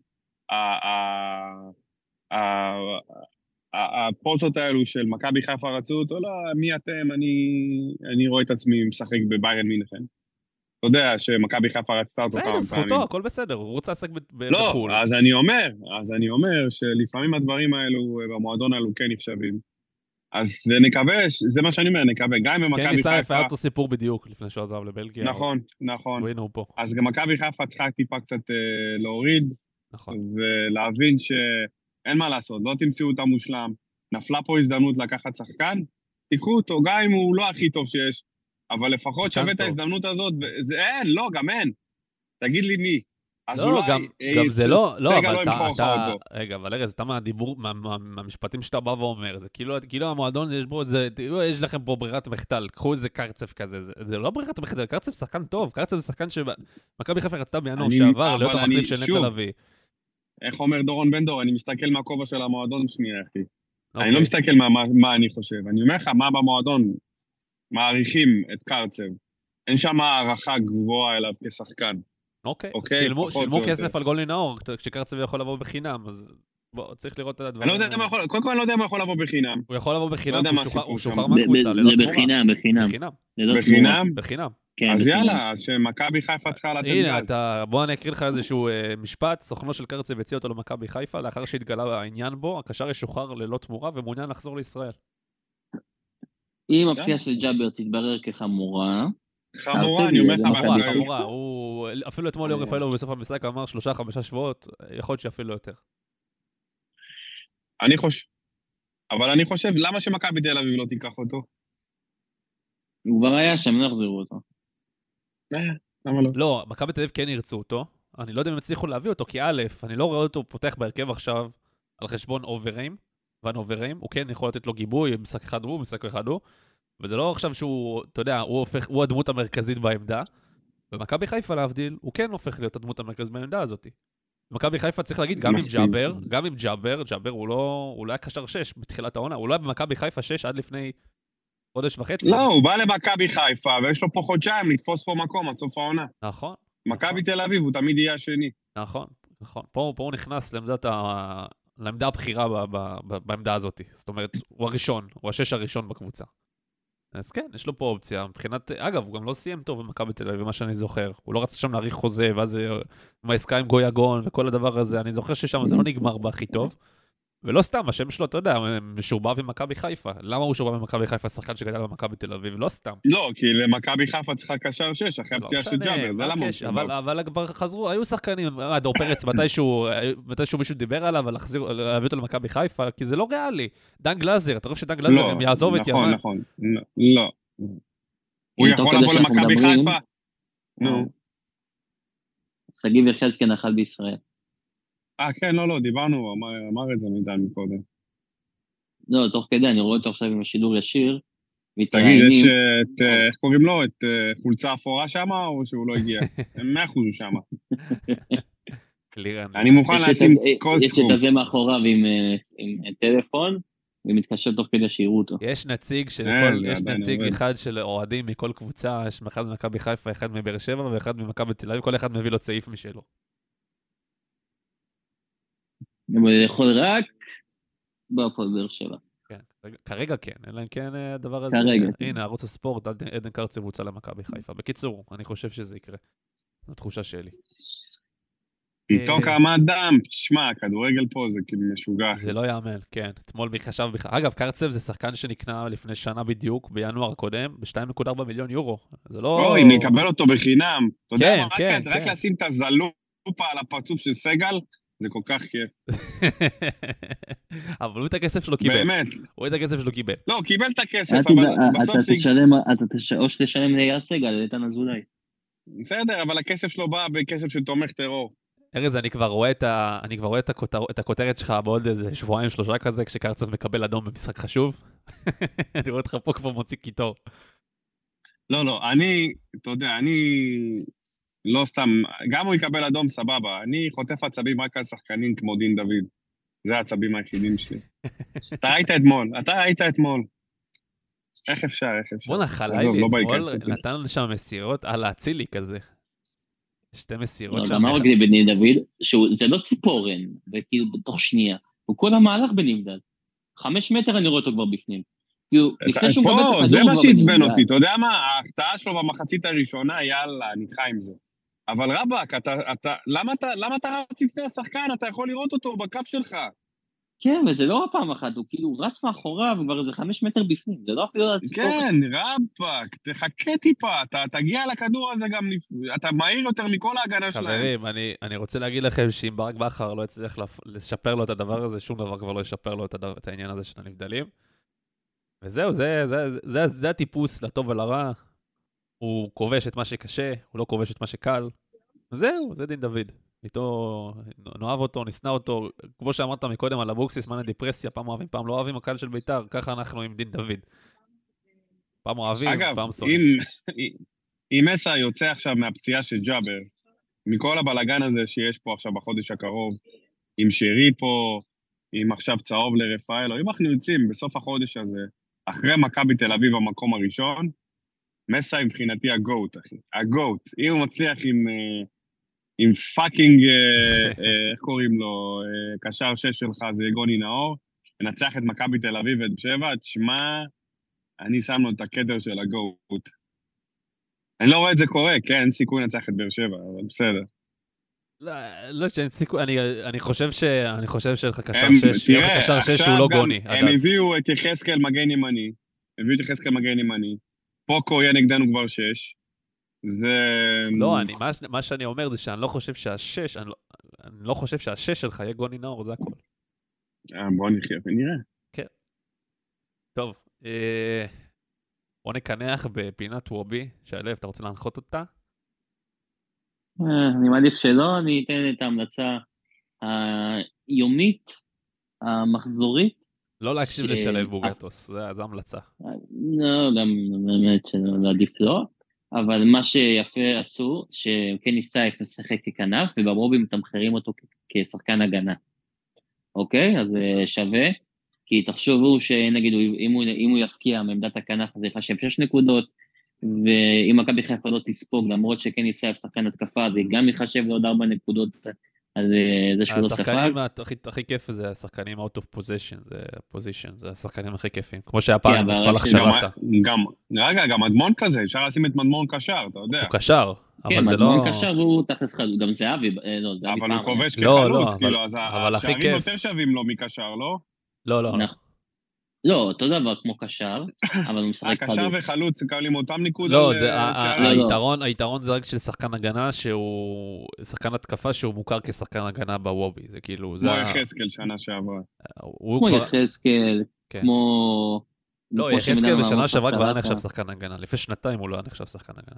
[SPEAKER 4] הפוסות האלו של מכבי חיפה רצו אותו, לא, מי אתם, אני, אני רואה את עצמי משחק בביירן מינכן. אתה יודע שמכבי חיפה רצתה אותו כמה פעמים.
[SPEAKER 2] בסדר, זכותו, הכל בסדר, הוא רוצה לשחק בחו"ל.
[SPEAKER 4] לא, אז אני אומר, אז אני אומר שלפעמים הדברים האלו במועדון האלו כן נחשבים. אז נקווה, זה מה שאני אומר, נקווה, גם אם מכבי חיפה...
[SPEAKER 2] כן, ניסה, היה אותו סיפור בדיוק לפני שהוא עזב לבלגיה.
[SPEAKER 4] נכון, נכון.
[SPEAKER 2] והנה הוא פה.
[SPEAKER 4] אז גם מכבי חיפה צריכה טיפה קצת אה, להוריד,
[SPEAKER 2] נכון.
[SPEAKER 4] ולהבין שאין מה לעשות, לא תמצאו אותה מושלם, נפלה פה הזדמנות לקחת שחקן, תיקחו אותו, גם אם הוא לא הכי טוב שיש, אבל לפחות שווה את ההזדמנות הזאת, וזה אין, לא, גם אין. תגיד לי מי. אז
[SPEAKER 2] לא, גם, גם זה לא, לא, אבל אתה, אתה, רגע, אבל ארז, אתה מהדיבור, מה, מה, מהמשפטים שאתה בא ואומר, זה כאילו, כאילו המועדון, יש בו, זה, יש לכם פה ברירת מחדל, קחו איזה קרצב כזה, זה, זה לא ברירת מחדל, קרצב שחקן טוב, קרצב זה שחקן שמכבי חיפה רצתה בינואר שעבר, להיות המחליף של נטע לביא.
[SPEAKER 4] איך אומר דורון בן דור, אני מסתכל מהכובע של המועדון שנייה, אחי. אני לא מסתכל מה, מה, מה אני חושב, אני אומר לך, מה במועדון מעריכים את קרצב, אין שם הערכה גבוהה אליו כשחקן.
[SPEAKER 2] אוקיי, שילמו כסף על גולי נאור, כשקרצב יכול לבוא בחינם, אז בוא, צריך לראות את הדברים.
[SPEAKER 4] אני לא יודע מה יכול, קודם כל אני לא יודע מה יכול לבוא בחינם.
[SPEAKER 2] הוא יכול לבוא בחינם, הוא שוחרר מהקבוצה, ללא תמורה.
[SPEAKER 3] זה בחינם, בחינם.
[SPEAKER 4] בחינם?
[SPEAKER 2] בחינם.
[SPEAKER 4] אז יאללה, שמכבי חיפה צריכה לתת גז.
[SPEAKER 2] הנה, בוא אני אקריא לך איזשהו משפט, סוכנו של קרצב הציע אותו למכבי חיפה, לאחר שהתגלה העניין בו, הקשר ישוחרר ללא תמורה ומעוניין לחזור לישראל.
[SPEAKER 3] אם הפציעה של ג'אבר תתברר כחמורה,
[SPEAKER 4] חמורה, אני אומר לך
[SPEAKER 2] חמורה, חמורה, הוא אפילו אתמול ליאור רפאלוב בסוף המשחק אמר שלושה, חמישה שבועות, יכול להיות שאפילו יותר.
[SPEAKER 4] אני חושב, אבל אני חושב, למה שמכבי תל אביב לא תיקח אותו?
[SPEAKER 3] הוא כבר היה שם, לא יחזירו אותו.
[SPEAKER 4] למה לא?
[SPEAKER 2] לא, מכבי תל אביב כן ירצו אותו, אני לא יודע אם הצליחו להביא אותו, כי א', אני לא רואה אותו פותח בהרכב עכשיו על חשבון אוברים, ואן אוברים, הוא כן יכול לתת לו גיבוי, משחק אחד הוא, משחק אחד הוא, וזה לא עכשיו שהוא, אתה יודע, הוא הופך, הוא הדמות המרכזית בעמדה, ומכבי חיפה להבדיל, הוא כן הופך להיות הדמות המרכזית בעמדה הזאת. מכבי חיפה צריך להגיד, גם עם ג'אבר, גם עם ג'אבר, ג'אבר הוא לא, הוא לא היה קשר שש בתחילת העונה, הוא לא היה במכבי חיפה שש עד לפני חודש וחצי.
[SPEAKER 4] לא, הוא בא למכבי חיפה, ויש לו פה חודשיים לתפוס פה מקום עד סוף העונה.
[SPEAKER 2] נכון.
[SPEAKER 4] מכבי תל אביב, הוא תמיד יהיה השני.
[SPEAKER 2] נכון, נכון. פה, פה הוא נכנס לעמדת ה... לעמדה הבחירה ב... ב... ב... בעמדה הזאת. זאת אומרת, הוא הראשון, הוא השש הראשון בקבוצה. אז כן, יש לו פה אופציה. מבחינת, אגב, הוא גם לא סיים טוב במכבי תל אביב, מה שאני זוכר. הוא לא רצה שם להאריך חוזה, ואז עם העסקה עם גויגון וכל הדבר הזה. אני זוכר ששם זה לא נגמר בהכי טוב. ולא סתם, השם שלו, אתה יודע, משורבב עם מכבי חיפה. למה הוא שורבב עם מכבי חיפה, שחקן שגדל במכבי תל אביב? לא סתם.
[SPEAKER 4] לא, כי למכבי חיפה צריכה קשר שש, אחרי הפציעה של ג'אבר, זה למה הוא שורבב.
[SPEAKER 2] אבל כבר חזרו, היו שחקנים, דור פרץ, מתישהו מישהו דיבר עליו, להביא אותו למכבי חיפה, כי זה לא ריאלי. דן גלזר, אתה חושב שדן גלזר גם יעזוב את יוון?
[SPEAKER 4] נכון, נכון, לא. הוא יכול לבוא למכבי חיפה? נו.
[SPEAKER 3] שגיב יחזקאל נחל בישראל.
[SPEAKER 4] אה, כן, לא, לא, דיברנו, אמר את זה מידן מקודם.
[SPEAKER 3] לא, תוך כדי, אני רואה אותו עכשיו עם השידור ישיר.
[SPEAKER 4] תגיד, יש את, איך קוראים לו? את חולצה אפורה שם, או שהוא לא הגיע? מאה אחוז הוא שם. אני מוכן לשים כל סכום.
[SPEAKER 3] יש את הזה מאחוריו עם טלפון, ומתקשר תוך כדי שיראו אותו.
[SPEAKER 2] יש נציג יש נציג אחד של אוהדים מכל קבוצה, יש אחד ממכבי חיפה, אחד מבאר שבע, ואחד ממכבי תל אביב, כל אחד מביא לו צעיף משלו.
[SPEAKER 3] הוא יכול רק בהפועל באר שבע.
[SPEAKER 2] כן, כרגע כן, אלא אם כן הדבר הזה.
[SPEAKER 3] כרגע.
[SPEAKER 2] הנה, ערוץ הספורט, עדן קרצב הוצא למכבי חיפה. בקיצור, אני חושב שזה יקרה. זו תחושה שלי.
[SPEAKER 4] פתאום כמה דם, תשמע, הכדורגל פה זה כאילו משוגע.
[SPEAKER 2] זה לא יאמן, כן. אתמול מי חשב בכלל. אגב, קרצב זה שחקן שנקנה לפני שנה בדיוק, בינואר הקודם, ב-שתיים נקודה ארבע מיליון יורו. זה לא...
[SPEAKER 4] או, אם נקבל אותו בחינם. אתה יודע מה,
[SPEAKER 2] כן,
[SPEAKER 4] רק לשים את הזלופה על הפרצוף של סגל, זה כל כך כיף.
[SPEAKER 2] אבל הוא את הכסף שלו קיבל.
[SPEAKER 4] באמת.
[SPEAKER 2] הוא את הכסף שלו קיבל.
[SPEAKER 4] לא, קיבל את הכסף, אבל בסוף...
[SPEAKER 3] או שתשלם לאייל סגל, איתן אזולאי.
[SPEAKER 4] בסדר, אבל הכסף שלו בא בכסף של תומך טרור.
[SPEAKER 2] ארז, אני כבר רואה את ה... אני כבר רואה את הכותר... את הכותרת שלך בעוד איזה שבועיים, שלושה כזה, כשקרצב מקבל אדום במשחק חשוב. אני רואה אותך פה כבר מוציא קיטור.
[SPEAKER 4] לא, לא, אני, אתה יודע, אני לא סתם, גם הוא יקבל אדום, סבבה. אני חוטף עצבים רק על שחקנים כמו דין דוד. זה העצבים היחידים שלי. אתה ראית אתמול, אתה ראית אתמול. איך אפשר, איך אפשר?
[SPEAKER 2] בוא נחלה לי אתמול, נתן לנו שם מסירות על האצילי כזה. שתי מסירות שם.
[SPEAKER 3] לא, אמר לי בני דוד, שזה לא ציפורן, וכאילו בתוך שנייה. הוא כל המהלך בנמדד. חמש מטר אני רואה אותו כבר בפנים.
[SPEAKER 4] פה, זה מה שעצבן אותי. אתה יודע מה? ההחטאה שלו במחצית הראשונה, יאללה, אני חי עם זה. אבל רבק, למה אתה רץ לפני השחקן? אתה יכול לראות אותו בקאפ שלך.
[SPEAKER 3] כן, וזה לא הפעם אחת, הוא כאילו רץ מאחוריו, כבר איזה חמש מטר בפנים, זה לא אפילו...
[SPEAKER 4] כן, רבק, תחכה טיפה, אתה תגיע לכדור הזה גם, אתה מהיר יותר מכל ההגנה שלהם.
[SPEAKER 2] חברים, אני, אני רוצה להגיד לכם שאם ברק בכר לא יצליח לשפר לו את הדבר הזה, שום דבר כבר לא ישפר לו את, הדבר, את העניין הזה של הנבדלים. וזהו, זה, זה, זה, זה, זה הטיפוס לטוב ולרע. הוא כובש את מה שקשה, הוא לא כובש את מה שקל. וזהו, זה דין דוד. איתו, נאהב אותו, נסנע אותו, כמו שאמרת מקודם על אבוקסיס, מה דיפרסיה, פעם אוהבים, פעם לא אוהבים, הקהל של ביתר, ככה אנחנו עם דין דוד. פעם אוהבים,
[SPEAKER 4] אגב,
[SPEAKER 2] פעם סונים.
[SPEAKER 4] אגב, אם מסע יוצא עכשיו מהפציעה של ג'אבר, מכל הבלגן הזה שיש פה עכשיו בחודש הקרוב, עם שרי פה, עם עכשיו צהוב לרפאלו, אם אנחנו יוצאים בסוף החודש הזה, אחרי מכבי תל אביב המקום הראשון, מסע מבחינתי הגוט, אחי. הגוט. אם הוא מצליח עם... עם פאקינג, איך קוראים לו, קשר שש שלך, זה גוני נאור, מנצח את מכבי תל אביב ואת שבע, תשמע, אני שם לו את הכתר של הגוט. אני לא רואה את זה קורה, כן, אין סיכוי לנצח את באר שבע, אבל בסדר.
[SPEAKER 2] לא, לא שאין סיכוי, אני, אני חושב ש... אני חושב שלך קשר שש, תראה, קשר שש הוא לא גוני.
[SPEAKER 4] הם הביאו את יחזקאל מגן ימני, הביאו את יחזקאל מגן ימני, פוקו יהיה נגדנו כבר שש, זה...
[SPEAKER 2] לא, אני, מה, מה שאני אומר זה שאני לא חושב שהשש, אני לא, אני לא חושב שהשש שלך יהיה גוני נאור, זה הכל.
[SPEAKER 4] בוא נחיה ונראה.
[SPEAKER 2] כן. טוב, אה, בוא נקנח בפינת וובי, שאלב, אתה רוצה להנחות אותה?
[SPEAKER 3] אני מעדיף שלא, אני אתן את ההמלצה היומית, המחזורית.
[SPEAKER 2] לא להקשיב לשלב בוגטוס, זה המלצה.
[SPEAKER 3] לא, גם באמת שלא עדיף לא. אבל מה שיפה עשו, שקני סייף משחק ככנף, וברובי מתמחרים אותו כשחקן הגנה. אוקיי? אז שווה, כי תחשבו שנגיד, אם הוא, אם הוא יפקיע מעמדת הכנף, אז יחשב שש נקודות, ואם מכבי חיפה לא תספוג, למרות שקני סייף שחקן התקפה, זה גם יחשב לעוד ארבע נקודות, אז זה שהוא לא ספק.
[SPEAKER 2] השחקנים הכי, הכי כיף זה השחקנים out of position, זה position, זה השחקנים הכי כיפים. כמו שהיה פעם עם מפעל הכשרתה.
[SPEAKER 4] גם, רגע, גם מדמון כזה, אפשר לשים את מדמון קשר, אתה יודע.
[SPEAKER 2] הוא קשר, אבל
[SPEAKER 3] כן,
[SPEAKER 2] זה
[SPEAKER 3] מדמון
[SPEAKER 2] לא...
[SPEAKER 3] קשר והוא תכלס חלוץ, גם זהבי, אה, לא, זהבי
[SPEAKER 4] אבל
[SPEAKER 3] פעם.
[SPEAKER 4] הוא כובש
[SPEAKER 2] לא, לא,
[SPEAKER 4] כחלוץ,
[SPEAKER 2] אבל-
[SPEAKER 4] כאילו, אז
[SPEAKER 2] אבל הכי
[SPEAKER 4] השערים
[SPEAKER 2] כיף.
[SPEAKER 4] יותר שווים לו מקשר, לא?
[SPEAKER 2] לא, לא, לא.
[SPEAKER 3] נכון. לא, אותו דבר כמו קשר, אבל הוא משחק
[SPEAKER 4] הקשר
[SPEAKER 3] חלוץ.
[SPEAKER 4] וחלוץ מקבלים אותם ניקוד
[SPEAKER 2] לא,
[SPEAKER 4] על
[SPEAKER 2] זה,
[SPEAKER 4] אה,
[SPEAKER 2] ה-
[SPEAKER 4] שערים?
[SPEAKER 3] לא, לא.
[SPEAKER 2] היתרון, היתרון זה רק של שחקן הגנה שהוא, שחקן התקפה שהוא מוכר כשחקן הגנה בוובי, זה כאילו, זה,
[SPEAKER 4] כמו
[SPEAKER 2] ה-
[SPEAKER 4] יחזקאל שנה שעברה.
[SPEAKER 2] הוא
[SPEAKER 3] כמו
[SPEAKER 2] כבר,
[SPEAKER 3] יחזקאל,
[SPEAKER 2] כן.
[SPEAKER 3] כמו...
[SPEAKER 2] לא,
[SPEAKER 3] כמו
[SPEAKER 2] יחזקאל
[SPEAKER 3] שמדבר
[SPEAKER 2] בשנה
[SPEAKER 3] על
[SPEAKER 2] שעברה כבר היה
[SPEAKER 3] סלאטה.
[SPEAKER 2] נחשב שחקן הגנה, לפני שנתיים הוא לא היה נחשב שחקן הגנה.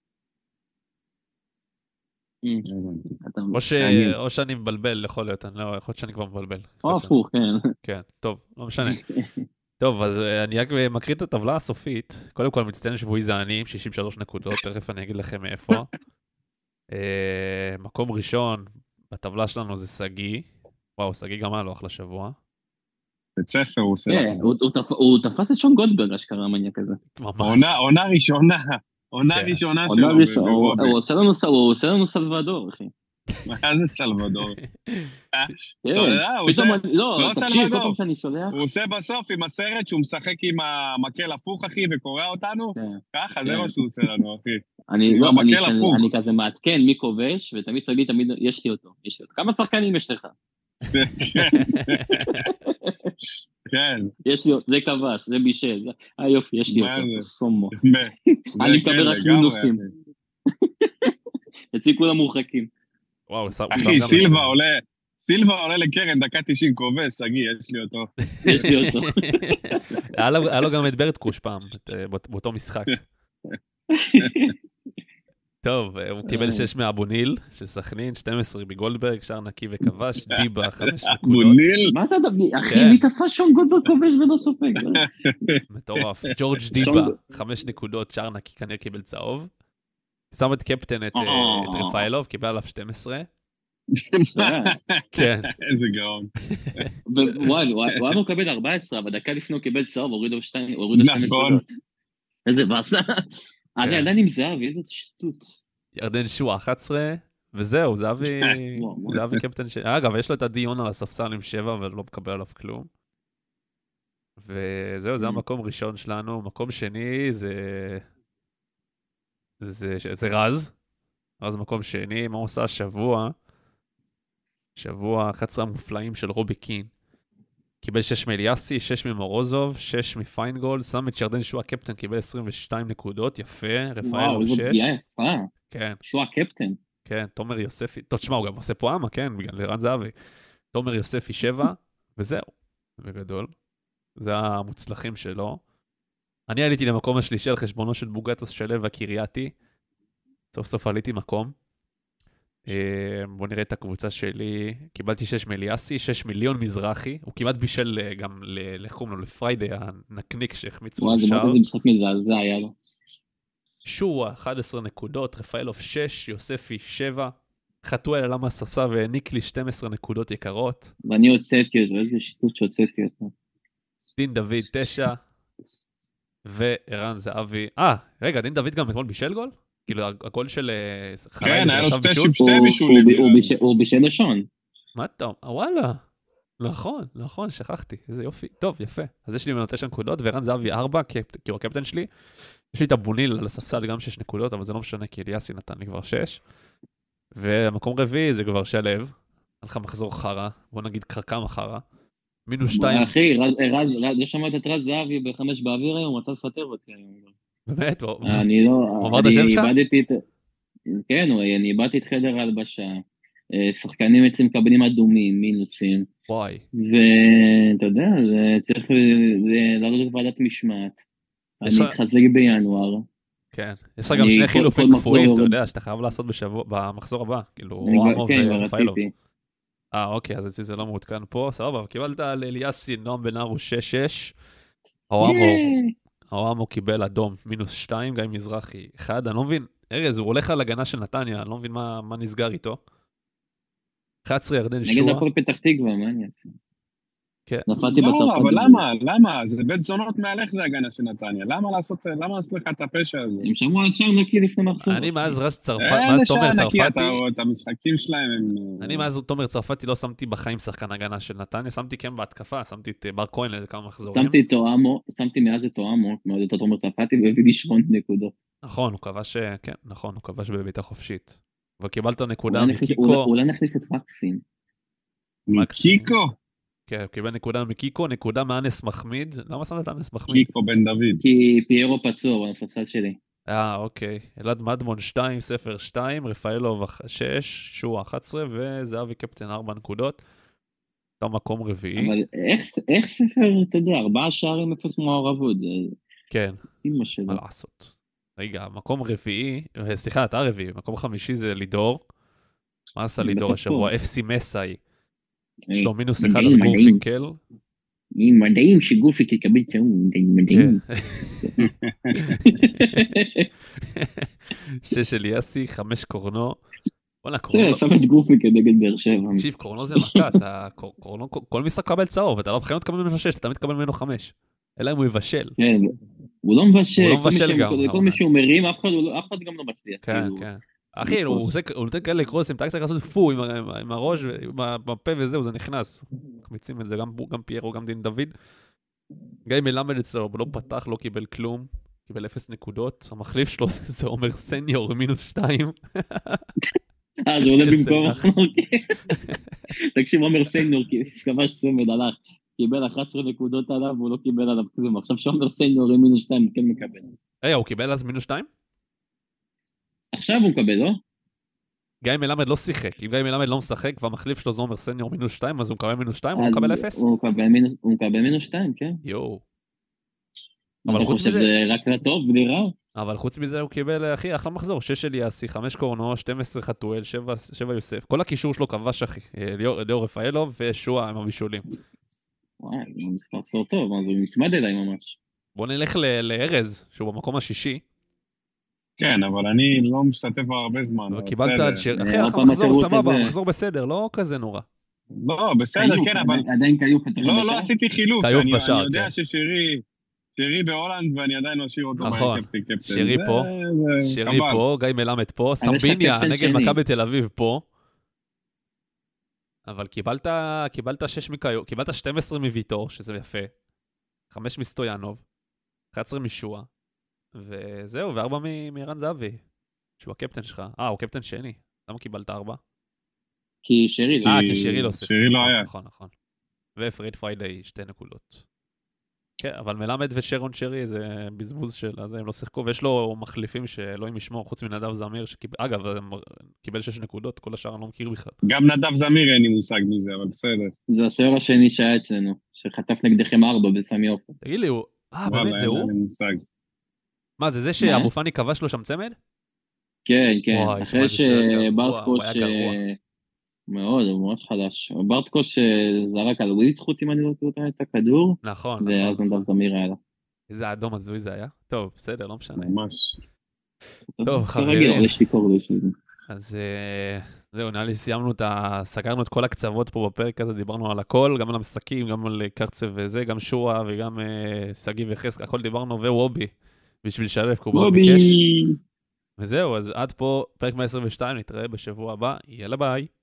[SPEAKER 3] אמ,
[SPEAKER 4] הבנתי.
[SPEAKER 3] אתה-
[SPEAKER 2] או, ש...
[SPEAKER 4] מעניין.
[SPEAKER 2] או שאני מבלבל, יכול להיות, אני לא, יכול להיות שאני כבר מבלבל.
[SPEAKER 3] או הפוך, כן.
[SPEAKER 2] כן, טוב, לא משנה. טוב, אז אה, אני רק מקריא את הטבלה הסופית. קודם כל, מצטיין שבועי זה אני עם שישים ושלוש נקודות, תכף אני אגיד לכם מאיפה. אה, מקום ראשון בטבלה שלנו זה סגי. וואו, סגי גם היה לו אחלה שבוע.
[SPEAKER 4] בית ספר הוא עושה
[SPEAKER 3] כן,
[SPEAKER 4] לכם.
[SPEAKER 3] הוא- הוא תפ- הוא תפס את שון גולדברג, אשכרה המניאק הזה.
[SPEAKER 2] ממש.
[SPEAKER 4] עונה, עונה ראשונה, עונה
[SPEAKER 2] כן.
[SPEAKER 4] ראשונה
[SPEAKER 3] עוד
[SPEAKER 4] שלו.
[SPEAKER 3] לא ראשון, הוא-
[SPEAKER 4] ברובי.
[SPEAKER 3] הוא עושה לנו סל- הוא עושה לנו סלבדור, אחי.
[SPEAKER 4] מה זה סלבדור? אה,
[SPEAKER 3] כן,
[SPEAKER 4] אתה יודע, הוא
[SPEAKER 3] פתאום,
[SPEAKER 4] עושה-
[SPEAKER 3] אני- לא,
[SPEAKER 4] לא
[SPEAKER 3] תקשיב, כל
[SPEAKER 4] סלבדור.
[SPEAKER 3] פעם שאני שולח,
[SPEAKER 4] הוא עושה בסוף עם הסרט שהוא משחק עם המקל הפוך, אחי, וקורע אותנו.
[SPEAKER 3] כן.
[SPEAKER 4] ככה, זה
[SPEAKER 3] כן.
[SPEAKER 4] מה שהוא עושה לנו, אחי.
[SPEAKER 3] אני
[SPEAKER 4] עם
[SPEAKER 3] לא,
[SPEAKER 4] המקל
[SPEAKER 3] אני שאני-
[SPEAKER 4] הפוך.
[SPEAKER 3] אני כזה מעדכן מי כובש, ותמיד סגי תמיד, יש לי אותו, יש לי אותו. כמה שחקנים יש לך?
[SPEAKER 4] כן. כן,
[SPEAKER 3] יש לי, זה כבש, זה בישל, זה- אה יופי, יש לי
[SPEAKER 4] מה
[SPEAKER 3] אותו,
[SPEAKER 4] זה?
[SPEAKER 3] סומו.
[SPEAKER 4] זה-
[SPEAKER 3] אני
[SPEAKER 4] זה
[SPEAKER 3] מקבל
[SPEAKER 4] כן,
[SPEAKER 3] רק
[SPEAKER 4] לגמרי,
[SPEAKER 3] מינוסים.
[SPEAKER 4] אחי.
[SPEAKER 3] אצלי כולם מורחקים.
[SPEAKER 2] וואו, שר-
[SPEAKER 4] אחי,
[SPEAKER 2] שר גם
[SPEAKER 4] סילבה
[SPEAKER 2] את-
[SPEAKER 4] עולה, סילבה עולה לקרן, דקה תשעים כובש, סגי, יש לי אותו.
[SPEAKER 3] יש לי אותו.
[SPEAKER 2] היה לו- היה לו גם את ברטקוש פעם, את, אה, באות- באותו משחק. טוב, אה, הוא קיבל שש מאבו ניל של סכנין, שתים עשרה בגולדברג, שער נקי וכבש, דיבה, חמש נקודות,
[SPEAKER 4] מוניל,
[SPEAKER 3] מה זה הדבר? אחי,
[SPEAKER 2] כן.
[SPEAKER 3] מי תפס שון גולדברג כובש ולא סופג?
[SPEAKER 2] מטורף. ג'ורג' דיבה,
[SPEAKER 3] שון-
[SPEAKER 2] חמש נקודות, שער נקי כנראה קיבל צהוב. שם את קפטן, את, אה,
[SPEAKER 3] אה.
[SPEAKER 2] את רפאלוב, קיבל עליו שתים עשרה.
[SPEAKER 3] אה,
[SPEAKER 2] כן,
[SPEAKER 4] איזה גאון.
[SPEAKER 3] וואי, הוא היה אמור לקבל ארבע עשרה, אבל דקה לפני הוא קיבל צהוב, הורידו שתיים הורידו שתי
[SPEAKER 4] נכון.
[SPEAKER 3] נקודות. איזה באסה. אני
[SPEAKER 2] כן.
[SPEAKER 3] עדיין עם זהבי, איזה שטות.
[SPEAKER 2] ירדן שועה, אחת עשרה, וזהו, זהבי,
[SPEAKER 3] וואו, וואו.
[SPEAKER 2] זהבי קפטן ש... אגב, יש לו את עדי יונה על הספסל עם שבע, אבל לא מקבל עליו כלום. וזהו, זה
[SPEAKER 3] Mm.
[SPEAKER 2] המקום ראשון שלנו. מקום שני זה... זה, זה רז. רז מקום שני, מה הוא עושה השבוע? שבוע אחת עשרה המופלאים של רובי קין. קיבל שש מאליאסי, שש ממורוזוב, שש מפיינגולד, שם את ירדן שועה קפטן, קיבל עשרים ושתיים נקודות, יפה,
[SPEAKER 3] וואו,
[SPEAKER 2] רפאלוב
[SPEAKER 3] איזו
[SPEAKER 2] שש.
[SPEAKER 3] פגיעה יפה.
[SPEAKER 2] כן.
[SPEAKER 3] שהוא הקפטן.
[SPEAKER 2] כן, תומר יוספי, טוב, תשמע, הוא גם עושה פה אמה, כן, בגלל לירן זהבי. תומר יוספי שבע, וזהו, בגדול. זה המוצלחים שלו. אני עליתי למקום השלישי על חשבונו של בוגטוס שלו והקרייתי. סוף סוף עליתי מקום. אה, בואו נראה את הקבוצה שלי. קיבלתי שש מאליאסי, שש מיליון מזרחי. הוא כמעט בישל אה, גם, ל- איך קוראים לו, לפריידי, הנקניק שהחמיץ
[SPEAKER 3] וואי, זה
[SPEAKER 2] בשער.
[SPEAKER 3] מאוד איזה משחק מזעזע היה לו.
[SPEAKER 2] שועה, אחת עשרה נקודות, רפאלוב שש, יוספי שבע, חתואל עלה מהספסל והעניק לי שתים עשרה נקודות יקרות,
[SPEAKER 3] ואני הוצאתי אותו, איזה שטות שהוצאתי אותו.
[SPEAKER 2] דין דוד תשע, וערן זהבי, אה, רגע, דין דוד גם אתמול בישל גול? כאילו הגול של אה, חלילי
[SPEAKER 4] כן,
[SPEAKER 2] זה
[SPEAKER 4] היה לו
[SPEAKER 2] עכשיו
[SPEAKER 4] שתי
[SPEAKER 2] בישול?
[SPEAKER 4] שתי
[SPEAKER 3] הוא-
[SPEAKER 4] בישולים.
[SPEAKER 3] הוא-
[SPEAKER 4] נראה
[SPEAKER 3] הוא
[SPEAKER 4] לי.
[SPEAKER 3] בישל- הוא בישל לשון.
[SPEAKER 2] מה אתה, אה, וואלה, נכון, נכון, שכחתי, איזה יופי, טוב, יפה, אז יש לי ממנו תשע נקודות, וערן זהבי ארבע, כי כי הוא הקפטן שלי, יש לי את הבוניל על הספסל גם שש נקודות, אבל זה לא משנה, כי אליאסי נתן לי כבר שש, והמקום רביעי זה כבר שלו, היה לך מחזור חרה, בוא נגיד כמה חרה, מינוס שתיים,
[SPEAKER 3] אחי, רז, רז, רז, לא שמעת את רז זהבי בחמש באוויר היום, הוא רצה לפטר אותי היום.
[SPEAKER 2] באמת, הוא-
[SPEAKER 3] אני לא...
[SPEAKER 2] הוא אמר את
[SPEAKER 3] אני
[SPEAKER 2] השם שלך?
[SPEAKER 3] איבדתי את... כן, הוא- אני איבדתי את חדר ההלבשה. אה, שחקנים אצלי מקבלים אדומים, מינוסים.
[SPEAKER 2] וואי,
[SPEAKER 3] ואתה יודע, זה צריך ל- לעלות לוועדת משמעת.
[SPEAKER 2] יש
[SPEAKER 3] אני
[SPEAKER 2] לך-
[SPEAKER 3] אתחזק בינואר.
[SPEAKER 2] כן, יש לך גם
[SPEAKER 3] אני
[SPEAKER 2] שני
[SPEAKER 3] כל-
[SPEAKER 2] חילופים
[SPEAKER 3] כל
[SPEAKER 2] קפואים, אתה
[SPEAKER 3] מחזור-
[SPEAKER 2] יודע, שאתה חייב לעשות בשבוע, במחזור הבא, כאילו,
[SPEAKER 3] אני כבר-
[SPEAKER 2] רועמו
[SPEAKER 3] כן, כבר
[SPEAKER 2] ורפאלוב.
[SPEAKER 3] רציתי.
[SPEAKER 2] אה, אוקיי, אז אצלי זה לא מעודכן פה, סבבה, אבל קיבלת על אליאסי, נועם בן ארו שש שש, הוואמו,
[SPEAKER 3] ייי.
[SPEAKER 2] הוואמו קיבל אדום, מינוס שתיים, גיא מזרחי אחד, אני לא מבין, ארז, הוא הולך על הגנה של נתניה, אני לא מבין מה, מה נסגר איתו. אחת עשרה ירדן
[SPEAKER 3] נגד
[SPEAKER 2] שועה,
[SPEAKER 3] הפועל פתח תקווה, מה אני אעשה?
[SPEAKER 2] כן.
[SPEAKER 3] נפלתי
[SPEAKER 4] לא,
[SPEAKER 3] בצרפת.
[SPEAKER 4] אבל למה? למה? זה בית זונות מעליך זה הגנה של נתניה. למה לעשות, למה לעשות לך את הפשע הזה?
[SPEAKER 3] הם שמעו על שער נקי לפני מחזור.
[SPEAKER 2] אני מאז רז צרפת,
[SPEAKER 4] איזה
[SPEAKER 2] מאז תומר
[SPEAKER 4] שער נקי,
[SPEAKER 2] צרפתי,
[SPEAKER 4] אתה רואה את המשחקים שלהם הם...
[SPEAKER 2] אני מאז תומר צרפתי לא שמתי בחיים שחקן הגנה של נתניה, שמתי כן בהתקפה, שמתי את אה, בר כהן לכמה מחזורים.
[SPEAKER 3] שמתי את תואמו, שמתי מאז את תואמו, מאוד יותר תומר צרפתי, והביא לי שמונה נקודות.
[SPEAKER 2] נכון, הוא כבש, כן, נכון, הוא כבש בביתה חופשית. אבל קיבלת נקודה
[SPEAKER 3] אולי נכניס-
[SPEAKER 2] מקיקו.
[SPEAKER 3] אולי- אולי נכניס את מקסים.
[SPEAKER 4] מקיקו?
[SPEAKER 2] כן, הוא קיבל נקודה מקיקו, נקודה מאנס מחמיד. למה שמת את אנס מחמיד?
[SPEAKER 4] קיקו בן דוד.
[SPEAKER 3] כי פיירו פצוע על הספסל שלי.
[SPEAKER 2] אה, אוקיי. אלעד מדמון שתיים, ספר שתיים, רפאלוב שש, שועה אחת עשרה, וזהבי קפטן ארבע נקודות. אתה מקום רביעי.
[SPEAKER 3] אבל איך, איך ספר, אתה יודע, ארבעה שערים אפס מעורבות, זה
[SPEAKER 2] כן,
[SPEAKER 3] סימה שלו.
[SPEAKER 2] מה לעשות. רגע, מקום רביעי, סליחה, אתה רביעי, מקום חמישי זה לידור. מה עשה לידור השבוע? אף סי מסאי. יש לו מינוס אחד
[SPEAKER 3] מדהים,
[SPEAKER 2] על
[SPEAKER 3] מדהים.
[SPEAKER 2] גורפינקל.
[SPEAKER 3] מדהים שגופיק יקבל צהוב, מדהים, מדהים.
[SPEAKER 2] שש אליאסי, חמש קורנו. וואלה, קורנו,
[SPEAKER 3] בסדר, שם את גופיק נגד באר שבע.
[SPEAKER 2] תקשיב, קורנו זה מכה, אתה, קורנו, כל משחק קבל צהוב, אתה לא בחיים תקבל ממנו שש, אתה תמיד תקבל ממנו חמש. אלא אם הוא יבשל.
[SPEAKER 3] כן, הוא לא מבשל.
[SPEAKER 2] הוא לא
[SPEAKER 3] כל מי
[SPEAKER 2] מבשל
[SPEAKER 3] שהוא-
[SPEAKER 2] גם,
[SPEAKER 3] כל
[SPEAKER 2] אבל-
[SPEAKER 3] מי שהוא מרים, אף אחד הוא לא- אף אחד גם לא מצליח.
[SPEAKER 2] כן,
[SPEAKER 3] כאילו.
[SPEAKER 2] כן. אחי, הוא עושה- הוא נותן כאלה קרוסים, אתה צריך לעשות פו עם ה- עם ה- עם הראש, עם הפה וזהו, זה נכנס. מחמיצים את זה, גם גם פיירו, גם דין דוד. גיא מלמד אצלו, הוא לא פתח, לא קיבל כלום. קיבל אפס נקודות. המחליף שלו זה עומר סניור, מינוס שתיים.
[SPEAKER 3] אה, זה עולה
[SPEAKER 2] איזה
[SPEAKER 3] במקום.
[SPEAKER 2] נאחס.
[SPEAKER 3] אוקיי. תקשיב, עומר סניור, כבש צמד הלך, קיבל אחת עשרה נקודות עליו, והוא לא קיבל עליו כלום. עכשיו שעומר סניור עם מינוס שתיים, הוא כן מקבל.
[SPEAKER 2] רגע, הוא קיבל אז מינוס שתיים?
[SPEAKER 3] עכשיו הוא מקבל, לא?
[SPEAKER 2] גיא מלמד לא שיחק. אם גיא מלמד לא משחק והמחליף שלו זה עומר סניור מינוס שתיים, אז הוא מקבל מינוס שתיים, הוא
[SPEAKER 3] אז
[SPEAKER 2] מקבל אפס?
[SPEAKER 3] הוא מקבל מינוס- הוא מקבל מינוס שתיים, כן.
[SPEAKER 2] יואו. אבל
[SPEAKER 3] אני
[SPEAKER 2] חוץ
[SPEAKER 3] חושב
[SPEAKER 2] מזה-
[SPEAKER 3] שזה רק לטוב, בלי רע.
[SPEAKER 2] אבל חוץ מזה הוא קיבל, אחי, אחלה מחזור. שש אליאסי, חמש קורנו, שתים עשרה חתואל, שבע שבע יוסף. כל הקישור שלו כבש, אחי. אה, ליאור ליאור רפאלוב ושועה עם הבישולים.
[SPEAKER 3] וואי, הוא מספר צור טוב, אז הוא נצמד אליי ממש.
[SPEAKER 2] בוא נלך ל- לארז, שהוא במקום השישי.
[SPEAKER 4] כן, אבל אני לא משתתף כבר הרבה זמן. אבל
[SPEAKER 2] קיבלת
[SPEAKER 4] בסדר.
[SPEAKER 2] על שיר... אחי,
[SPEAKER 3] עוד
[SPEAKER 2] אחלה
[SPEAKER 3] פעם
[SPEAKER 2] מחזור,
[SPEAKER 3] התירוץ
[SPEAKER 2] סבבה,
[SPEAKER 3] הזה.
[SPEAKER 2] מחזור בסדר, לא כזה נורא.
[SPEAKER 4] לא, בסדר,
[SPEAKER 3] כיוף,
[SPEAKER 4] כן, אבל...
[SPEAKER 3] עדיין- עדיין כיוף אצלך
[SPEAKER 4] לא,
[SPEAKER 3] בשער?
[SPEAKER 4] לא עשיתי חילוף.
[SPEAKER 2] כיוף
[SPEAKER 4] אני-
[SPEAKER 2] בשער,
[SPEAKER 4] אני יודע
[SPEAKER 2] כן.
[SPEAKER 4] ששירי... שירי בהולנד ואני עדיין משאיר אותו.
[SPEAKER 2] נכון.
[SPEAKER 4] בהרכב כקפטן.
[SPEAKER 2] שירי
[SPEAKER 4] זה-
[SPEAKER 2] פה,
[SPEAKER 4] זה
[SPEAKER 2] שירי
[SPEAKER 4] חבל.
[SPEAKER 2] פה, גיא מלמד פה,
[SPEAKER 3] יש לך
[SPEAKER 2] סמביניה
[SPEAKER 3] קפטן
[SPEAKER 2] נגד
[SPEAKER 3] שני.
[SPEAKER 2] מכבי תל אביב פה. אבל קיבלת, קיבלת שש מקיו, קיבלת שתים עשרה מוויטור, שזה יפה. חמש מסטויאנוב, אחת עשרה משועה. וזהו, וארבע מ- מערן זהבי, שהוא הקפטן שלך. אה, הוא קפטן שני. למה קיבלת ארבע?
[SPEAKER 3] כי שרי,
[SPEAKER 2] אה,
[SPEAKER 4] כי
[SPEAKER 2] כי שירי לא עושה.
[SPEAKER 4] שירי לא
[SPEAKER 2] נכון,
[SPEAKER 4] היה.
[SPEAKER 2] נכון, נכון. ופריד פריידי, שתי נקודות. כן, אבל מלמד ושרון שרי זה בזבוז של הזה, הם לא שיחקו, ויש לו מחליפים שאלוהים ישמור, חוץ מנדב זמיר, שקיבל, אגב, קיבל שש נקודות, כל השאר אני לא מכיר בכלל.
[SPEAKER 4] גם נדב זמיר אין לי מושג מזה, אבל בסדר.
[SPEAKER 3] זה השוער השני שהיה אצלנו, שחטף נגדכם ארבע בסמי עופר.
[SPEAKER 2] תגיד לי, הוא... אה,
[SPEAKER 4] וואלה,
[SPEAKER 2] באמת, זה
[SPEAKER 4] אין
[SPEAKER 2] הוא?
[SPEAKER 4] לי מושג.
[SPEAKER 2] מה, זה זה שאבו פאני כבש לו שם צמד?
[SPEAKER 3] כן, כן,
[SPEAKER 2] וואי,
[SPEAKER 3] אחרי
[SPEAKER 2] שמע, זה שוער גרוע,
[SPEAKER 3] שברטקוש...
[SPEAKER 2] הוא היה גרוע.
[SPEAKER 3] אה, מאוד, הוא מאוד חלש. ברטקוש אה, זרק על וויליץ חוץ אם אני לא טועה את הכדור,
[SPEAKER 2] נכון,
[SPEAKER 3] ואז
[SPEAKER 2] נכון.
[SPEAKER 3] נדב זמיר היה לה.
[SPEAKER 2] איזה אדום הזוי זה היה? טוב, בסדר, לא משנה.
[SPEAKER 4] ממש.
[SPEAKER 2] טוב,
[SPEAKER 3] כרגיל,
[SPEAKER 2] חברים.
[SPEAKER 3] אבל יש לי קורדוש לזה.
[SPEAKER 2] אז אה, זהו, נראה לי סיימנו את ה... סגרנו את כל הקצוות פה בפרק הזה, דיברנו על הכל, גם על המשחקים, גם על קרצב וזה, גם שועה וגם אה, סגי וחסק, הכל דיברנו, ווובי, בשביל שלב, כי הוא מאוד
[SPEAKER 3] וובי!
[SPEAKER 2] ביקש. וזהו, אז עד פה, פרק מאה עשרים ושתיים, נתראה בשבוע הבא, יאללה ביי.